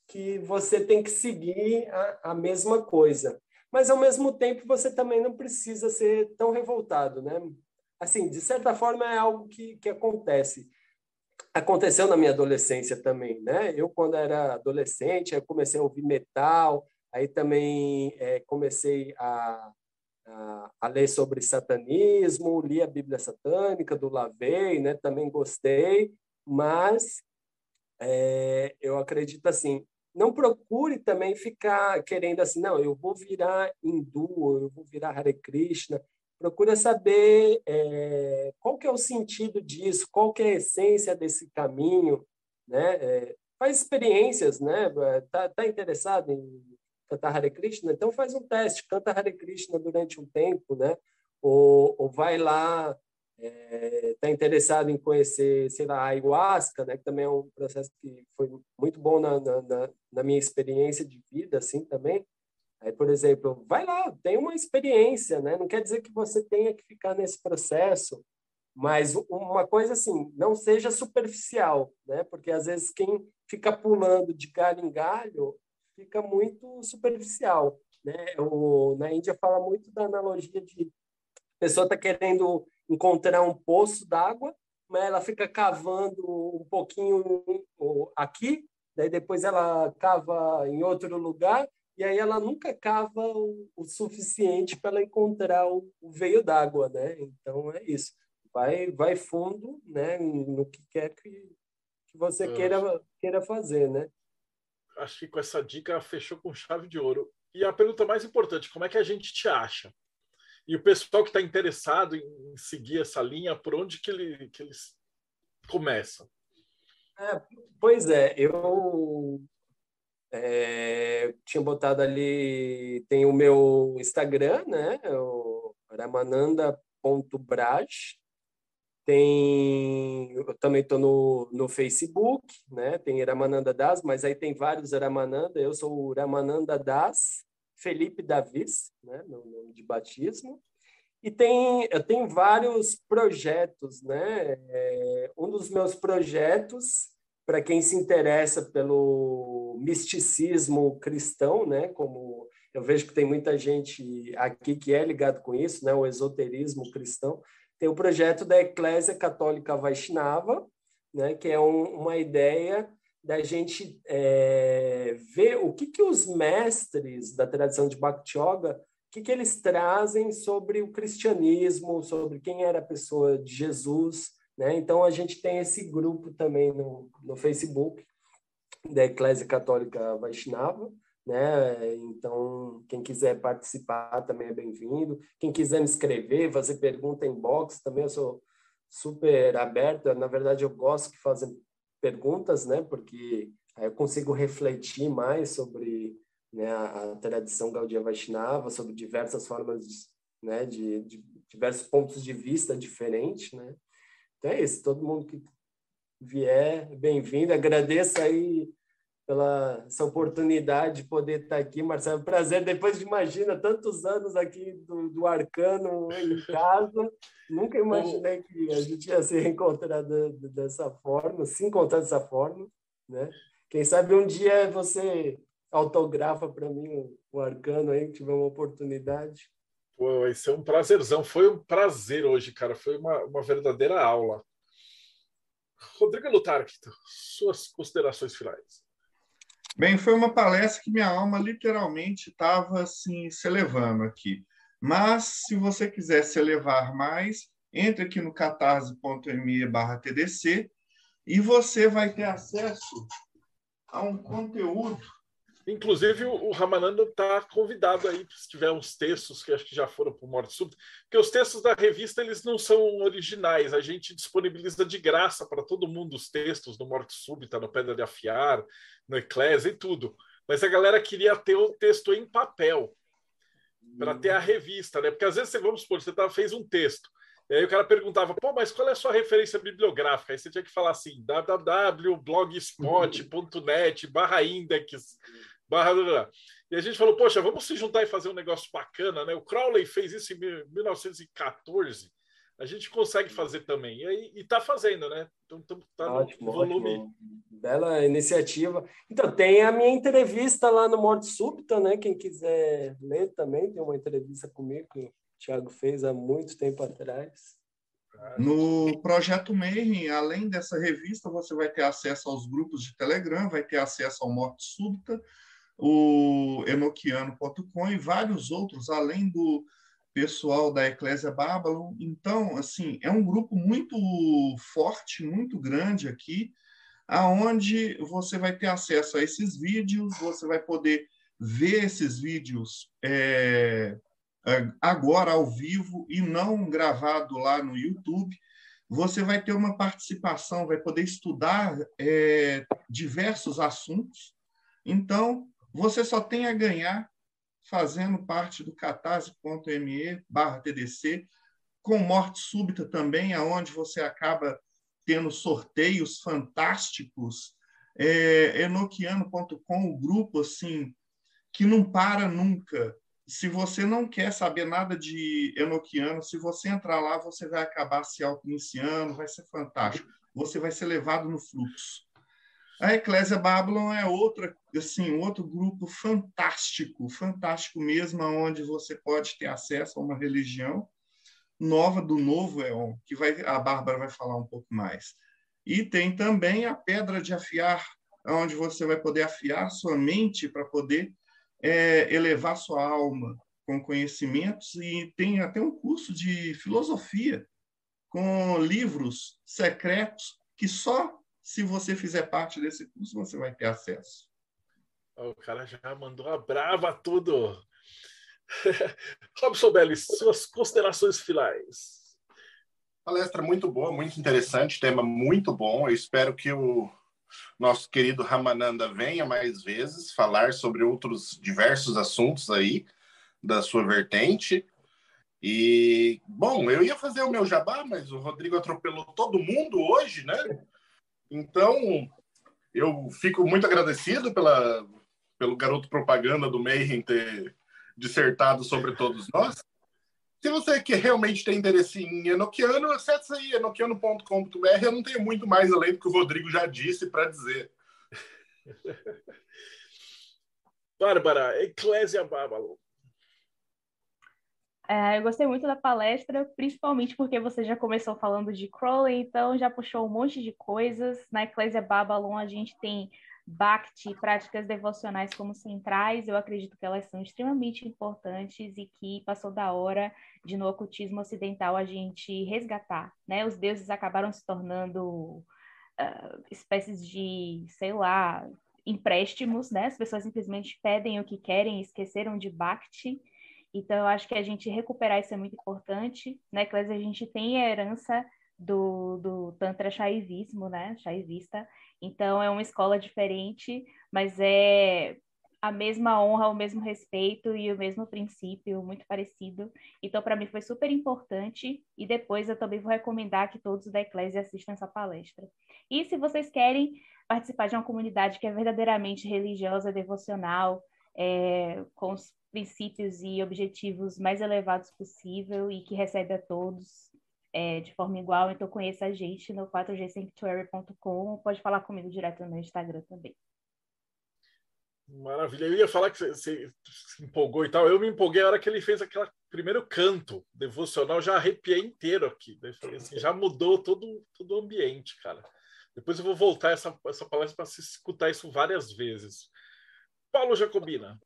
que você tem que seguir a, a mesma coisa. Mas, ao mesmo tempo, você também não precisa ser tão revoltado, né? Assim, de certa forma, é algo que, que acontece. Aconteceu na minha adolescência também, né? Eu, quando era adolescente, eu comecei a ouvir metal, aí também é, comecei a, a, a ler sobre satanismo, li a Bíblia Satânica, do LaVey, né? Também gostei, mas é, eu acredito assim, não procure também ficar querendo assim, não, eu vou virar hindu, eu vou virar Hare Krishna. Procura saber é, qual que é o sentido disso, qual que é a essência desse caminho, né? É, faz experiências, né? Tá, tá interessado em cantar Hare Krishna? Então faz um teste, canta Hare Krishna durante um tempo, né? Ou, ou vai lá, é, tá interessado em conhecer, sei lá, a ayahuasca, né? Que também é um processo que foi muito bom na, na, na minha experiência de vida, assim, também. Aí, por exemplo, vai lá, tem uma experiência, né? Não quer dizer que você tenha que ficar nesse processo, mas uma coisa assim, não seja superficial, né? Porque às vezes quem fica pulando de galho em galho fica muito superficial, né? O, na Índia fala muito da analogia de a pessoa está querendo encontrar um poço d'água, mas ela fica cavando um pouquinho aqui, daí depois ela cava em outro lugar, e aí ela nunca cava o, o suficiente para ela encontrar o, o veio d'água, né? Então é isso. Vai, vai fundo, né? No que quer que, que você queira, queira fazer, né? Acho que com essa dica fechou com chave de ouro. E a pergunta mais importante, como é que a gente te acha? E o pessoal que está interessado em seguir essa linha, por onde que, ele, que eles começam? É, pois é, eu É, tinha botado ali, tem o meu Instagram, né? O ramananda ponto braj. Tem, eu também estou no, no Facebook, né? Tem Ramananda Das, mas aí tem vários Ramananda. Eu sou o Ramananda Das Felipe Davis, né? No nome de batismo. E tem, eu tenho vários projetos, né? É, um dos meus projetos, para quem se interessa pelo misticismo cristão, né? Como eu vejo que tem muita gente aqui que é ligado com isso, né? O esoterismo cristão. Tem o projeto da Eclésia Católica Vaishnava, né? Que é um, uma ideia da gente é, ver o que, que os mestres da tradição de Bhakti Yoga, o que, que eles trazem sobre o cristianismo, sobre quem era a pessoa de Jesus, né? Então, a gente tem esse grupo também no, no Facebook, da Eclésia Católica Vaishnava, né? Então, quem quiser participar também é bem-vindo. Quem quiser me escrever, fazer pergunta em box, também eu sou super aberto. Na verdade, eu gosto de fazer perguntas, né? Porque aí eu consigo refletir mais sobre, né, a, a tradição Gaudiya Vaishnava, sobre diversas formas, de, né, de, de diversos pontos de vista diferentes, né? Então é isso, todo mundo que vier, bem-vindo. Agradeço aí pela essa oportunidade de poder estar aqui, Marcelo. Prazer, depois de, imagina, tantos anos aqui do, do Arcano em casa, nunca imaginei que a gente ia se reencontrar de, de, dessa forma, se encontrar dessa forma, né? Quem sabe um dia você autografa para mim o, o Arcano aí, que tiver uma oportunidade. Pô, vai ser um prazerzão. Foi um prazer hoje, cara. Foi uma, uma verdadeira aula. Rodrigo Lutarquito, suas considerações finais. Bem, foi uma palestra que minha alma literalmente estava assim, se elevando aqui. Mas, se você quiser se elevar mais, entre aqui no catarse.me barra TDC e você vai ter acesso a um conteúdo. Inclusive, o Ramananda está convidado aí, se tiver uns textos que acho que já foram para o Morte Súbita, porque os textos da revista eles não são originais, a gente disponibiliza de graça para todo mundo os textos do Morte Súbita, no Pedra de Afiar, no Eclésia e tudo. Mas a galera queria ter o texto em papel, para ter a revista, né? Porque às vezes, você, vamos supor, você tá, fez um texto, e aí o cara perguntava, pô, mas qual é a sua referência bibliográfica? Aí você tinha que falar assim, www ponto blogspot ponto net barra index barra... E a gente falou, poxa, vamos se juntar e fazer um negócio bacana, né? O Crowley fez isso em mil novecentos e quatorze, a gente consegue fazer também. E aí, está fazendo, né? Então, tá ótimo, no volume. ótimo. Bela iniciativa. Então, tem a minha entrevista lá no Morte Súbita, né? Quem quiser ler também, tem uma entrevista comigo que o Thiago fez há muito tempo atrás. No Projeto Mayhem, além dessa revista, você vai ter acesso aos grupos de Telegram, vai ter acesso ao Morte Súbita, o enoquiano ponto com e vários outros, além do pessoal da Eclésia Babylon. Então, assim, é um grupo muito forte, muito grande aqui, aonde você vai ter acesso a esses vídeos, você vai poder ver esses vídeos é, agora ao vivo e não gravado lá no YouTube. Você vai ter uma participação, vai poder estudar é, diversos assuntos. Então, você só tem a ganhar fazendo parte do catarse.me barra T D C, com Morte Súbita também, aonde você acaba tendo sorteios fantásticos. É, enoquiano ponto com, o grupo assim, que não para nunca. Se você não quer saber nada de enoquiano, se você entrar lá, você vai acabar se auto-iniciando, vai ser fantástico. Você vai ser levado no fluxo. A Eclésia Babylon é outra, assim, outro grupo fantástico, fantástico mesmo, onde você pode ter acesso a uma religião nova do novo éon, que vai, a Bárbara vai falar um pouco mais. E tem também a Pedra de Afiar, onde você vai poder afiar sua mente para poder é, elevar sua alma com conhecimentos, e tem até um curso de filosofia com livros secretos que só se você fizer parte desse curso, você vai ter acesso. O cara já mandou a brava tudo. Robson Belli, suas considerações finais. Palestra muito boa, muito interessante, tema muito bom. Eu espero que o nosso querido Ramananda venha mais vezes falar sobre outros diversos assuntos aí da sua vertente. E, bom, eu ia fazer o meu jabá, mas o Rodrigo atropelou todo mundo hoje, né? Então, eu fico muito agradecido pela, pelo garoto propaganda do Mayhem ter dissertado sobre todos nós. Se você que realmente tem interesse em enoquiano, acesse aí enoquiano ponto com ponto b r. Eu não tenho muito mais além do que o Rodrigo já disse para dizer. Bárbara, Eclésia Babylon. É, eu gostei muito da palestra, principalmente porque você já começou falando de Crowley, então já puxou um monte de coisas. Na Eclésia Babylon a gente tem Bhakti, práticas devocionais como centrais. Eu acredito que elas são extremamente importantes e que passou da hora de, no ocultismo ocidental, a gente resgatar, né? Os deuses acabaram se tornando uh, espécies de, sei lá, empréstimos, né? As pessoas simplesmente pedem o que querem e esqueceram de Bhakti. Então, eu acho que a gente recuperar isso é muito importante. Na Eclésia, a gente tem a herança do, do Tantra Shaivismo, né? Shaivista. Então, é uma escola diferente, mas é a mesma honra, o mesmo respeito e o mesmo princípio, muito parecido. Então, para mim, foi super importante. E depois, eu também vou recomendar que todos da Eclésia assistam essa palestra. E se vocês querem participar de uma comunidade que é verdadeiramente religiosa, devocional, é, com os princípios e objetivos mais elevados possível e que recebe a todos é, de forma igual, então conheça a gente no quatro g sanctuary ponto com, pode falar comigo direto no Instagram também. Maravilha, eu ia falar que você, você se empolgou e tal, eu me empolguei na hora que ele fez aquele primeiro canto devocional, já arrepiei inteiro aqui, né? Assim, já mudou todo, todo o ambiente, cara. Depois eu vou voltar essa, essa palestra para se escutar isso várias vezes. Paulo Jacobina.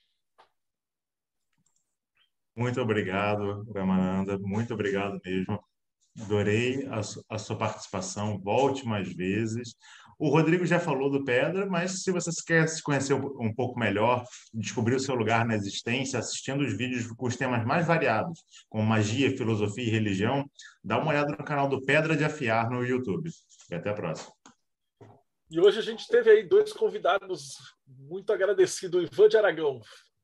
Muito obrigado, Ramananda. Muito obrigado mesmo. Adorei a, a sua participação. Volte mais vezes. O Rodrigo já falou do Pedra, mas se você quer se conhecer um, um pouco melhor, descobrir o seu lugar na existência, assistindo os vídeos com os temas mais variados, como magia, filosofia e religião, dá uma olhada no canal do Pedra de Afiar no YouTube. E até a próxima. E hoje a gente teve aí dois convidados muito agradecidos. Ivan de Aragão.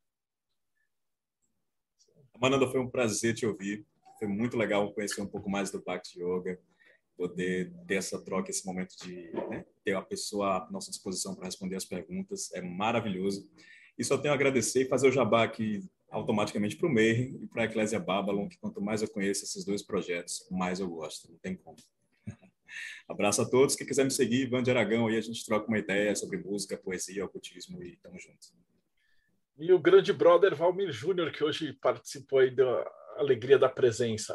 Ramananda, foi um prazer te ouvir. Foi muito legal conhecer um pouco mais do Bhakti Yoga, poder ter essa troca, esse momento de né, ter a pessoa à nossa disposição para responder as perguntas. É maravilhoso. E só tenho a agradecer e fazer o jabá aqui automaticamente para o Mayhem e para a Eclésia Babylon, que quanto mais eu conheço esses dois projetos, mais eu gosto, não tem como. Abraço a todos, quem quiser me seguir, Ivan de Aragão, aí a gente troca uma ideia sobre música, poesia, ocultismo e tamo junto. E o grande brother Valmir Júnior, que hoje participou aí da alegria da presença.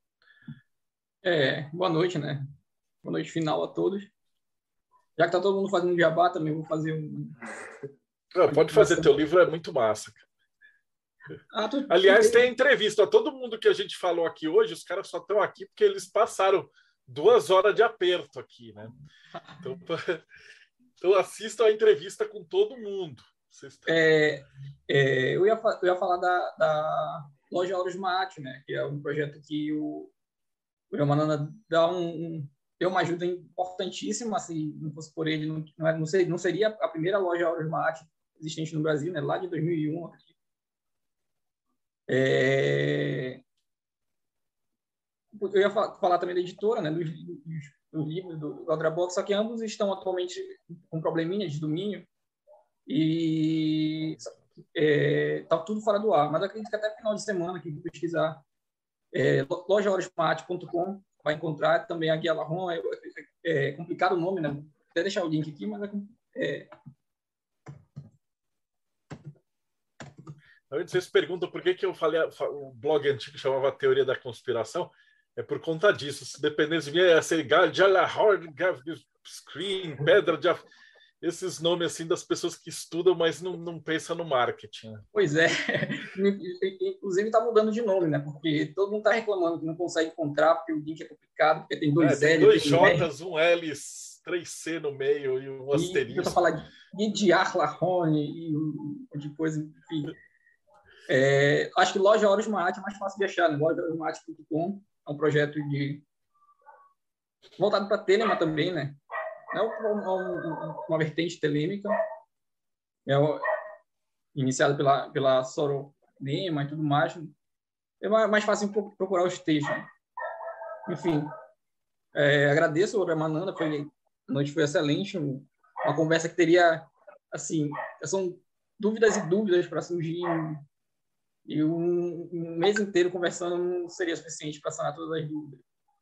É, boa noite, né? Boa noite final a todos. Já que tá todo mundo fazendo jabá, também vou fazer um... Não, pode fazer, teu livro é muito massa. Ah, tu... Aliás, tem entrevista. A todo mundo que a gente falou aqui hoje, os caras só estão aqui porque eles passaram duas horas de aperto aqui, né? Então, então assistam a entrevista com todo mundo. É, é, eu, ia, eu ia falar da, da Loja Horus Maat, né? Que é um projeto que o, o Ramananda dá um, um, deu uma ajuda importantíssima. Se não fosse por ele, não, não, seria, não seria a primeira Loja Horus Maat existente no Brasil, né? Lá de dois mil e um. É, eu ia falar, falar também da editora, né? Dos, dos, dos livros do Quadrabox, só que ambos estão atualmente com probleminha de domínio. E é, tá tudo fora do ar, mas acredito que até final de semana, quem pesquisar é, loja horus maat ponto com vai encontrar também a Guia Larron. É, é, é complicado o nome, né? Vou até deixar o link aqui, mas é... Antes vocês perguntam por que, que eu falei o blog antigo chamava Teoria da Conspiração, é por conta disso. Se dependesse de mim, ia ser Guia Larron, Screen, Pedra de... Esses nomes assim das pessoas que estudam, mas não, não pensam no marketing. Né? Pois é. Inclusive está mudando de nome, né? Porque todo mundo está reclamando que não consegue encontrar, porque o link é complicado, porque tem dois é, L, tem dois tem J's, um L, três C no meio e um asterisco. Eu tô falando de Diar Larrone e um monte de coisa, enfim. É, acho que Loja Horus Maat é mais fácil de achar, né? loja horus maat ponto com é um projeto de voltado para Telema também, né? É uma, uma vertente telêmica, é iniciada pela, pela Sorolema e tudo mais. É mais fácil procurar os textos. Enfim, é, agradeço ao Ramananda, foi, a noite foi excelente, uma conversa que teria, assim, são dúvidas e dúvidas para surgir, e um, um mês inteiro conversando não seria suficiente para sanar todas as dúvidas.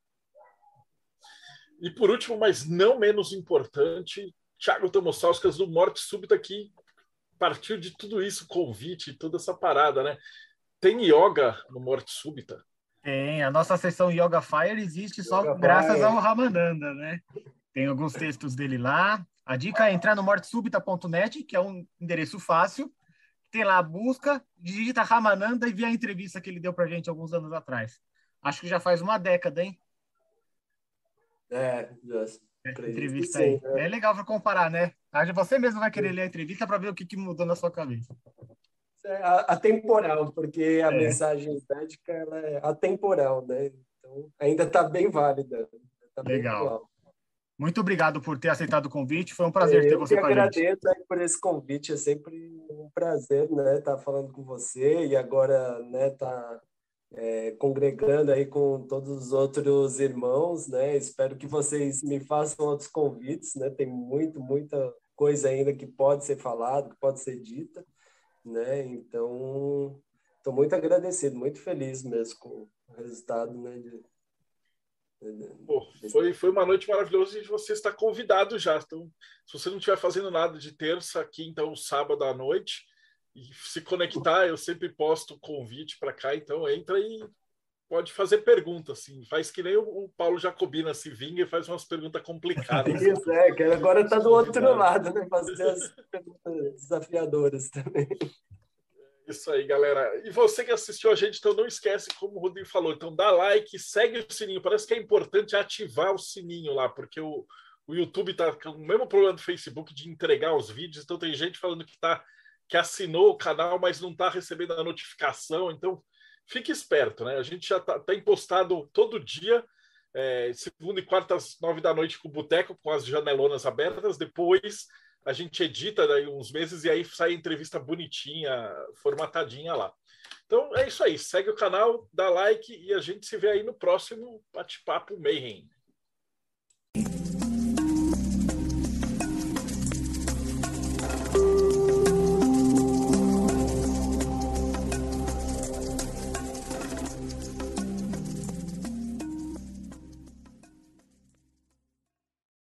E por último, mas não menos importante, Thiago Tamosauskas do Morte Súbita, que partiu de tudo isso, convite, toda essa parada, né? Tem yoga no Morte Súbita? Tem, a nossa sessão Yoga Fire existe só Yoga graças Fire. ao Ramananda, né? Tem alguns textos dele lá. A dica é entrar no morte súbita ponto net, que é um endereço fácil. Tem lá a busca, digita Ramananda e vê a entrevista que ele deu pra gente alguns anos atrás. Acho que já faz uma década, hein? É, já. Entrevista sim, aí. né? É legal para comparar, né? Você mesmo vai querer ler a entrevista para ver o que, que mudou na sua cabeça. É atemporal, porque a É. mensagem estética ela é atemporal, né? Então, ainda está bem válida. Tá bem Legal. atual. Muito obrigado por ter aceitado o convite. Foi um prazer ter Eu você que com a gente. agradeço aí por esse convite. É sempre um prazer, né, estar falando com você e agora, né, tá é, congregando aí com todos os outros irmãos, né? Espero que vocês me façam outros convites, né? Tem muito, muita coisa ainda que pode ser falado, que pode ser dita, né? Então, estou muito agradecido, muito feliz mesmo com o resultado, né? De, Pô, foi, foi uma noite maravilhosa e você está convidado já. Então, se você não estiver fazendo nada de terça, quinta ou sábado à noite, e se conectar, eu sempre posto convite para cá, então entra e pode fazer perguntas, assim. Faz que nem o, o Paulo Jacobina se vinga e faz umas perguntas complicadas. Isso, é, que agora está do outro lado, né? Fazer as perguntas desafiadoras também. Isso aí, galera. E você que assistiu a gente, então não esquece, como o Rodrigo falou, então dá like, segue o sininho. Parece que é importante ativar o sininho lá, porque o, o YouTube está com o mesmo problema do Facebook de entregar os vídeos, então tem gente falando que, tá, que assinou o canal, mas não está recebendo a notificação, então fique esperto, né? A gente já está tá impostado todo dia, é, segunda e quarta às nove da noite com o Boteco, com as janelonas abertas, depois a gente edita daí uns meses e aí sai a entrevista bonitinha, formatadinha lá. Então é isso aí, segue o canal, dá like e a gente se vê aí no próximo Bate-Papo Mayhem.